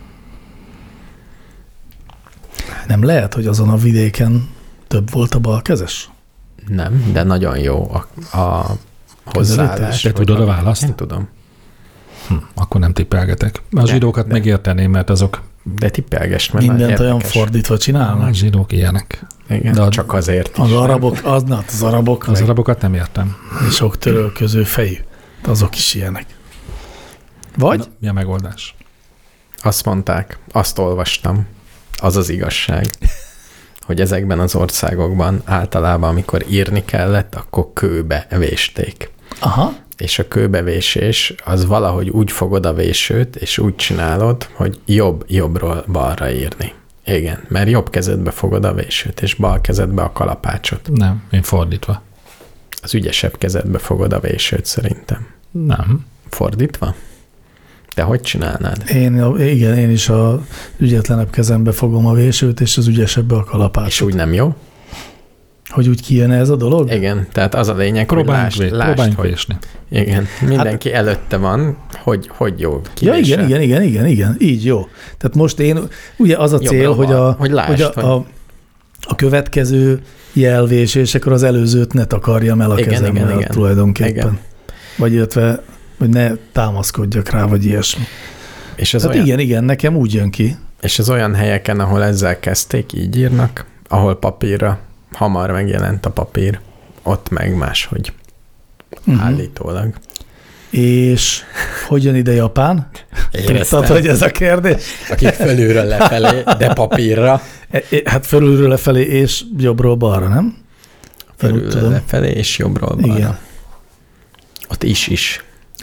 Nem lehet, hogy azon a vidéken több volt a balkezes? Nem, de nagyon jó a hozzáállás. Te tudod a választ? Én tudom. Akkor nem tippelgetek. A zsidókat megérteném, mert azok... De tippelgess, mert mindent olyan fordítva csinálnak? A zsidók ilyenek. Igen, de csak azért az arabok, az arabok. Az arabokat nem értem. Sok törölköző fejű. Azok is ilyenek. Vagy? Mi a megoldás? Azt mondták, azt olvastam, az az igazság, hogy ezekben az országokban általában, amikor írni kellett, akkor kőbe vésték. Aha. És a kőbevésés, az valahogy úgy fogod a vésőt, és úgy csinálod, hogy jobbról balra írni. Igen, mert jobb kezedbe fogod a vésőt, és bal kezedbe a kalapácsot. Nem, én fordítva. Az ügyesebb kezedbe fogod a vésőt szerintem. Nem. Fordítva? Te hogy csinálnád? Én is az ügyetlenebb kezembe fogom a vésőt, és az ügyesebbe a kalapácsot. És úgy nem jó? Hogy úgy kijön ez a dolog? Igen, tehát az a lényeg, hogy lásd, hogy vésni. Igen, mindenki előtte van, hogy jó kivése. Ja, igen, így jó. Tehát most ugye az a cél, hogy a következő jelvés, és akkor az előzőt ne takarjam el a kezemmel tulajdonképpen. Igen. Vagy illetve, hogy ne támaszkodjak rá, vagy ilyesmi. És ez tehát igen, nekem úgy jön ki. És az olyan helyeken, ahol ezzel kezdték, így írnak, ahol papírra hamar megjelent a papír, ott meg máshogy állítólag. És hogy jön ide Japán? Tudod, hogy ez a kérdés? Akik fölülről lefelé, de papírra. Hát fölülről lefelé és jobbról balra, nem? Fölülről lefelé és jobbról balra. Igen. Ott is.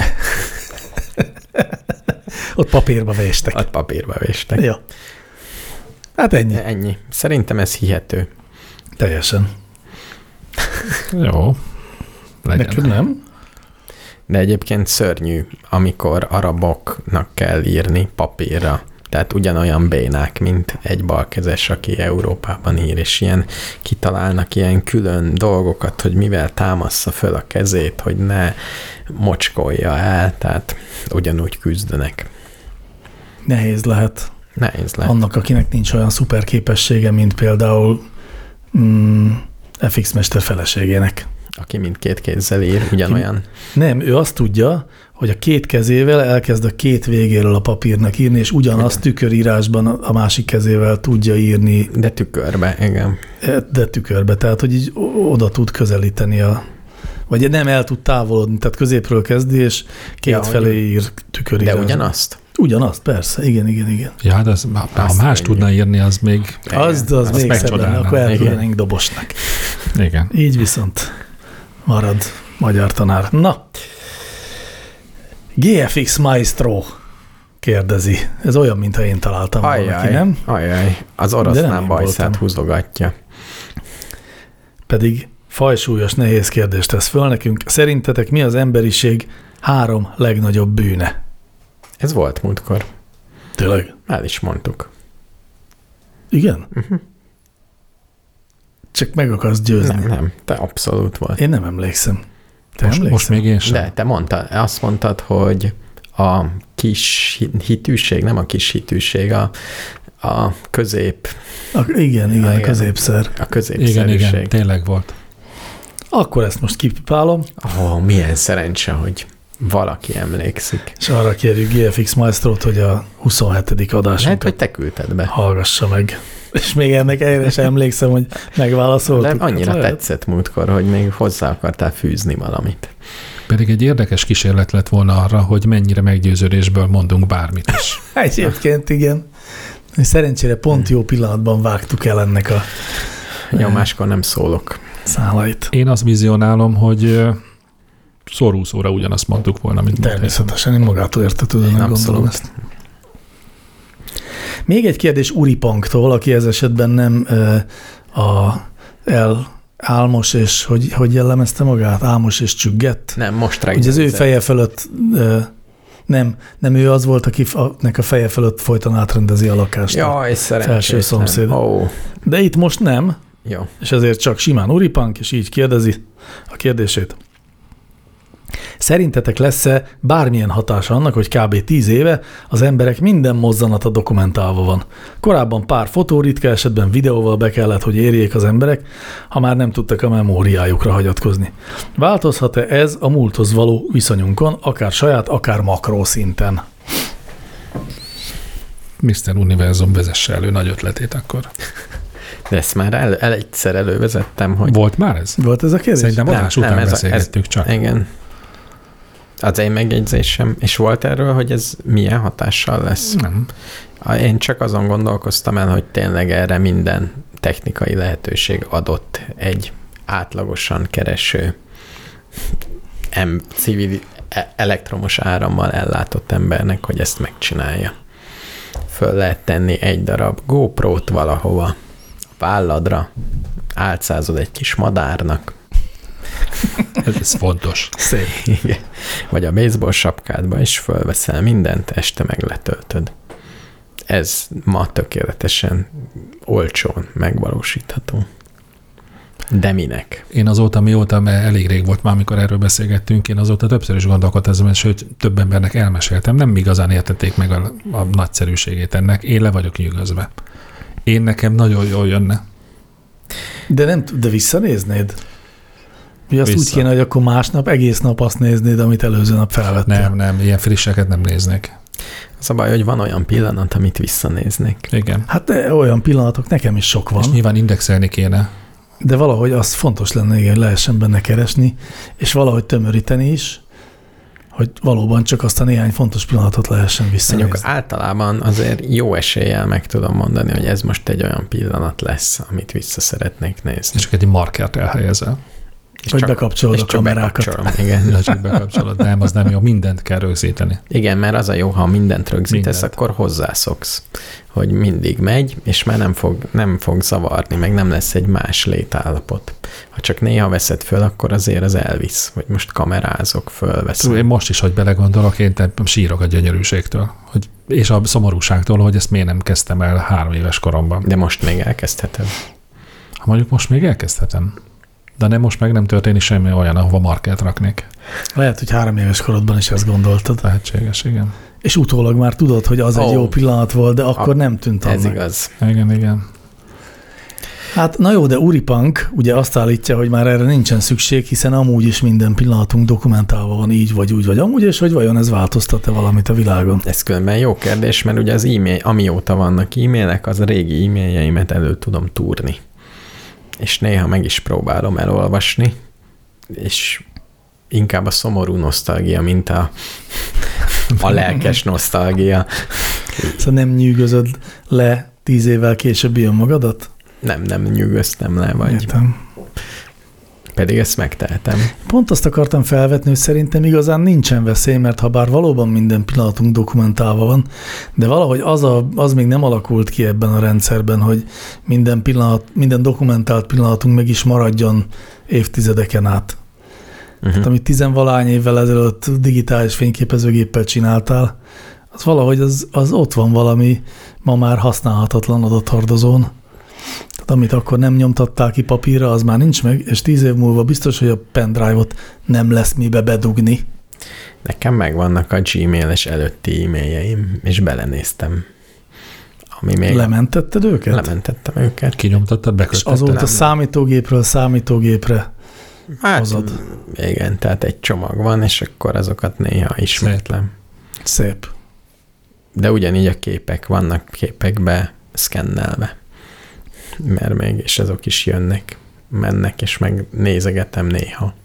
Ott papírba véstek. Ott papírba véstek. Ja. Hát ennyi. Ennyi. Szerintem ez hihető. Teljesen. Jó. Neked nem? De egyébként szörnyű, amikor araboknak kell írni papírra. Tehát ugyanolyan bénák, mint egy balkezes, aki Európában ír, és ilyen kitalálnak ilyen külön dolgokat, hogy mivel támassza föl a kezét, hogy ne mocskolja el, tehát ugyanúgy küzdenek. Nehéz lehet. Nehéz lehet. Annak, akinek nincs olyan szuper képessége, mint például FX Mester feleségének. Aki mindkét kézzel ír, ugyanolyan. Nem, ő azt tudja, hogy a két kezével elkezd a két végéről a papírnak írni, és ugyanazt tükörírásban a másik kezével tudja írni. De tükörbe, igen. De tükörbe, tehát hogy így oda tud közelíteni vagy nem el tud távolodni, tehát középről kezdi, és két felé ír tükörírásban. De ugyanazt? Ugyanazt, persze, igen. Ja, hát ha más tudna írni, az még... Az még szebben, akkor elküldenénk dobosnak. Igen. Így viszont marad magyar tanár. Na, GFX Maestro kérdezi. Ez olyan, mintha én találtam valaki, nem? Ajaj, az oroszlán bajszát húzogatja. Pedig fajsúlyos, nehéz kérdést tesz föl nekünk. Szerintetek mi az emberiség 3 legnagyobb bűne? Ez volt múltkor. Tényleg? El is mondtuk. Igen? Csak meg akarsz győzni. Nem, te abszolút volt. Én nem emlékszem. Most még én sem. De te azt mondtad, hogy a kis hitűség, nem a kis hitűség, a közép... Igen, a középszer. A középszerűség. Igen, tényleg volt. Akkor ezt most kipipálom. Milyen szerencse, hogy valaki emlékszik. És arra kérjük GFX Maestrót, hogy a 27. adásunkat lehet, hogy te küldted be. Hallgassa meg. És még ennek erre sem emlékszem, hogy megválaszoltuk. De annyira tetszett múltkor, hogy még hozzá akartál fűzni valamit. Pedig egy érdekes kísérlet lett volna arra, hogy mennyire meggyőződésből mondunk bármit is. Egyébként igen. Szerencsére pont jó pillanatban vágtuk el ennek a máskor nem szólok. Szálait. Én azt vizionálom, hogy szó-szóra ugyanazt mondtuk volna, mint természetesen, én magától értetődőnek gondolom ezt. Még egy kérdés Uripanktól, aki ez esetben nem álmos és hogy jellemezte magát? Álmos és csüggett? Nem, most reggel. Ugye az ő feje fölött nem ő az volt, akinek a feje fölött folyton átrendezi a lakást. Ja, és felső szomszéd. Oh. De itt most nem, jó. És ezért csak simán Uripank, és így kérdezi a kérdését. Szerintetek lesz-e bármilyen hatása annak, hogy kb. 10 éve az emberek minden mozzanata dokumentálva van? Korábban pár fotó, ritka esetben videóval be kellett, hogy érjék az emberek, ha már nem tudtak a memóriájukra hagyatkozni. Változhat-e ez a múlthoz való viszonyunkon, akár saját, akár makró szinten? Mr. Univerzum vezesse elő nagy ötletét akkor. De ezt már egyszer elővezettem, hogy... Volt már ez? Volt ez a kérdés? Szerintem adás után beszélgettük csak. Igen. Az én megjegyzésem. És volt erről, hogy ez milyen hatással lesz? Nem. Én csak azon gondolkoztam el, hogy tényleg erre minden technikai lehetőség adott egy átlagosan kereső civil elektromos árammal ellátott embernek, hogy ezt megcsinálja. Föl lehet tenni egy darab GoPro-t valahova, a válladra, álcázod egy kis madárnak. Ez fontos. Szép. Igen. Vagy a baseball sapkádba is fölveszel mindent, este meg letöltöd. Ez ma tökéletesen olcsón megvalósítható. De minek? Én azóta, mióta elég rég volt már, amikor erről beszélgettünk, én azóta többször is gondolkodtam, sőt, több embernek elmeséltem. Nem igazán értették meg a nagyszerűségét ennek. Én le vagyok nyűgözve. Nekem nagyon jól jönne. De visszanéznéd? Hogy azt úgy kéne, hogy akkor másnap, egész nap azt néznéd, amit előző nap felvettél. Nem, ilyen frisseket nem néznék. Az a baj, hogy van olyan pillanat, amit visszanéznék. Igen. Hát olyan pillanatok nekem is sok van. És nyilván indexelni kéne. De valahogy az fontos lenne, hogy lehessen benne keresni, és valahogy tömöríteni is, hogy valóban csak azt a néhány fontos pillanatot lehessen visszanézni. Mondjuk általában azért jó eséllyel meg tudom mondani, hogy ez most egy olyan pillanat lesz, amit vissza szeretnék nézni. És csak egy markert elhelyezel. Vagy bekapcsolod a kamerákat. Igen. Csak bekapcsolod. Nem, az nem jó, mindent kell rögzíteni. Igen, mert az a jó, ha mindent rögzítesz, akkor hozzászoksz, hogy mindig megy, és már nem fog zavarni, meg nem lesz egy más létállapot. Ha csak néha veszed föl, akkor azért az elvisz, hogy most kamerázok, fölveszem. Én most is, hogy belegondolok, én sírok a gyönyörűségtől, és a szomorúságtól, hogy ezt miért nem kezdtem el 3 éves koromban. De most még elkezdheted. Ha mondjuk most még elkezdhetem. De nem, most meg nem történik semmi olyan, ahova markert raknék. Lehet, hogy 3 éves korodban is ezt gondoltad. Lehetséges, igen. És utólag már tudod, hogy az egy jó pillanat volt, de akkor nem tűnt annak. Ez igaz. Igen. Hát na jó, de Uripunk ugye azt állítja, hogy már erre nincsen szükség, hiszen amúgy is minden pillanatunk dokumentálva van így, vagy úgy, vagy amúgy, és hogy vajon ez változtat-e valamit a világon? Ez különben jó kérdés, mert ugye az e-mail, amióta vannak e-mailek, az a régi e-mailjeimet elő tudom túrni. És néha meg is próbálom elolvasni, és inkább a szomorú nosztalgia, mint a lelkes nosztalgia. Szóval nem nyűgözöd le 10 évvel később önmagadat? Nem nyűgöztem le, vagy... Értem. Pedig ezt megtehetem. Pont azt akartam felvetni, hogy szerintem igazán nincsen veszély, mert ha bár valóban minden pillanatunk dokumentálva van, de valahogy az még nem alakult ki ebben a rendszerben, hogy minden dokumentált pillanatunk meg is maradjon évtizedeken át. Tehát amit 10-valahány évvel ezelőtt digitális fényképezőgéppel csináltál, az valahogy az ott van valami ma már használhatatlan adathordozón. Tehát amit akkor nem nyomtattál ki papírra, az már nincs meg, és 10 év múlva biztos, hogy a pendrive-ot nem lesz mibe bedugni. Nekem megvannak a Gmail-es előtti e-mailjeim, és belenéztem. Ami még Lementetted őket? Lementettem őket. Kinyomtattad, bekötötted? És azóta számítógépről számítógépre hozod. Igen, tehát egy csomag van, és akkor azokat néha ismétlem. Szép. De ugyanígy a képek vannak képekbe szkennelve. Mert még, és azok is mennek, és meg nézegetem néha.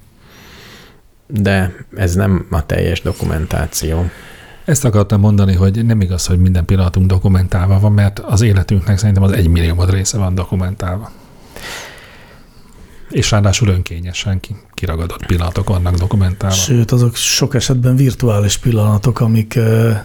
De ez nem a teljes dokumentáció. Ezt akartam mondani, hogy nem igaz, hogy minden pillanatunk dokumentálva van, mert az életünknek szerintem az 1 milliómod része van dokumentálva. És ráadásul önkényesen kiragadott pillanatok vannak dokumentálva. Sőt, azok sok esetben virtuális pillanatok, amik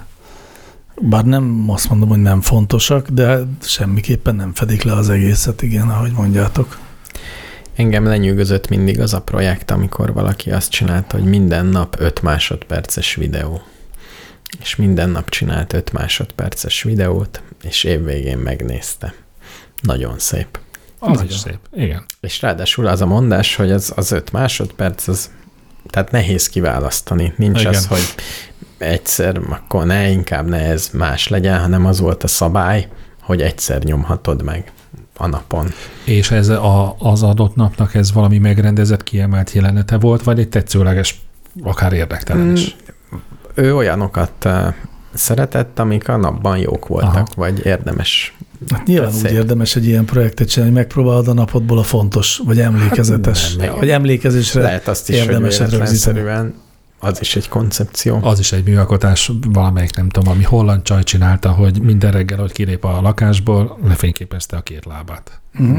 bár nem azt mondom, hogy nem fontosak, de semmiképpen nem fedik le az egészet, igen, ahogy mondjátok. Engem lenyűgözött mindig az a projekt, amikor valaki azt csinálta, hogy minden nap 5 másodperces videó. És minden nap csinált 5 másodperces videót, és évvégén megnézte. Nagyon szép. Az is szép, igen. És ráadásul az a mondás, hogy az 5 másodperc, tehát nehéz kiválasztani. Nincs igen. Az, hogy egyszer, akkor inkább ne ez más legyen, hanem az volt a szabály, hogy egyszer nyomhatod meg a napon. És ez az adott napnak ez valami megrendezett, kiemelt jelenete volt, vagy egy tetszőleges, akár érdektelen is? Ő olyanokat szeretett, amik a napban jók voltak, vagy érdemes. Hát nyilván úgy érdemes egy ilyen projektet csinálni, hogy megpróbálod a napodból a fontos, vagy emlékezetes, vagy emlékezésre lehet azt is, érdemes hogy véletlenszerűen az is egy koncepció. Az is egy műalkotás, valamelyik nem tudom, ami holland csaj csinálta, hogy minden reggel, hogy kilép a lakásból, lefényképezte a 2 lábát.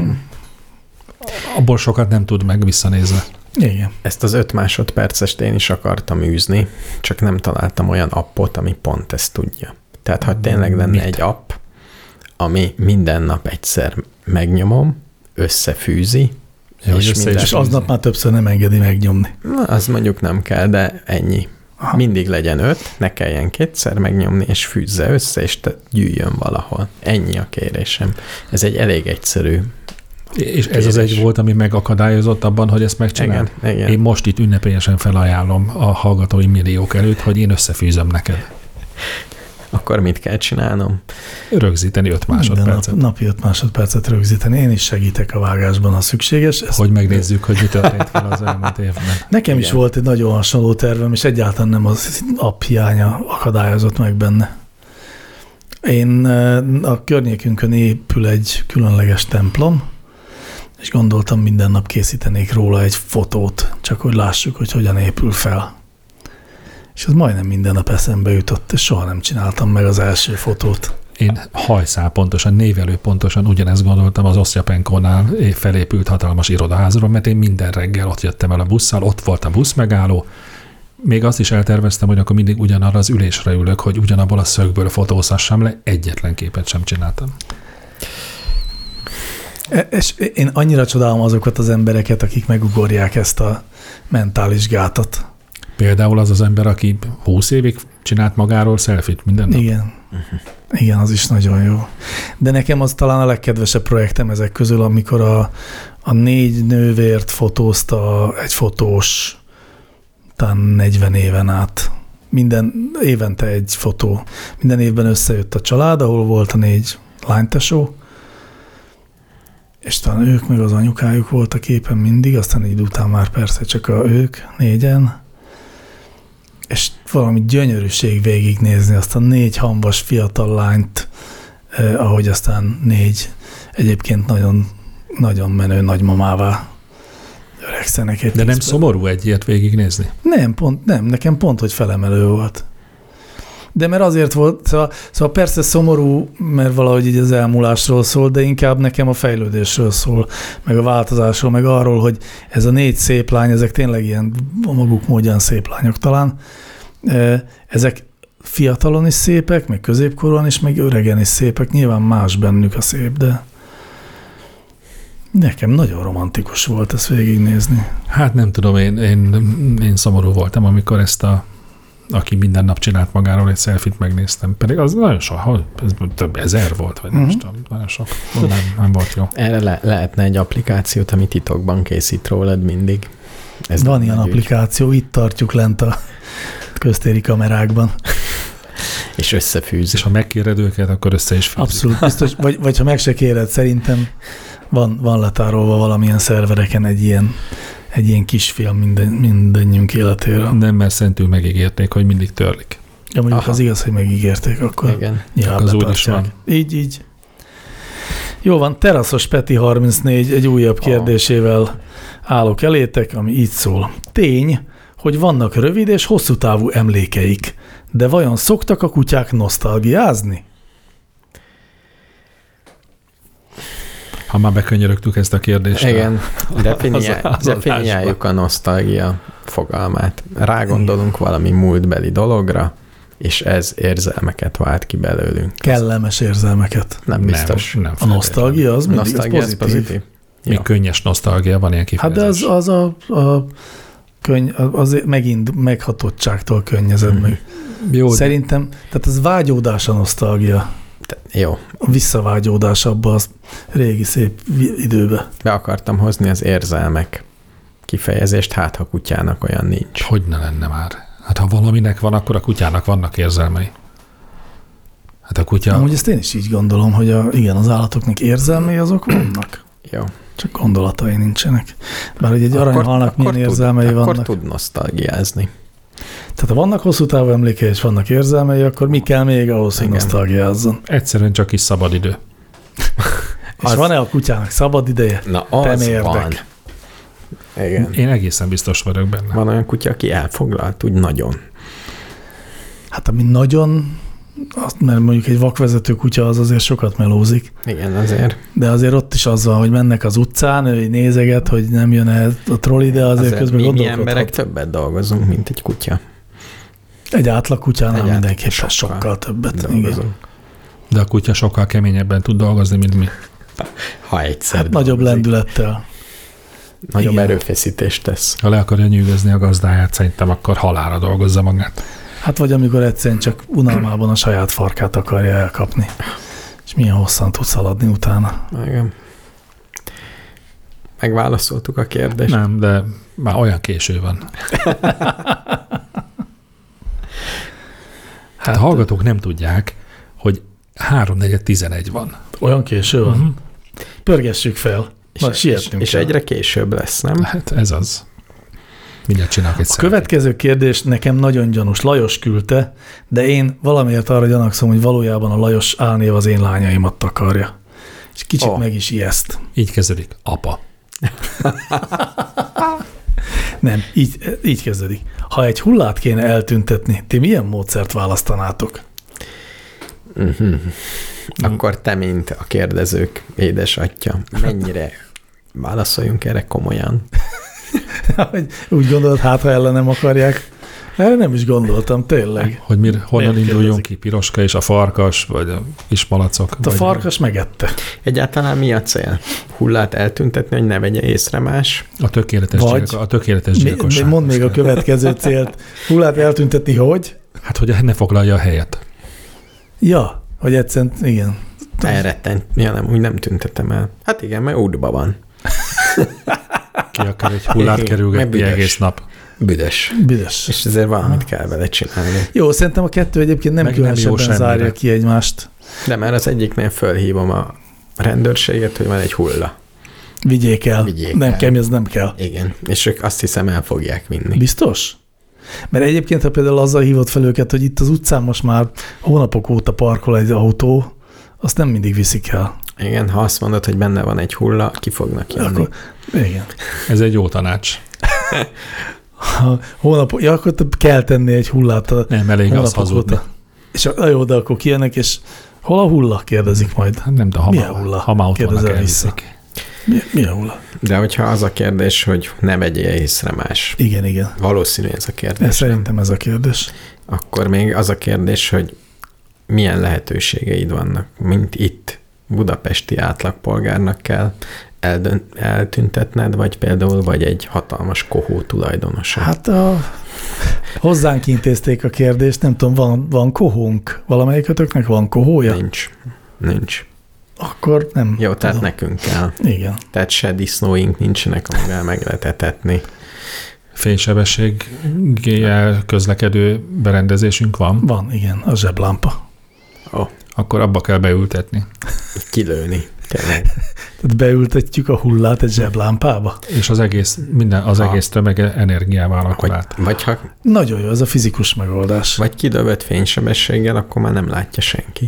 Abból sokat nem tud meg visszanézve. Igen. Ezt az 5 másodpercest én is akartam űzni, csak nem találtam olyan appot, ami pont ezt tudja. Tehát, ha tényleg lenne egy app, ami minden nap egyszer megnyomom, összefűzi, és aznap már többször nem engedi megnyomni. Na, az mondjuk nem kell, de ennyi. Aha. Mindig legyen 5, ne kelljen 2-szer megnyomni, és fűzze össze, és gyűjjön valahol. Ennyi a kérésem. Ez egy elég egyszerű és ez az egy volt, ami megakadályozott abban, hogy ezt megcsináld? Igen. Én most itt ünnepélyesen felajánlom a hallgatói milliók előtt, hogy én összefűzöm neked. Akkor mit kell csinálnom? Rögzíteni 5 másodpercet. Napi 5 másodpercet rögzíteni. Én is segítek a vágásban, ha szükséges. Hogy megnézzük, hogy mi történt fel az elmúlt évben. Nekem is volt egy nagyon hasonló tervem, és egyáltalán nem az app hiánya akadályozott meg benne. A környékünkön épül egy különleges templom, és gondoltam, minden nap készítenék róla egy fotót, csak hogy lássuk, hogy hogyan épül fel. És És ez majdnem minden nap eszembe jutott, és soha nem csináltam meg az első fotót. Én hajszál pontosan, névelő pontosan ugyanezt gondoltam az Osztyapenkónál felépült hatalmas irodaházról, mert én minden reggel ott jöttem el a busszal, ott volt a buszmegálló, még azt is elterveztem, hogy akkor mindig ugyanarra az ülésre ülök, hogy ugyanabból a szögből fotózhassam le, egyetlen képet sem csináltam. És én annyira csodálom azokat az embereket, akik megugorják ezt a mentális gátat. Például az ember, aki 20 évig csinált magáról szelfit minden nap. Igen. Igen, az is nagyon jó. De nekem az talán a legkedvesebb projektem ezek közül, amikor a 4 nővért fotózta egy fotós talán 40 éven át. Minden évente egy fotó. Minden évben összejött a család, ahol volt a 4 lánytesó, és talán ők meg az anyukájuk voltak éppen mindig, aztán egy idő után már persze csak ők 4-en, és valami gyönyörűség végignézni azt a 4 hamvas fiatal lányt, ahogy aztán 4 egyébként nagyon, nagyon menő nagymamává öregszenek. De nem szomorú egy ilyet végignézni? Nem, nekem pont, hogy felemelő volt. De mert azért volt, szóval persze szomorú, mert valahogy így az elmúlásról szól, de inkább nekem a fejlődésről szól, meg a változásról, meg arról, hogy ez a 4 szép lány, ezek tényleg ilyen a maguk módján szép lányok talán. Ezek fiatalon is szépek, meg középkorúan is, meg öregen is szépek. Nyilván más bennük a szép, de nekem nagyon romantikus volt ezt végignézni. Hát nem tudom, én szomorú voltam, amikor ezt aki minden nap csinált magáról egy selfit, megnéztem. Pedig az nagyon sok, ez több ezer volt, vagy nem tudom, nagyon sok. Nem volt jó. Erre lehetne egy applikációt, ami titokban készít rólad mindig. Ez van ilyen applikáció, itt tartjuk lent a köztéri kamerákban. És összefűz. És ha megkéred őket, akkor össze is fűzik. Abszolút biztos, vagy ha meg se kéred, szerintem van letárolva valamilyen szervereken egy ilyen kisfilm mindannyiunk életéről. Nem, mert szentül megígérték, hogy mindig törlik. Ja, mondjuk az igaz, hogy megígérték, akkor igen. Nyilván az úgy is van. Így. Jó van, Teraszos Peti 34 egy újabb kérdésével állok elétek, ami így szól. Tény, hogy vannak rövid és hosszú távú emlékeik, de vajon szoktak a kutyák nosztalgiázni? Ha már bekönyörögtük ezt a kérdést. Igen, definiáljuk a nosztalgia fogalmát. Rágondolunk valami múltbeli dologra, és ez érzelmeket vált ki belőlünk. Kellemes érzelmeket. Nem biztos. Nem a nosztalgia az mindig nosztalgia az pozitív. Még könnyes nosztalgia, van ilyen kifejezés. Hát de az megint meghatottságtól könnyezed meg. Jó, szerintem, tehát az vágyódás a nosztalgia. Jó. A visszavágyódás abba az régi szép időbe. Be akartam hozni az érzelmek kifejezést, hát ha kutyának olyan nincs. Hogy ne lenne már? Hát ha valaminek van, akkor a kutyának vannak érzelmei. Hát a kutya... Amúgy ezt én is így gondolom, hogy igen, az állatoknak érzelmei azok vannak. Jó. Csak gondolatai nincsenek. Bár hogy egy aranyhalnak milyen érzelmei vannak. Akkor tud nosztalgiázni. Tehát ha vannak hosszú távú emlékei és vannak érzelmei, akkor mi kell még ahhoz, hogy nosztalgiázzon? Egyszerűen csak kis szabadidő. És van-e a kutyának szabad ideje? Na, az van. Igen. Én egészen biztos vagyok benne. Van olyan kutya, aki elfoglalt, úgy nagyon. Hát ami nagyon, mert mondjuk egy vakvezető kutya az azért sokat melózik. Igen, azért. De azért ott is az van, hogy mennek az utcán, ő nézeget, hogy nem jön el a trolli, de azért közben gondolkodhat. Mi emberek többet dolgozunk, mint egy kutya. Egy átlag kutyánál mindenképpen sokkal többet. Igen. De a kutya sokkal keményebben tud dolgozni, mint mi. Ha egyszer hát nagyobb lendülettel. Nagyobb erőfeszítést tesz. Ha le akarja nyűgözni a gazdáját, szerintem akkor halálra dolgozza magát. Hát vagy amikor egyszerűen csak unalmában a saját farkát akarja elkapni. És milyen hosszan tudsz haladni utána. Igen. Megválaszoltuk a kérdést. Nem, de már olyan késő van. Hát a hallgatók nem tudják, hogy 3:11 van. Olyan késő van? Uh-huh. Pörgessük fel. És egyre később lesz, nem? Hát ez az. Mindjárt csinálok egy következő kérdés nekem nagyon gyanús. Lajos küldte, de én valamiért arra gyanakszom, hogy valójában a Lajos álnév az én lányaimat takarja. És kicsit meg is ijeszt. Így kezdődik. Apa. Nem, így kezdődik. Ha egy hullát kéne eltüntetni, ti milyen módszert választanátok? Akkor te, mint a kérdezők édesatya, mennyire válaszoljunk erre komolyan? Úgy gondolod, hát ha ellenem akarják. Erre nem is gondoltam, tényleg. Hogy honnan induljon ki, Piroska és a farkas, vagy a kis malacok? A farkas megette. Egyáltalán mi a cél? Hullát eltüntetni, hogy ne vegye észre más? A tökéletes gyilkosság. Mondd még a következő célt. Hullát eltüntetni, hogy? Hát, hogy ne foglalja a helyet. Ja, hogy egyszerűen, igen. Úgy nem tüntetem el. Hát igen, mert útban van. Ki akar egy hullát kerülgetni egész nap. Büdös. És ezért valamit kell vele csinálni. Jó, szerintem a kettő egyébként nem különösebben zárja ki egymást. De már az egyiknél fölhívom a rendőrséget, hogy van egy hulla. Vigyék el. Ez nem kell. Igen, és ők azt hiszem el fogják vinni. Biztos? Mert egyébként, ha például azzal hívott fel őket, hogy itt az utcán most már hónapok óta parkol egy autó, azt nem mindig viszik el. Igen, ha azt mondod, hogy benne van egy hulla, ki fognak jönni. Akkor, igen. Ez egy jó tanács. Akkor kell tenni egy hullát. Nem, elég az hazudni. És jó, de akkor kijönnek, és hol a hulla? Kérdezik majd. Nem, de ha már ott vannak, elviszik. Mi a hulla? De hogyha az a kérdés, hogy ne vegyél észre más. Igen. Valószínű ez a kérdés. Szerintem ez a kérdés. Akkor még az a kérdés, hogy milyen lehetőségeid vannak, mint itt budapesti átlagpolgárnak kell eltüntetned, vagy például vagy egy hatalmas kohó tulajdonosa. Hát hozzánk intézték a kérdést, nem tudom, van kohónk? Valamelyikötöknek van kohója? Nincs. Akkor nem. Jó, tehát nekünk kell. Igen. Tehát se disznóink nincsenek, amivel meg lehet etetni. Fénysebességgel közlekedő berendezésünk van? Van, igen, a zseblámpa. Akkor abba kell beültetni. Kilőni, tényleg. Tehát beültetjük a hullát egy zseblámpába? És az egész tömeg energiával alakul át. Nagyon jó, ez a fizikus megoldás. Vagy kilövött fénysebességgel, akkor már nem látja senki.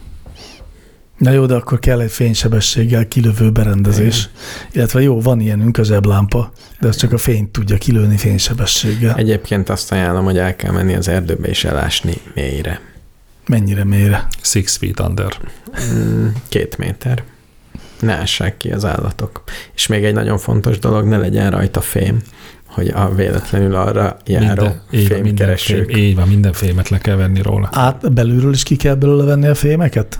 Na jó, de akkor kell egy fénysebességgel kilövő berendezés. Illetve jó, van ilyenünk a zseblámpa, de az csak a fényt tudja kilőni fénysebességgel. Egyébként azt ajánlom, hogy el kell menni az erdőbe és elásni mélyre. Mennyire mélyre? 6 feet under. 2 méter. Ne ássák ki az állatok. És még egy nagyon fontos dolog, ne legyen rajta fém, hogy a véletlenül arra járó fémkeresők. Így van, minden fémet le kell venni róla. Belülről is ki kell belőle venni a fémeket?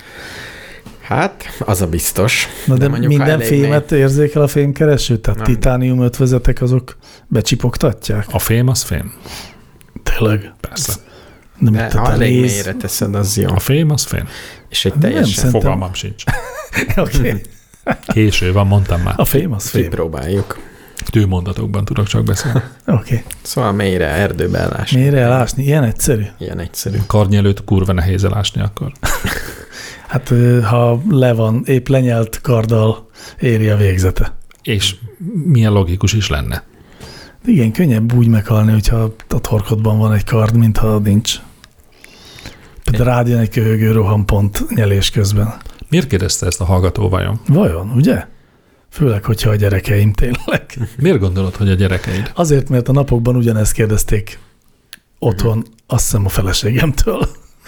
Hát, az a biztos. Na de minden fémet érzékel a fémkereső? Tehát titánium ötvözetek azok becsipogtatják? A fém az fém. Tényleg? Persze. De ha elég mélyre teszed, az jó. A fém az fém. És egy teljesen... Fogalmam sincs. Oké. Késő van, mondtam már. A fém az fém. Kipróbáljuk. Tűmondatokban tudok csak beszélni. Oké. Szóval mélyre, erdőbe elásni. Mélyre elásni? Ilyen egyszerű? Ilyen egyszerű. Karnyelőt kurva nehéz elásni akkor. Hát ha épp lenyelt karddal éri a végzete. És milyen logikus is lenne. Igen, könnyebb úgy meghalni, hogyha a torkodban van egy kard, mintha nincs. Például rád jön egy köhögő rohampont nyelés közben. Miért kérdezte ezt a hallgató vajon? Vajon, ugye? Főleg, hogyha a gyerekeim tényleg. Miért gondolod, hogy a gyerekeid? Azért, mert a napokban ugyanezt kérdezték otthon, azt hiszem a feleségemtől.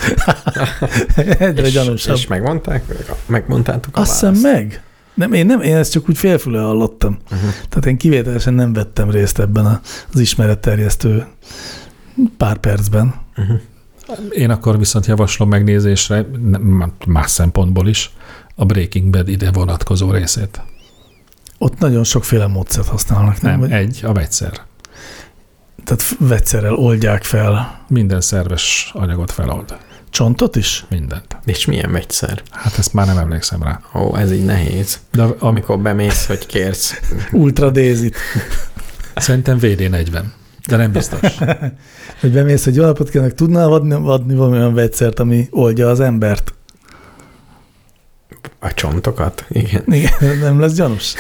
Egyre gyanúsabb. És megmondtátok a azt hiszem meg. Én ezt csak úgy félfüle hallottam. Tehát én kivételesen nem vettem részt ebben az ismeretterjesztő pár percben. Én akkor viszont javaslom megnézésre, más szempontból is, a Breaking Bad ide vonatkozó részét. Ott nagyon sokféle módszert használnak. Nem, a vegyszer. Tehát vegyszerrel oldják fel. Minden szerves anyagot felold. Csontot is? Mindent. És milyen vegyszer? Hát ezt már nem emlékszem rá. Ez így nehéz. De amikor bemész, hogy kérsz. Ultra Daisy-t. Szerintem VD40, de nem biztos. Hogy bemész, hogy jó napot kérnek, tudnál adni valamilyen vegyszert, ami oldja az embert? A csontokat? Igen. Igen, nem lesz gyanús?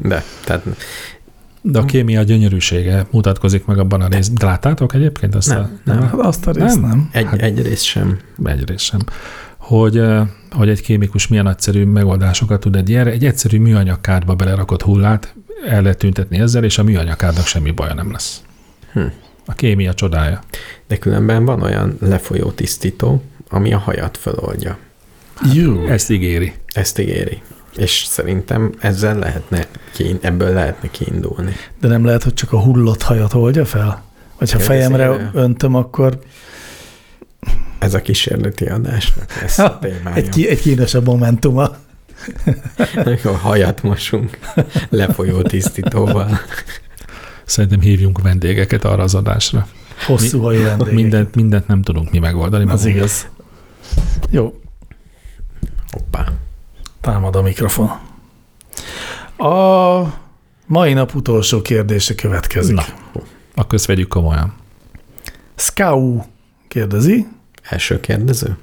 De a kémia gyönyörűsége mutatkozik meg abban a részben. Láttátok egyébként azt? Nem. Azt a részt nem. Egy rész sem. Egy rész sem. Hogy egy kémikus milyen nagyszerű megoldásokat tud egy egyszerű műanyag kádba belerakott hullát, el lehet tüntetni ezzel, és a műanyagkádnak semmi baja nem lesz. A kémia csodája. De különben van olyan lefolyó tisztító, ami a hajat feloldja. Jó. Ezt ígéri. Ezt ígéri. És szerintem ezzel ebből lehetne kiindulni. De nem lehet, hogy csak a hullott hajat oldja fel? Vagy ha fejemre öntöm, akkor... Ez a kísérleti adásnak lesz a témája. Egy kínosabb momentuma. Amikor hajat mosunk lefolyó tisztítóval. Szerintem hívjunk vendégeket arra az adásra. Hosszú hajú vendégeket. Mindent nem tudunk mi megoldani. Az igaz. Jó. Hoppá. Támad a mikrofon. A mai nap utolsó kérdése következik. Na, akkor ezt vegyük komolyan. Skau kérdezi. Első kérdező?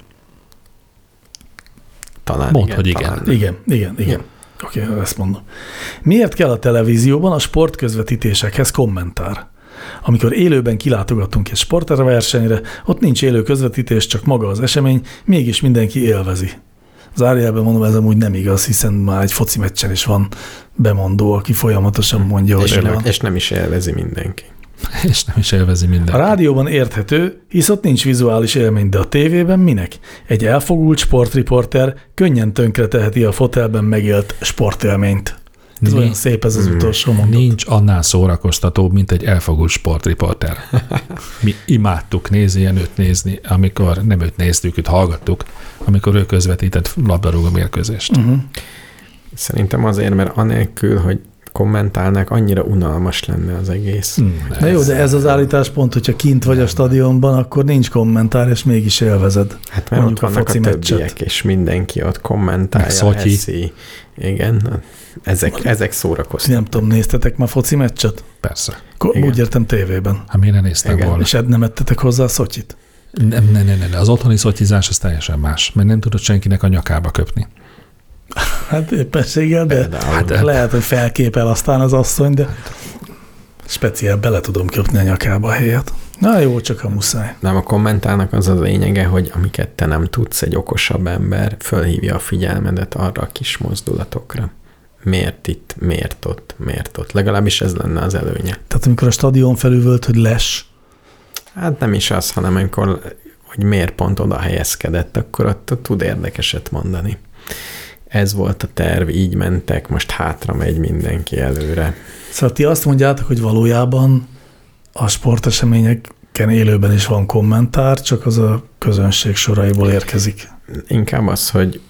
Talán mondd, hogy igen. Igen. Oké, ezt mondom. Miért kell a televízióban a sportközvetítésekhez kommentár? Amikor élőben kilátogatunk egy sportversenyre, ott nincs élő közvetítés, csak maga az esemény, mégis mindenki élvezi. Zárójelben mondom, ez amúgy nem igaz, hiszen már egy foci meccsen is van bemondó, aki folyamatosan mondja, hogy van. És nem is élvezi mindenki. És nem is élvezi mindenki. A rádióban érthető, hisz ott nincs vizuális élmény, de a tévében minek? Egy elfogult sportriporter könnyen tönkreteheti a fotelben megélt sportélményt. Ez olyan szép ez az utolsó mondat. Nincs annál szórakoztatóbb, mint egy elfogult sportriporter. Mi imádtuk őt nézni, amikor nem őt néztük, őt hallgattuk, amikor ő közvetített labdarúgó mérkőzést. Szerintem azért, mert anélkül, hogy kommentálnák, annyira unalmas lenne az egész. Na jó, de ez az állításpont, hogyha kint vagy a stadionban, akkor nincs kommentár, és mégis élvezed. Hát mert mondjuk ott vannak a többiek, és mindenki ott kommentálja, eszi. Igen, ezek szórakoztatnak. Nem tudom, néztetek már foci meccset? Persze. Úgy értem tévében. Hát miért ne néztem volna? És nem ettetek hozzá a szotyit? Nem. Az otthoni szotyizás az teljesen más, mert nem tudod senkinek a nyakába köpni. Hát éppenséggel, de lehet, hogy felképel aztán az asszony, de speciál bele tudom köpni a nyakába a helyet. Na jó, csak a muszáj. Nem, a kommentálnak az a lényege, hogy amiket te nem tudsz, egy okosabb ember fölhívja a figyelmedet arra a kis mozdulatokra. Miért itt, miért ott. Legalábbis ez lenne az előnye. Tehát amikor a stadion felüvölt, hogy Hát nem is az, hanem amikor, hogy miért pont oda helyezkedett, akkor ott tud érdekeset mondani. Ez volt a terv, így mentek, most hátra megy mindenki előre. Szóval ti azt mondjátok, hogy valójában a sporteseményeken élőben is van kommentár, csak az a közönség soraiból érkezik. Inkább az, hogy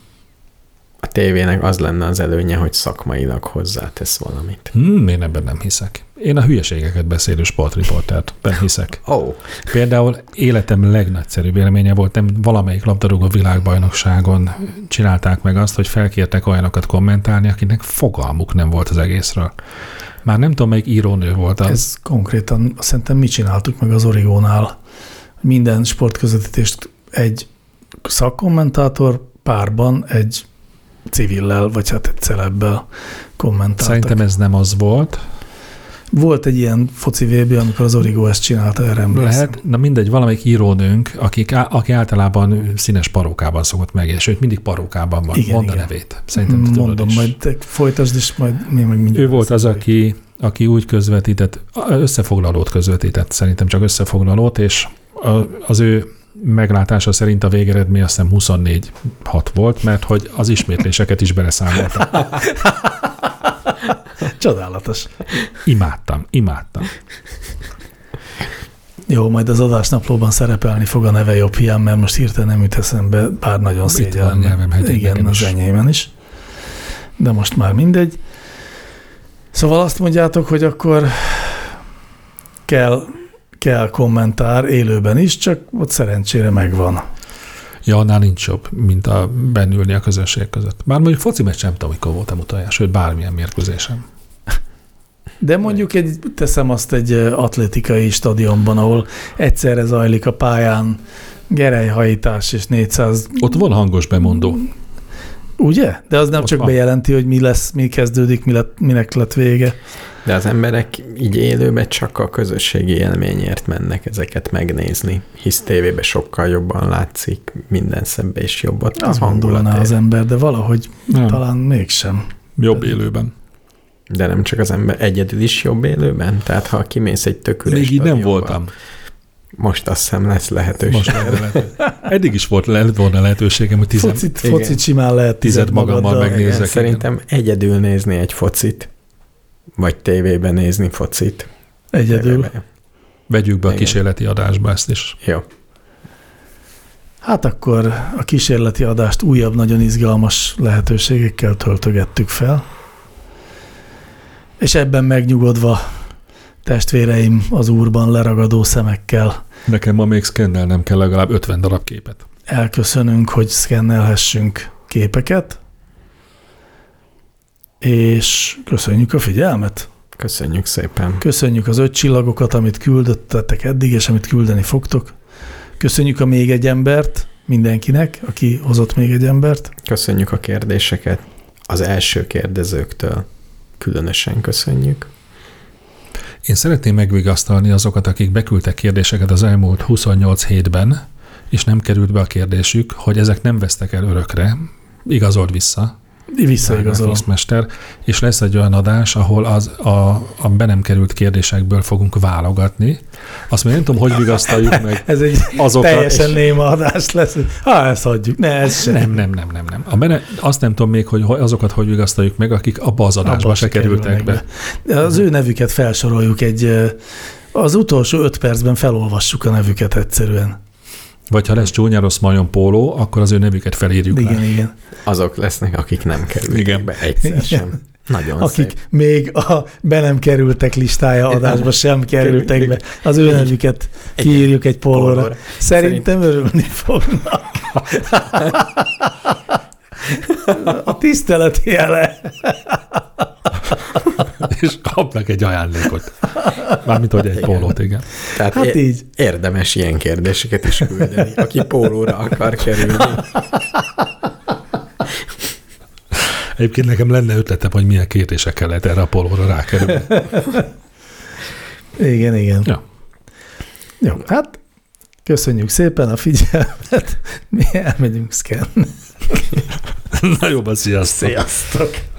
a tévének az lenne az előnye, hogy szakmailag hozzátesz valamit. Én ebben nem hiszek. Én a hülyeségeket beszélő sportriporterben hiszek. Például életem legnagyszerűbb élménye volt, nem valamelyik labdarúgó világbajnokságon csinálták meg azt, hogy felkértek olyanokat kommentálni, akinek fogalmuk nem volt az egészről. Már nem tudom, melyik írónő volt az. Ez konkrétan, szerintem mi csináltuk meg az Origónál. Minden sportközvetítést egy szakkommentátor párban egy civillel, vagy hát egy celebbel kommentáltak. Szerintem ez nem az volt. Volt egy ilyen foci VB, amikor az Origo ezt csinálta, erre emlékszem. Lehet, na mindegy, valamelyik írónőnk, aki általában színes parókában szokott meg, és őt mindig parókában van. Igen, mondd a igen. nevét. Szerintem te mondom, majd te folytasd, is, majd mi meg mindjárt. Ő volt az, aki úgy közvetített, összefoglalót közvetített, szerintem csak összefoglalót, és az ő meglátása szerint a végeredmény azt hiszem 24-6 volt, mert hogy az ismétléseket is beleszámolta. Csodálatos. Imádtam. Jó, majd az adásnaplóban szerepelni fog a neve jobb hiány, mert most hirtelen nem jut eszembe, bár nagyon szégyellem. Igen, az enyémen is. De most már mindegy. Szóval azt mondjátok, hogy akkor kell kommentár élőben is, csak ott szerencsére megvan. Ja, annál nincs jobb, mint bennülni a közönség között. Bár mondjuk foci meccs nem tudom, mikor voltam utoljára, sőt bármilyen mérkőzésem. De mondjuk teszem azt egy atlétikai stadionban, ahol egyszerre zajlik a pályán gerelyhajítás és 400... Ott van hangos bemondó. Ugye? De az nem ott csak van. Bejelenti, hogy mi kezdődik, minek lett vége. De az emberek így élőben csak a közösségi élményért mennek ezeket megnézni, hisz tévében sokkal jobban látszik, minden szemben is jobb ott. Az gondolná az ember, de valahogy talán mégsem. Jobb élőben. De nem csak az ember, egyedül is jobb élőben? Tehát ha kimész egy tök üres Még így nem voltam. Most azt hiszem lesz lehetőség. Most eddig is lett volna lehetőségem, hogy focit simán lehet tized magammal megnézek. Szerintem egyedül nézni egy focit, vagy tévében nézni focit. Egyedül. Vegyük be a kísérleti adásba ezt is. Jó. Hát akkor a kísérleti adást újabb, nagyon izgalmas lehetőségekkel töltögettük fel. És ebben megnyugodva, testvéreim az Úrban leragadó szemekkel. Nekem ma még szkennelnem kell legalább 50 darab képet. Elköszönünk, hogy szkennelhessünk képeket, és köszönjük a figyelmet. Köszönjük szépen. Köszönjük az 5 csillagokat, amit küldöttetek eddig, és amit küldeni fogtok. Köszönjük a még egy embert mindenkinek, aki hozott még egy embert. Köszönjük a kérdéseket az első kérdezőktől. Különösen köszönjük. Én szeretném megvigasztalni azokat, akik beküldtek kérdéseket az elmúlt 28 hétben, és nem került be a kérdésük, hogy ezek nem vesztek el örökre. Igazold vissza. Visszaigazolom. Mester, és lesz egy olyan adás, ahol a be nem került kérdésekből fogunk válogatni. Azt még nem tudom, hogy vigasztaljuk meg ez egy azokat. Teljesen néma adás lesz. Ezt hagyjuk. Ne, ez sem. Nem. Azt nem tudom még, hogy azokat hogy vigasztaljuk meg, akik abba az adásba se kerültek be. Az ő nevüket felsoroljuk az utolsó 5 percben felolvassuk a nevüket egyszerűen. Vagy ha lesz csúnya rossz majom póló, akkor az ő nevüket felírjuk le. Igen. Azok lesznek, akik nem kerültek be egyszer sem. Nagyon akik szép. még a be nem kerültek listája adásba sem kerültek be. Az ő nevüket kiírjuk egy pólóra. Szerintem örülni fognak. A tisztelet jele. És kapnak egy ajándékot. Mármint, hogy egy pólót, igen. Tehát hát így. Érdemes ilyen kérdéseket is küldeni, aki pólóra akar kerülni. Egyébként nekem lenne ötletem, hogy milyen kérdésekkel lehet erre a pólóra rákerülni. Igen. Ja. Jó, hát köszönjük szépen a figyelmet. Mi elmegyünk szkenni. Na jó, sziasztok! Sziasztok!